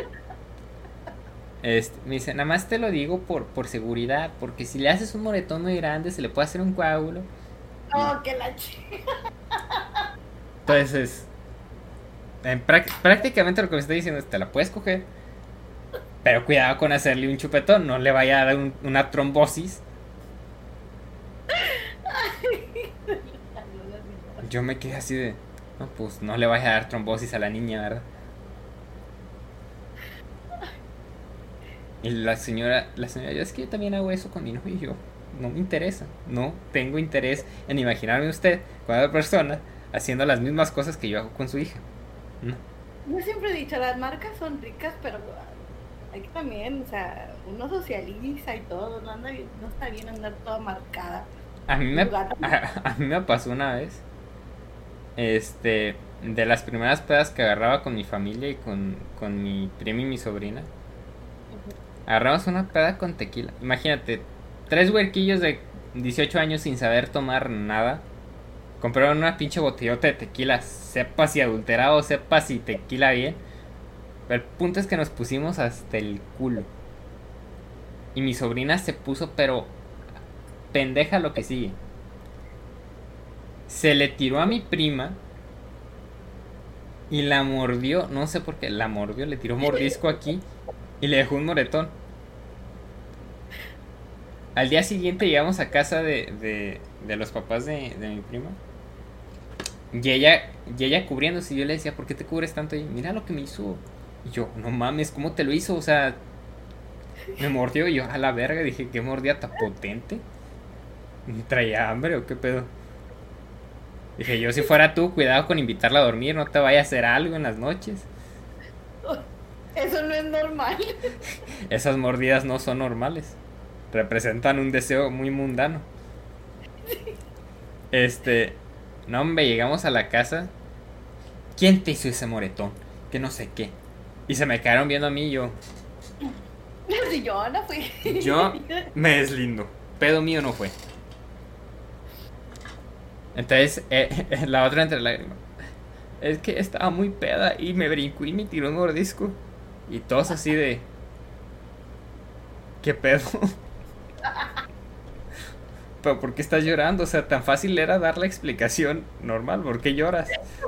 Este, me dice, nada más te lo digo por, por seguridad, porque si le haces un moretón muy grande, se le puede hacer un coágulo. Oh, que la chica. Entonces, en prac- prácticamente lo que me está diciendo es, te la puedes coger, pero cuidado con hacerle un chupetón, no le vaya a dar un- una trombosis. yo me quedé así de, no, pues no le vayas a dar trombosis a la niña, ¿verdad? Y la señora, la señora, yo es que yo también hago eso con mi novio y yo, no me interesa, no tengo interés en imaginarme usted con otra persona haciendo las mismas cosas que yo hago con su hija. No. Yo siempre he dicho, las marcas son ricas, pero hay que también, o sea, uno socializa y todo, no, anda bien, no está bien andar toda marcada. A mí me, a, a mí me pasó una vez, este, de las primeras pedas que agarraba con mi familia y con, con mi prima y mi sobrina. Agarramos una peda con tequila. Imagínate, tres huerquillos de dieciocho años sin saber tomar nada. Compraron una pinche botellota de tequila, sepa si adulterado, sepa si tequila bien. Pero el punto es que nos pusimos hasta el culo. Y mi sobrina se puso, pero pendeja lo que sigue. Se le tiró a mi prima y la mordió, no sé por qué, la mordió, le tiró mordisco aquí y le dejó un moretón. Al día siguiente llegamos a casa de, de, de los papás de, de mi prima. Y ella, y ella cubriéndose. Y yo le decía, ¿por qué te cubres tanto? Y mira lo que me hizo. Y yo, no mames, ¿cómo te lo hizo? O sea, me mordió. Y yo, a la verga, dije, ¿qué mordida tan potente? ¿Me traía hambre o qué pedo? Dije, yo si fuera tú, cuidado con invitarla a dormir. No te vaya a hacer algo en las noches. Eso no es normal. Esas mordidas no son normales. Representan un deseo muy mundano. Este, no hombre, llegamos a la casa. ¿Quién te hizo ese moretón? Que no sé qué. Y se me quedaron viendo a mí y yo. Si yo no fui. Yo me deslindo. Pedo mío no fue. Entonces, eh, la otra entre lágrimas. Es que estaba muy peda y me brincó y me tiró un mordisco. Y todos así de. ¿Qué pedo? ¿Pero por qué estás llorando? O sea, tan fácil era dar la explicación normal. ¿Por qué lloras?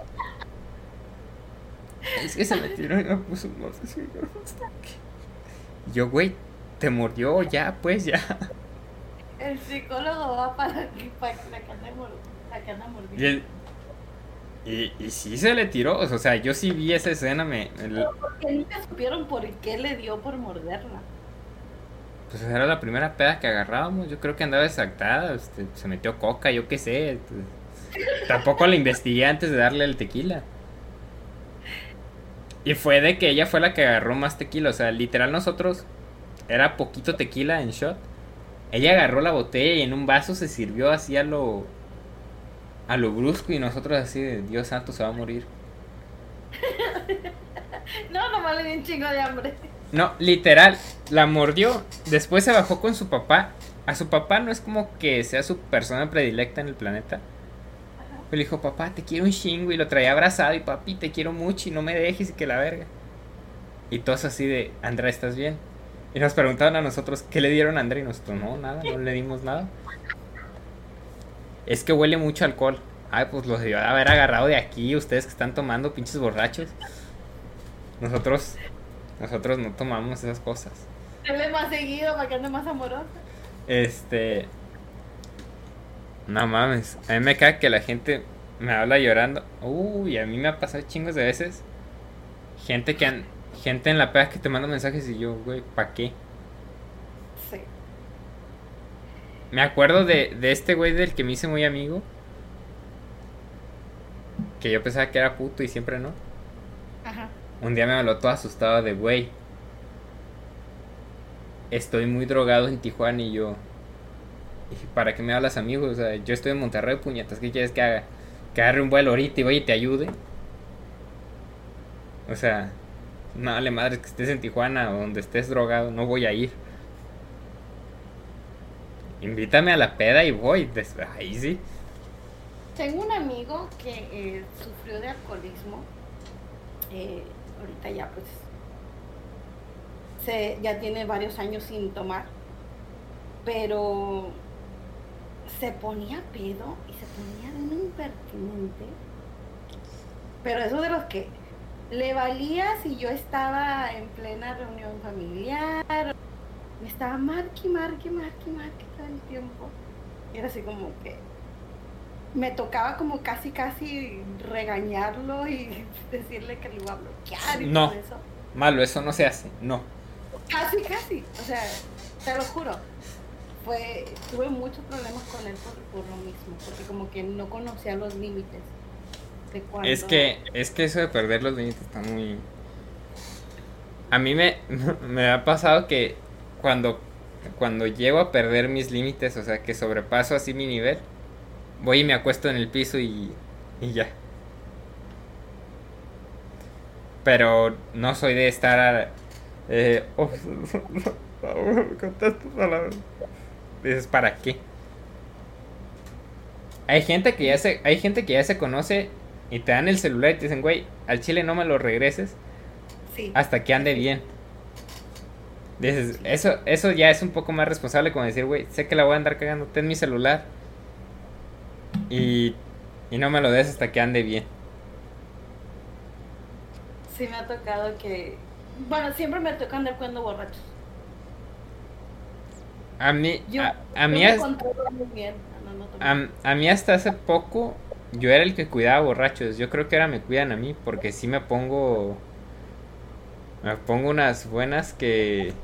Es que se me tiró y me puso un mordisco. Yo, güey, te mordió ya, pues ya. El psicólogo va para aquí, para la que anda mordiendo. Y, y, y sí se le tiró, o sea, yo sí vi esa escena. Me, el... Porque nunca supieron por qué le dio por morderla. Pues era la primera peda que agarrábamos. Yo creo que andaba desactada, este, se metió coca, yo qué sé. Pues, tampoco la investigué antes de darle el tequila. Y fue de que ella fue la que agarró más tequila. O sea, literal nosotros era poquito tequila en shot. Ella agarró la botella y en un vaso se sirvió así a lo a lo brusco y nosotros así de Dios santo, se va a morir. No, nomás le di un chingo de hambre. No, literal, la mordió. Después se bajó con su papá. A su papá no es como que sea su persona predilecta en el planeta. Pero le dijo, papá, te quiero un chingo. Y lo traía abrazado. Y papi, te quiero mucho y no me dejes y que la verga. Y todos así de, Andrea, ¿estás bien? Y nos preguntaban a nosotros, ¿qué le dieron a Andrea? Y nosotros, no, nada, no le dimos nada. Es que huele mucho alcohol. Ay, pues los debió de haber agarrado de aquí. Ustedes que están tomando, pinches borrachos. Nosotros... Nosotros no tomamos esas cosas. Dale más seguido para que ande más amorosa. Este... No mames. A mí me cae que la gente me habla llorando. Uy, a mí me ha pasado chingos de veces. Gente que han... Gente en la peda que te manda mensajes y yo, güey, ¿pa' qué? Sí. Me acuerdo de, de este güey del que me hice muy amigo. Que yo pensaba que era puto y siempre no. Ajá. Un día me habló todo asustado de, güey, estoy muy drogado en Tijuana. Y yo, ¿para qué me hablas, amigo? O sea, yo estoy en Monterrey, puñetas, ¿qué quieres que haga? Que agarre un vuelo ahorita y vaya y te ayude. O sea, no vale madre que estés en Tijuana o donde estés drogado, no voy a ir. Invítame a la peda y voy. Ahí sí. Tengo un amigo que eh, sufrió de alcoholismo. Eh, ahorita ya pues se, ya tiene varios años sin tomar, pero se ponía pedo y se ponía de un impertinente, pero eso de los que le valía si yo estaba en plena reunión familiar, me estaba marque, marque, marque, marque todo el tiempo, y era así como que me tocaba como casi casi regañarlo y decirle que lo iba a bloquear y no, todo eso. Malo, eso no se hace, no. Casi, casi, o sea, te lo juro. Fue, tuve muchos problemas con él por, por lo mismo, porque como que no conocía los límites de cuando... Es que, es que eso de perder los límites está muy... A mí me, me ha pasado que cuando, cuando llego a perder mis límites, o sea, que sobrepaso así mi nivel, voy y me acuesto en el piso y, y ya. Pero no soy de estar... Eh, oh, dices, ¿para qué? Hay gente que ya se, hay gente que ya se conoce y te dan el celular y te dicen, güey, al chile no me lo regreses sí. hasta que ande bien. Dices, sí. eso, eso ya es un poco más responsable, como decir, güey, sé que la voy a andar cagando, ten mi celular y, y no me lo des hasta que ande bien. Sí me ha tocado que... Bueno, siempre me toca andar cuando borrachos. A mí, yo, a, a yo mí, me as, controlo muy bien. No, no a, a mí hasta hace poco yo era el que cuidaba borrachos. Yo creo que ahora me cuidan a mí porque sí me pongo, me pongo unas buenas que,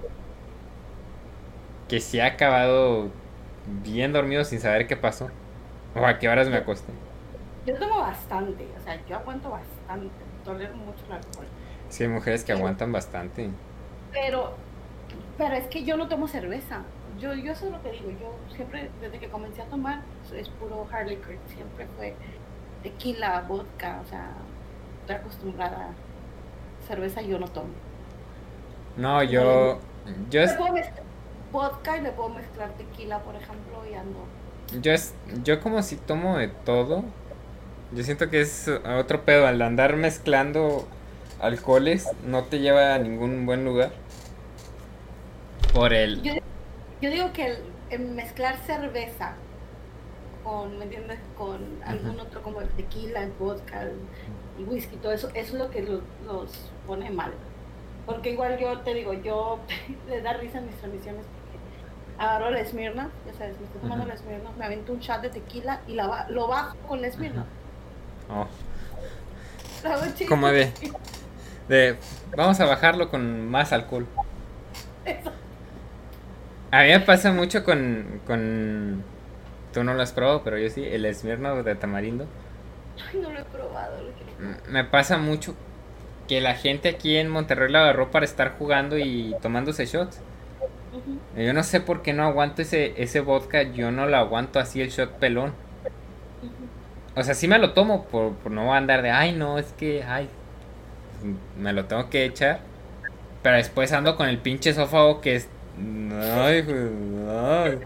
que sí he acabado bien dormido sin saber qué pasó o a qué horas me acosté. Yo tomo bastante, o sea, yo aguanto bastante, tolero mucho el alcohol. Sí, hay mujeres que aguantan bastante. Pero, pero es que yo no tomo cerveza. Yo, yo eso es lo que digo. Yo siempre, desde que comencé a tomar, es puro hard liquor. Siempre fue tequila, vodka, o sea, estoy acostumbrada. Cerveza yo no tomo. No, yo... yo es... puedo mezclar vodka y le puedo mezclar tequila, por ejemplo, y ando... Yo, es, yo como si tomo de todo. Yo siento que es otro pedo. Al andar mezclando alcoholes no te lleva a ningún buen lugar. Por el... Yo, yo digo que el, el mezclar cerveza con, ¿me entiendes? Con uh-huh. algún otro como el tequila, el vodka, el, el whisky, todo eso, eso es lo que los, los pone mal. Porque igual yo te digo, yo le da risa en mis transmisiones porque agarro la Smirnoff, ya sabes, me estoy tomando uh-huh. la Smirnoff, me avento un shot de tequila y la, lo bajo con la Smirnoff. Uh-huh. Oh. Como de, de, vamos a bajarlo con más alcohol. Eso. A mí me pasa mucho con, con... Tú no lo has probado, pero yo sí, el Smirnoff de tamarindo. Ay, no lo he probado. Lo que... Me pasa mucho que la gente aquí en Monterrey la agarró para estar jugando y tomándose shots. Uh-huh. Yo no sé por qué no aguanto ese, ese vodka, yo no lo aguanto así el shot pelón. Uh-huh. O sea, sí me lo tomo por, por no andar de, ay, no, es que, ay, me lo tengo que echar. Pero después ando con el pinche esófago que es... Ay, ay.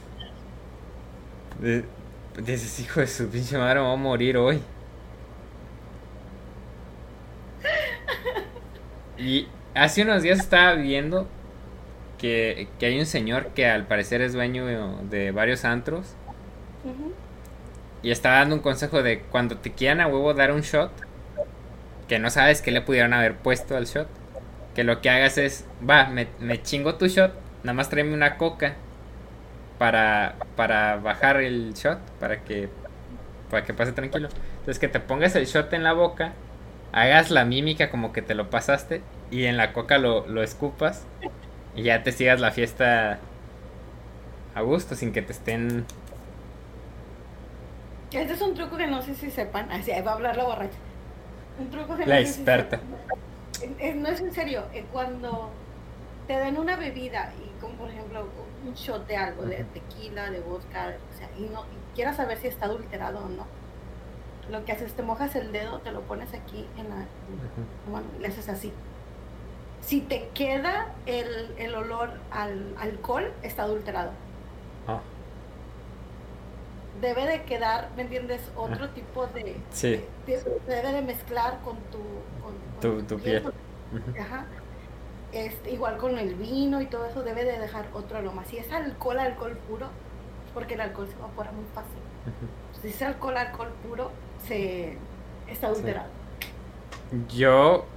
Dices, hijo de su pinche madre, me voy a morir hoy. Y hace unos días estaba viendo que, que hay un señor que al parecer es dueño de varios antros. Uh-huh. Y estaba dando un consejo de cuando te quieran a huevo dar un shot, que no sabes qué le pudieron haber puesto al shot, que lo que hagas es, va, me, me chingo tu shot, nada más tráeme una coca para, para bajar el shot, para que, para que pase tranquilo. Entonces que te pongas el shot en la boca, hagas la mímica como que te lo pasaste y en la coca lo, lo escupas y ya te sigas la fiesta a gusto sin que te estén... Este es un truco que no sé si sepan, así va a hablar la borracha. Un truco que la no experta. Sé si sepan. No es en serio, cuando te den una bebida y como por ejemplo un shot de algo, de tequila, de vodka, o sea, y no y quieras saber si está adulterado o no, lo que haces, te mojas el dedo, te lo pones aquí en la, uh-huh. bueno, le haces así. Si te queda el, el olor al alcohol, está adulterado. Oh. Debe de quedar, ¿me entiendes? Otro uh-huh. tipo de, sí. de, de... Debe de mezclar con tu... Con, tu, con tu piel. piel. Uh-huh. Ajá. Este, igual con el vino y todo eso, debe de dejar otro aroma. Si es alcohol, alcohol puro, porque el alcohol se evapora muy fácil. Uh-huh. Si es alcohol, alcohol puro, se está adulterado. Sí. Yo...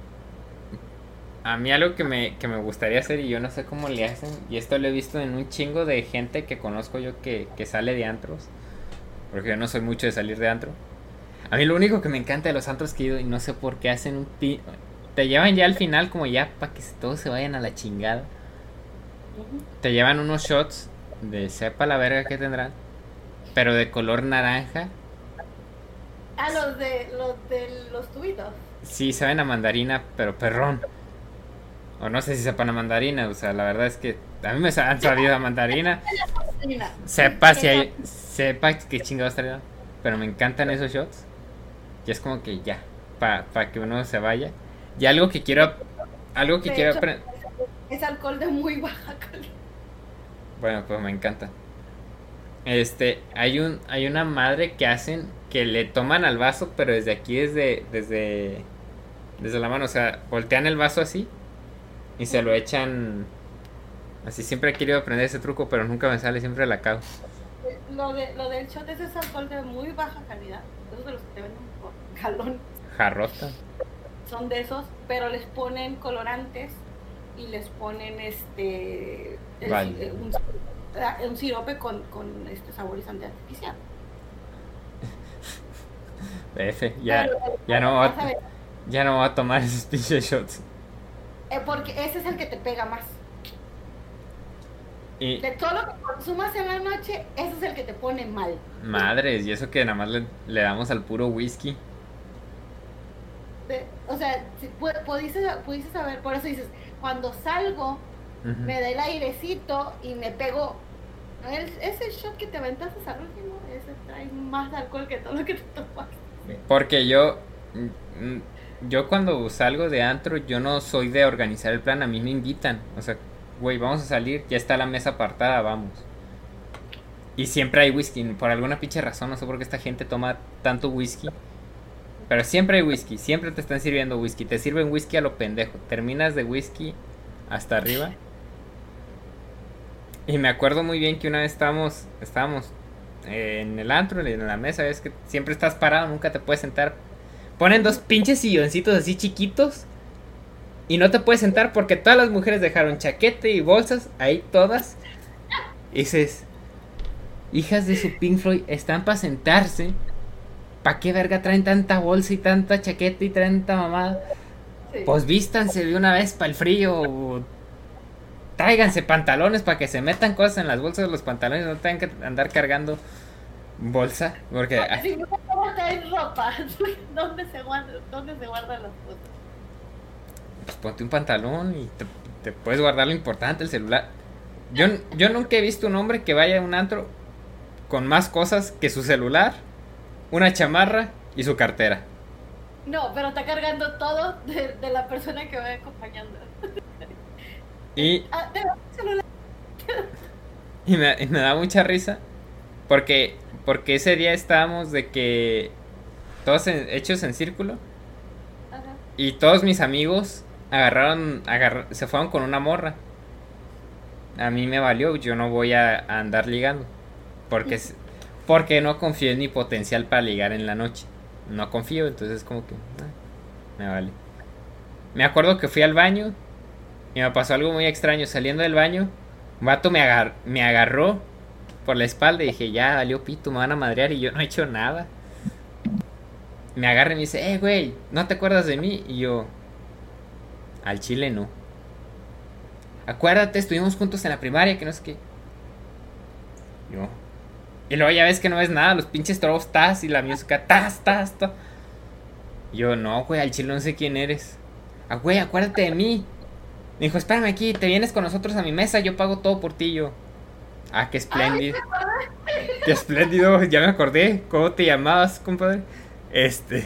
A mí algo que me, que me gustaría hacer y yo no sé cómo le hacen, y esto lo he visto en un chingo de gente que conozco yo que, que sale de antros, porque yo no soy mucho de salir de antro. A mí lo único que me encanta de los antros que he ido, y no sé por qué hacen un... Pi... Te llevan ya al final como ya para que todos se vayan a la chingada. Uh-huh. Te llevan unos shots de sepa la verga que tendrán, pero de color naranja. Ah, los de los, de los tubitos. Sí, saben a mandarina, pero perrón. O no sé si sepan a mandarina, o sea, la verdad es que a mí me han sabido a mandarina. Sepa si hay... Sepa qué chingados traen, pero me encantan esos shots. Y es como que ya, para pa que uno se vaya. Y algo que quiero... Algo que de quiero hecho, aprender... Es alcohol de muy baja calidad. Bueno, pues me encanta. Este, hay un hay una madre que hacen que le toman al vaso, pero desde aquí, desde desde desde la mano, o sea, voltean el vaso así y se lo echan así. Siempre he querido aprender ese truco, pero nunca me sale, siempre la cago. Lo de lo del shot ese es alcohol de muy baja calidad. Esos de los que te venden por galón. Jarrota. Son de esos, pero les ponen colorantes y les ponen este el, vale. un, un sirope con, con este saborizante artificial. F, ya, pero, ya no va a, ya no va a tomar esos pinches shots. Eh, porque ese es el que te pega más. Y de todo lo que consumas en la noche, ese es el que te pone mal. Madres, y eso que nada más le, le damos al puro whisky. De, o sea, si pudiste, pudiste saber, por eso dices, cuando salgo, uh-huh. me da el airecito y me pego. El, ese shot que te aventaste al último, ese trae más alcohol que todo lo que te tomas. Porque yo, yo cuando salgo de antro, yo no soy de organizar el plan, a mí me invitan. O sea, güey, vamos a salir, ya está la mesa apartada, vamos. Y siempre hay whisky, por alguna pinche razón, no sé por qué esta gente toma tanto whisky. Pero siempre hay whisky, siempre te están sirviendo whisky. Te sirven whisky a lo pendejo. Terminas de whisky hasta arriba. Y me acuerdo muy bien que una vez estábamos, estábamos en el antro, en la mesa. Es que siempre estás parado, nunca te puedes sentar. Ponen dos pinches silloncitos así chiquitos. Y no te puedes sentar porque todas las mujeres dejaron chaqueta y bolsas ahí todas. Y dices, hijas de su Pink Floyd, están para sentarse. ¿Para qué verga traen tanta bolsa y tanta chaqueta y tanta mamada? Sí. Pues vístanse de una vez para el frío. Tráiganse pantalones para que se metan cosas en las bolsas de los pantalones. No tengan que andar cargando bolsa. Porque no, si no vamos a traer ropa, ¿dónde se guarda, dónde se guardan las cosas? Pues ponte un pantalón y te, te puedes guardar lo importante, el celular. Yo, yo nunca he visto un hombre que vaya a un antro con más cosas que su celular, una chamarra y su cartera. No, pero está cargando todo de, de la persona que va acompañando. Y, ah, te va el celular. y, me, y me da mucha risa porque, porque ese día estábamos de que todos en, hechos en círculo. Ajá. Y todos mis amigos agarraron, agarr, se fueron con una morra. A mí me valió, yo no voy a, a andar ligando. Porque, porque no confío en mi potencial para ligar en la noche. No confío, entonces como que ah, me vale. Me acuerdo que fui al baño y me pasó algo muy extraño. Saliendo del baño, un vato me, agar, me agarró por la espalda y dije, ya valió pito, me van a madrear. Y yo no he hecho nada. Me agarra y me dice, eh, güey, ¿no te acuerdas de mí? Y yo, al chile no. Acuérdate, estuvimos juntos en la primaria, que no sé qué. Yo. Y luego ya ves que no ves nada, los pinches trobos, tas, y la música, tas, tas, tas. Yo, no, güey, al chile no sé quién eres. Ah, güey, acuérdate de mí. Me dijo, espérame aquí, te vienes con nosotros a mi mesa, yo pago todo por ti. Yo, ah, qué espléndido. Ay, qué espléndido, ya me acordé. ¿Cómo te llamabas, compadre? Este.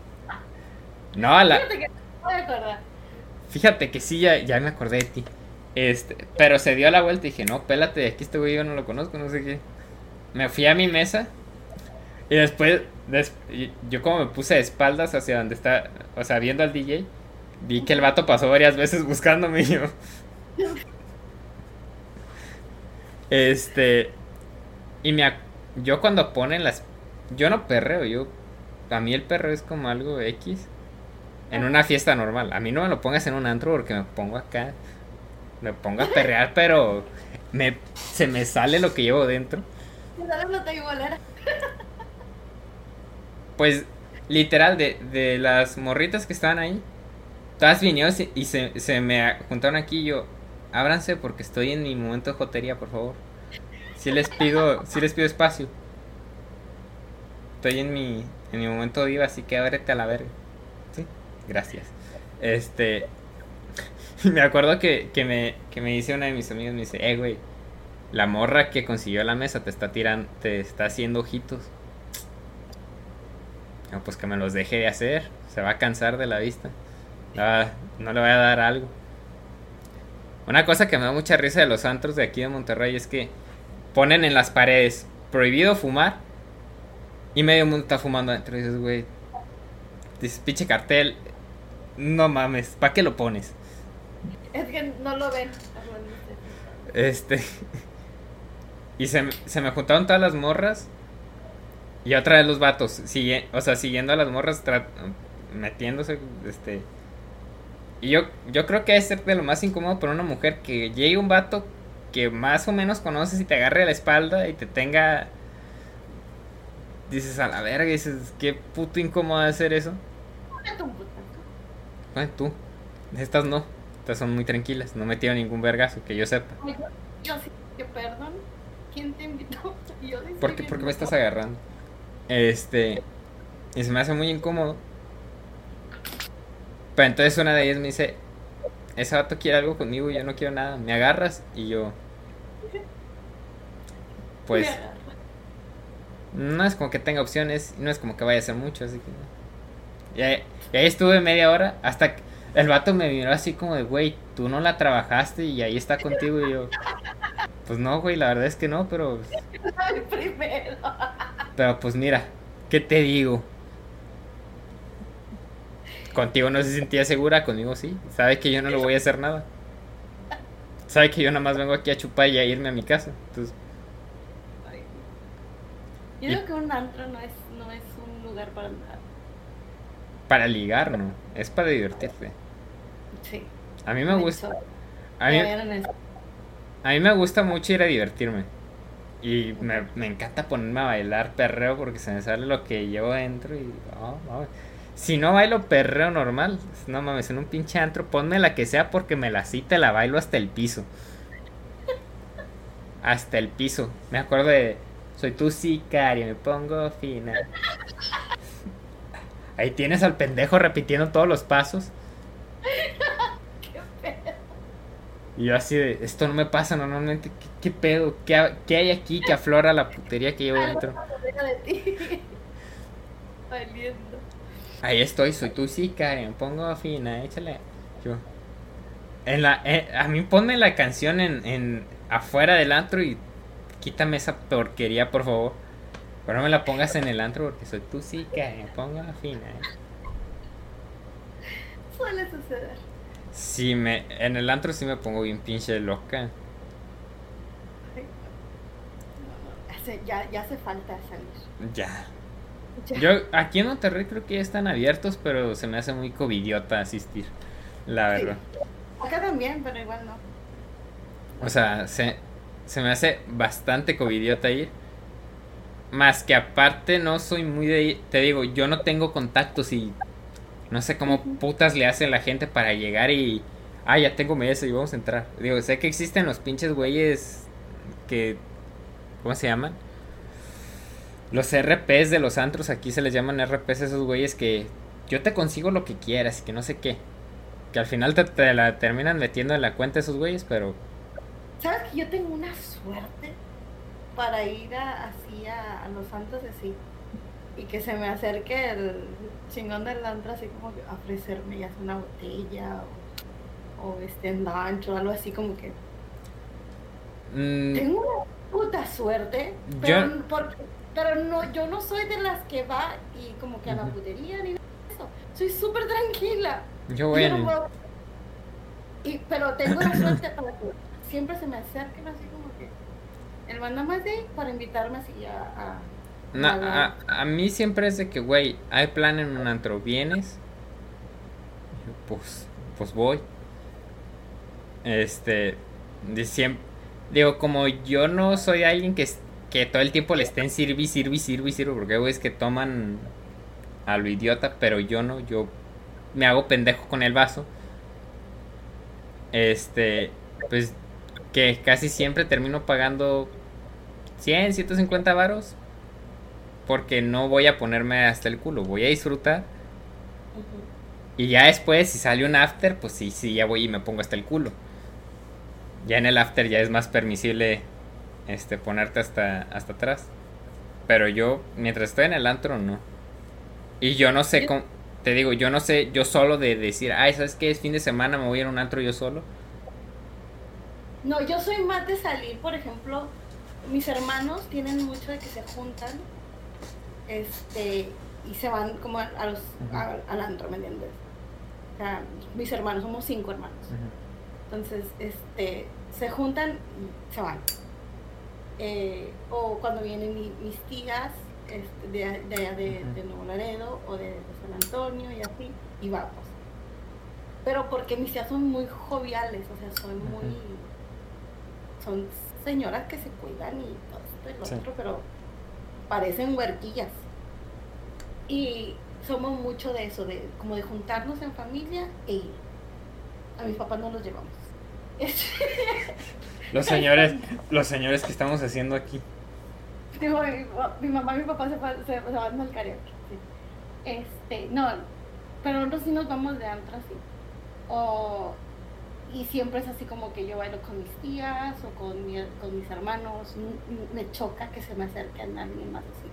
No, la. Fíjate que no me acordar. Fíjate que sí, ya, ya me acordé de ti. Este, pero se dio la vuelta y dije, no, pélate de aquí, este güey yo no lo conozco, no sé qué. Me fui a mi mesa y después, des, yo como me puse de espaldas hacia donde está, o sea, viendo al D J, vi que el vato pasó varias veces buscándome y yo. Este, y me, yo cuando ponen las, yo no perreo, yo, a mí el perreo es como algo X, en una fiesta normal. A mí no me lo pongas en un antro porque me pongo acá. Me pongo a perrear, pero me, se me sale lo que llevo dentro. Me sale la bolera. Pues, literal, de, de las morritas que estaban ahí, todas vinieron y se, se me juntaron aquí y yo, ábranse porque estoy en mi momento de jotería, por favor. Si les pido, si les pido espacio. Estoy en mi, en mi momento diva, así que ábrete a la verga. Sí, gracias. Este, me acuerdo que, que me, que me dice una de mis amigas, me dice, eh, güey, la morra que consiguió la mesa te está tirando, te está haciendo ojitos. No, pues que me los deje de hacer, se va a cansar de la vista. No, no le voy a dar algo. Una cosa que me da mucha risa de los antros de aquí de Monterrey es que ponen en las paredes prohibido fumar y medio mundo está fumando adentro. Y dices, güey, dices, pinche cartel, no mames, ¿para qué lo pones? Es que no lo ven. Este. Y se, se me juntaron todas las morras y otra vez los vatos, sigue, o sea, siguiendo a las morras, metiéndose, este. Y yo, yo creo que debe ser de lo más incómodo para una mujer que llegue un vato que más o menos conoces y te agarre a la espalda y te tenga. Dices, a la verga, dices, qué puto incómodo hacer eso. Bueno, tú, estas no, estas son muy tranquilas, no metieron ningún vergazo, que yo sepa. Yo, yo sí, que perdón, ¿quién te invitó? Yo ¿Por qué, ¿Por qué me estás agarrando? Este, y se me hace muy incómodo. Pero entonces una de ellas me dice, ese vato quiere algo conmigo y yo no quiero nada, ¿me agarras? Y yo, pues, no es como que tenga opciones, no es como que vaya a hacer mucho, así que... Y ahí, y ahí estuve media hora, hasta que el vato me miró así como de, güey, tú no la trabajaste y ahí está contigo. Y yo, pues no, güey, la verdad es que no, pero... Primero. Pero pues mira, ¿qué te digo? Contigo no se sentía segura, conmigo sí. Sabe que yo no le voy a hacer nada. Sabe que yo nada más vengo aquí a chupar y a irme a mi casa. Entonces... Yo creo que un antro no es, no es un lugar para nada. Para ligar, ¿no? Es para divertirte. Sí. A mí me gusta... A mí, a mí me gusta mucho ir a divertirme. Y me, me encanta ponerme a bailar perreo porque se me sale lo que llevo dentro y... Oh, oh. Si no bailo perreo normal, no mames, en un pinche antro, ponme la que sea porque me la cita, la bailo hasta el piso. Hasta el piso. Me acuerdo de... Soy tu sicaria, me pongo fina. Ahí tienes al pendejo repitiendo todos los pasos. ¿Qué pedo? Y yo así de, esto no me pasa normalmente. ¿Qué, qué pedo? ¿Qué, ¿Qué hay aquí que aflora la putería que llevo dentro? Ahí estoy, soy tu sicaria, me pongo fina, échale. Yo. En la, eh, a mí ponme la canción en, en afuera del antro y quítame esa porquería, por favor. Pero no me la pongas en el antro porque soy tu sicaria, me pongo fina. Eh. Suele suceder. Sí, me, en el antro sí me pongo bien pinche loca. Hace, ya, ya hace falta salir. Ya. ya. Yo aquí en Monterrey creo que ya están abiertos, pero se me hace muy covidiota asistir, la verdad. Sí. Acá también, pero igual no. O sea, se, se me hace bastante covidiota ir. Más que aparte no soy muy de... Te digo, yo no tengo contactos y... No sé cómo putas le hace la gente para llegar y... Ah, ya tengo mesa y vamos a entrar. Digo, sé que existen los pinches güeyes que... ¿Cómo se llaman? Los R Ps de los antros, aquí se les llaman R Ps esos güeyes que... Yo te consigo lo que quieras y que no sé qué. Que al final te, te la terminan metiendo en la cuenta esos güeyes, pero... ¿Sabes que yo tengo una suerte para ir a, así a, a los antros así? Y que se me acerque el chingón del antro así como que a ofrecerme ya sea una botella o, o este en ancho o algo así como que mm. Tengo una puta suerte, pero, yo... porque, pero no, yo no soy de las que va y como que a la putería ni nada de eso. Soy súper tranquila. Yo voy yo no puedo... y, pero tengo la suerte para que siempre se me acerquen así como que el manda más de ahí para invitarme así a... a No, a, a mí siempre es de que, güey, hay plan en un antro, ¿vienes? Pues, pues voy. Este, de siempre, digo, como yo no soy alguien que, que todo el tiempo le estén sirvi, sirvi, sirvi, sirvi, porque güey es que toman a lo idiota, pero yo no, yo me hago pendejo con el vaso. Este, pues que casi siempre termino pagando cien, ciento cincuenta varos porque no voy a ponerme hasta el culo, voy a disfrutar. Uh-huh. Y ya después, si sale un after, pues sí, sí, ya voy y me pongo hasta el culo. Ya en el after ya es más permisible este ponerte hasta, hasta atrás. Pero yo, mientras estoy en el antro, no. Y yo no sé cómo, te digo, yo no sé, yo solo de decir, ay, ¿sabes qué? Es fin de semana, me voy a ir a un antro yo solo. No, yo soy más de salir, por ejemplo, mis hermanos tienen mucho de que se juntan este y se van como a los uh-huh. a, al antro, ¿me entiendes? O sea, mis hermanos, somos cinco hermanos. Uh-huh. Entonces, este, se juntan y se van. Eh, o cuando vienen mi, mis tías este, de, de allá de, uh-huh. de Nuevo Laredo o de, de San Antonio y así, y vamos. Pero porque mis tías son muy joviales, o sea, son uh-huh. muy... son señoras que se cuidan y todo esto y lo sí. otro, pero parecen huerquillas. Y somos mucho de eso, de como de juntarnos en familia e ir. A mis papás no los llevamos. Los señores, los señores que estamos haciendo aquí. Digo, mi, mi mamá y mi papá se, se, se van al karaoke. Sí. Este, no, pero nosotros sí nos vamos de antro así. O, y siempre es así como que yo bailo con mis tías o con, mi, con mis hermanos. Me choca que se me acerque a alguien más así.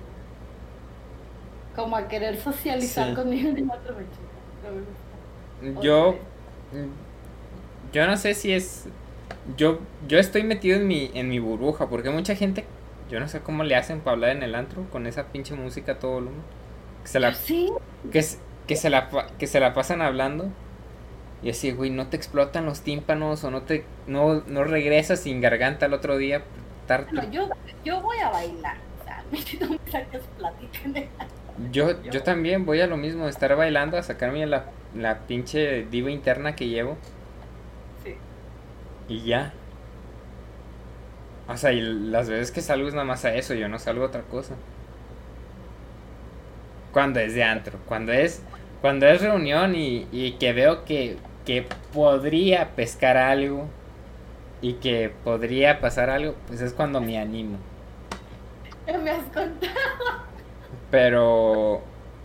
Como a querer socializar sí. conmigo en otro me choca. Yo, yo no sé si es... Yo, yo estoy metido en mi, en mi burbuja, porque mucha gente, yo no sé cómo le hacen para hablar en el antro con esa pinche música a todo volumen. Que se la, ¿Sí? que, que, se la, que se la pasan hablando. Y así, güey, no te explotan los tímpanos o no te no, no regresas sin garganta el otro día. Tar- bueno, yo, yo voy a bailar, o sea, no me saques plática. Yo, yo, yo también voy a lo mismo, estar bailando, a sacarme la, la pinche diva interna que llevo. Sí. Y ya. O sea, y las veces que salgo es nada más a eso, yo no salgo a otra cosa. Cuando es de antro, cuando es cuando es reunión y, y que veo que, que podría pescar algo y que podría pasar algo, pues es cuando me animo. Me has contado. Pero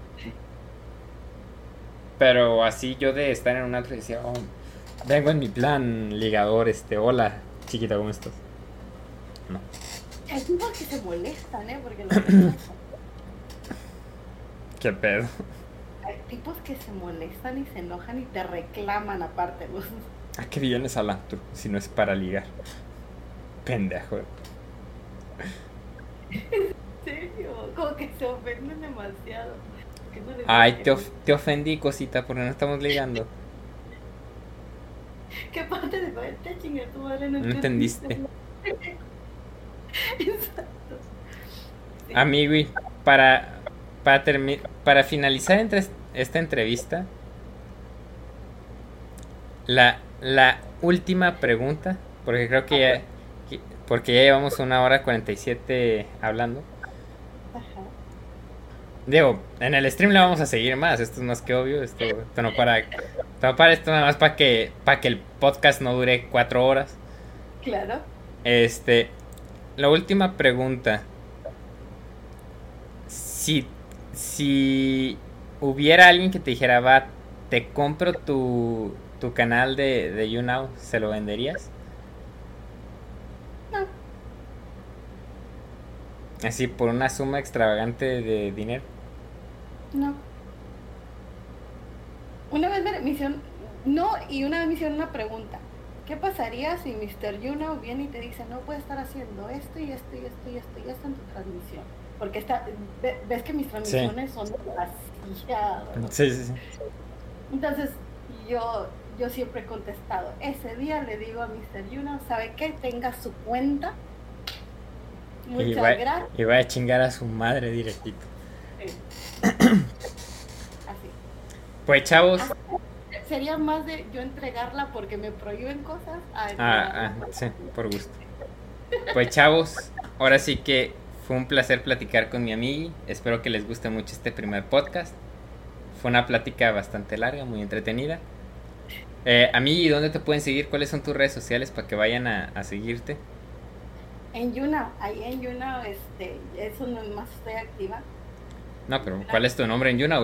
pero así yo de estar en un antro y decía, oh, vengo en mi plan ligador, este, hola, chiquita, ¿cómo estás? No. Hay tipos que se molestan, ¿eh? Porque los ¿Qué pedo? Hay tipos que se molestan y se enojan y te reclaman aparte. Los... ¿A qué vienes al antro si no es para ligar? Pendejo. ¿En serio? Como que se ofenden demasiado. No Ay, te, of- te ofendí, cosita, porque no estamos ligando. ¿Qué parte de te chingue tu madre? No, no entendiste. Exacto. Sí. Amigo, para para termi- para finalizar entre esta entrevista, la la última pregunta, porque creo que ya que, porque ya llevamos una hora cuarenta y siete hablando. Ajá. Digo, en el stream la vamos a seguir más, esto es más que obvio, esto, esto no para, esto no para, esto nada más para que para que el podcast no dure cuatro horas. Claro. Este, la última pregunta. Si, si hubiera alguien que te dijera, va, te compro tu, tu canal de, de YouNow, ¿se lo venderías? No. Así, por una suma extravagante de dinero. No. Una vez me hicieron, no, y una vez me hicieron una pregunta. ¿Qué pasaría si mister YouNow viene y te dice, no puedes estar haciendo esto y esto y esto y esto y esto en tu transmisión? Porque está, ves que mis transmisiones sí. son demasiado. Sí, sí, sí. Entonces, yo, yo siempre he contestado, ese día le digo a mister YouNow, ¿sabe qué? Tenga su cuenta. Muchas y va, gracias. Y va a chingar a su madre directito. Sí. Así. Pues chavos. Así. Sería más de yo entregarla porque me prohíben cosas. A ah, ah, sí, por gusto. Pues chavos, ahora sí que fue un placer platicar con mi amiga. Espero que les guste mucho este primer podcast. Fue una plática bastante larga, muy entretenida. Eh, amigui, ¿dónde te pueden seguir? ¿Cuáles son tus redes sociales para que vayan a, a seguirte? En Yuna, ahí en Yuna, este, eso no más estoy activa. No, pero ¿cuál es tu nombre en Yuna?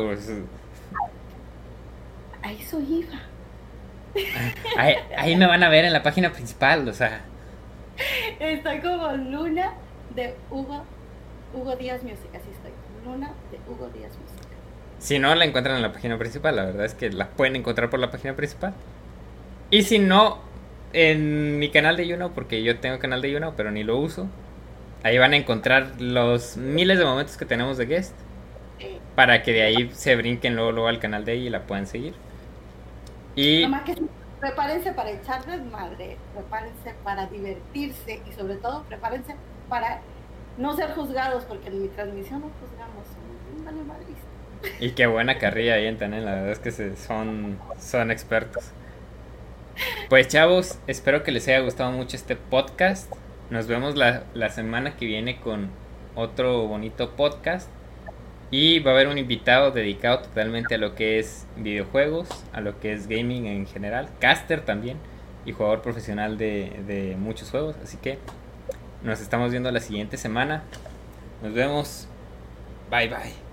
Ahí soy hija. Ahí, ahí me van a ver en la página principal, o sea. Estoy como Luna de Hugo, Hugo Díaz Music, así estoy. Luna de Hugo Díaz Music. Si no la encuentran en la página principal, la verdad es que la pueden encontrar por la página principal. Y si no, en mi canal de Younow, porque yo tengo canal de Younow, pero ni lo uso. Ahí van a encontrar los miles de momentos que tenemos de guest, para que de ahí se brinquen luego, luego al canal de ella y la puedan seguir. Y Nomás que prepárense para echarles madre, prepárense para divertirse y sobre todo prepárense para no ser juzgados, porque en mi transmisión no juzgamos, somos un vale madrista. Y qué buena carrilla avientan, ¿eh? La verdad es que se, son, son expertos. Pues chavos, espero que les haya gustado mucho este podcast. Nos vemos la, la semana que viene con otro bonito podcast. Y va a haber un invitado dedicado totalmente a lo que es videojuegos, a lo que es gaming en general, caster también y jugador profesional de, de muchos juegos. Así que nos estamos viendo la siguiente semana. Nos vemos. Bye bye.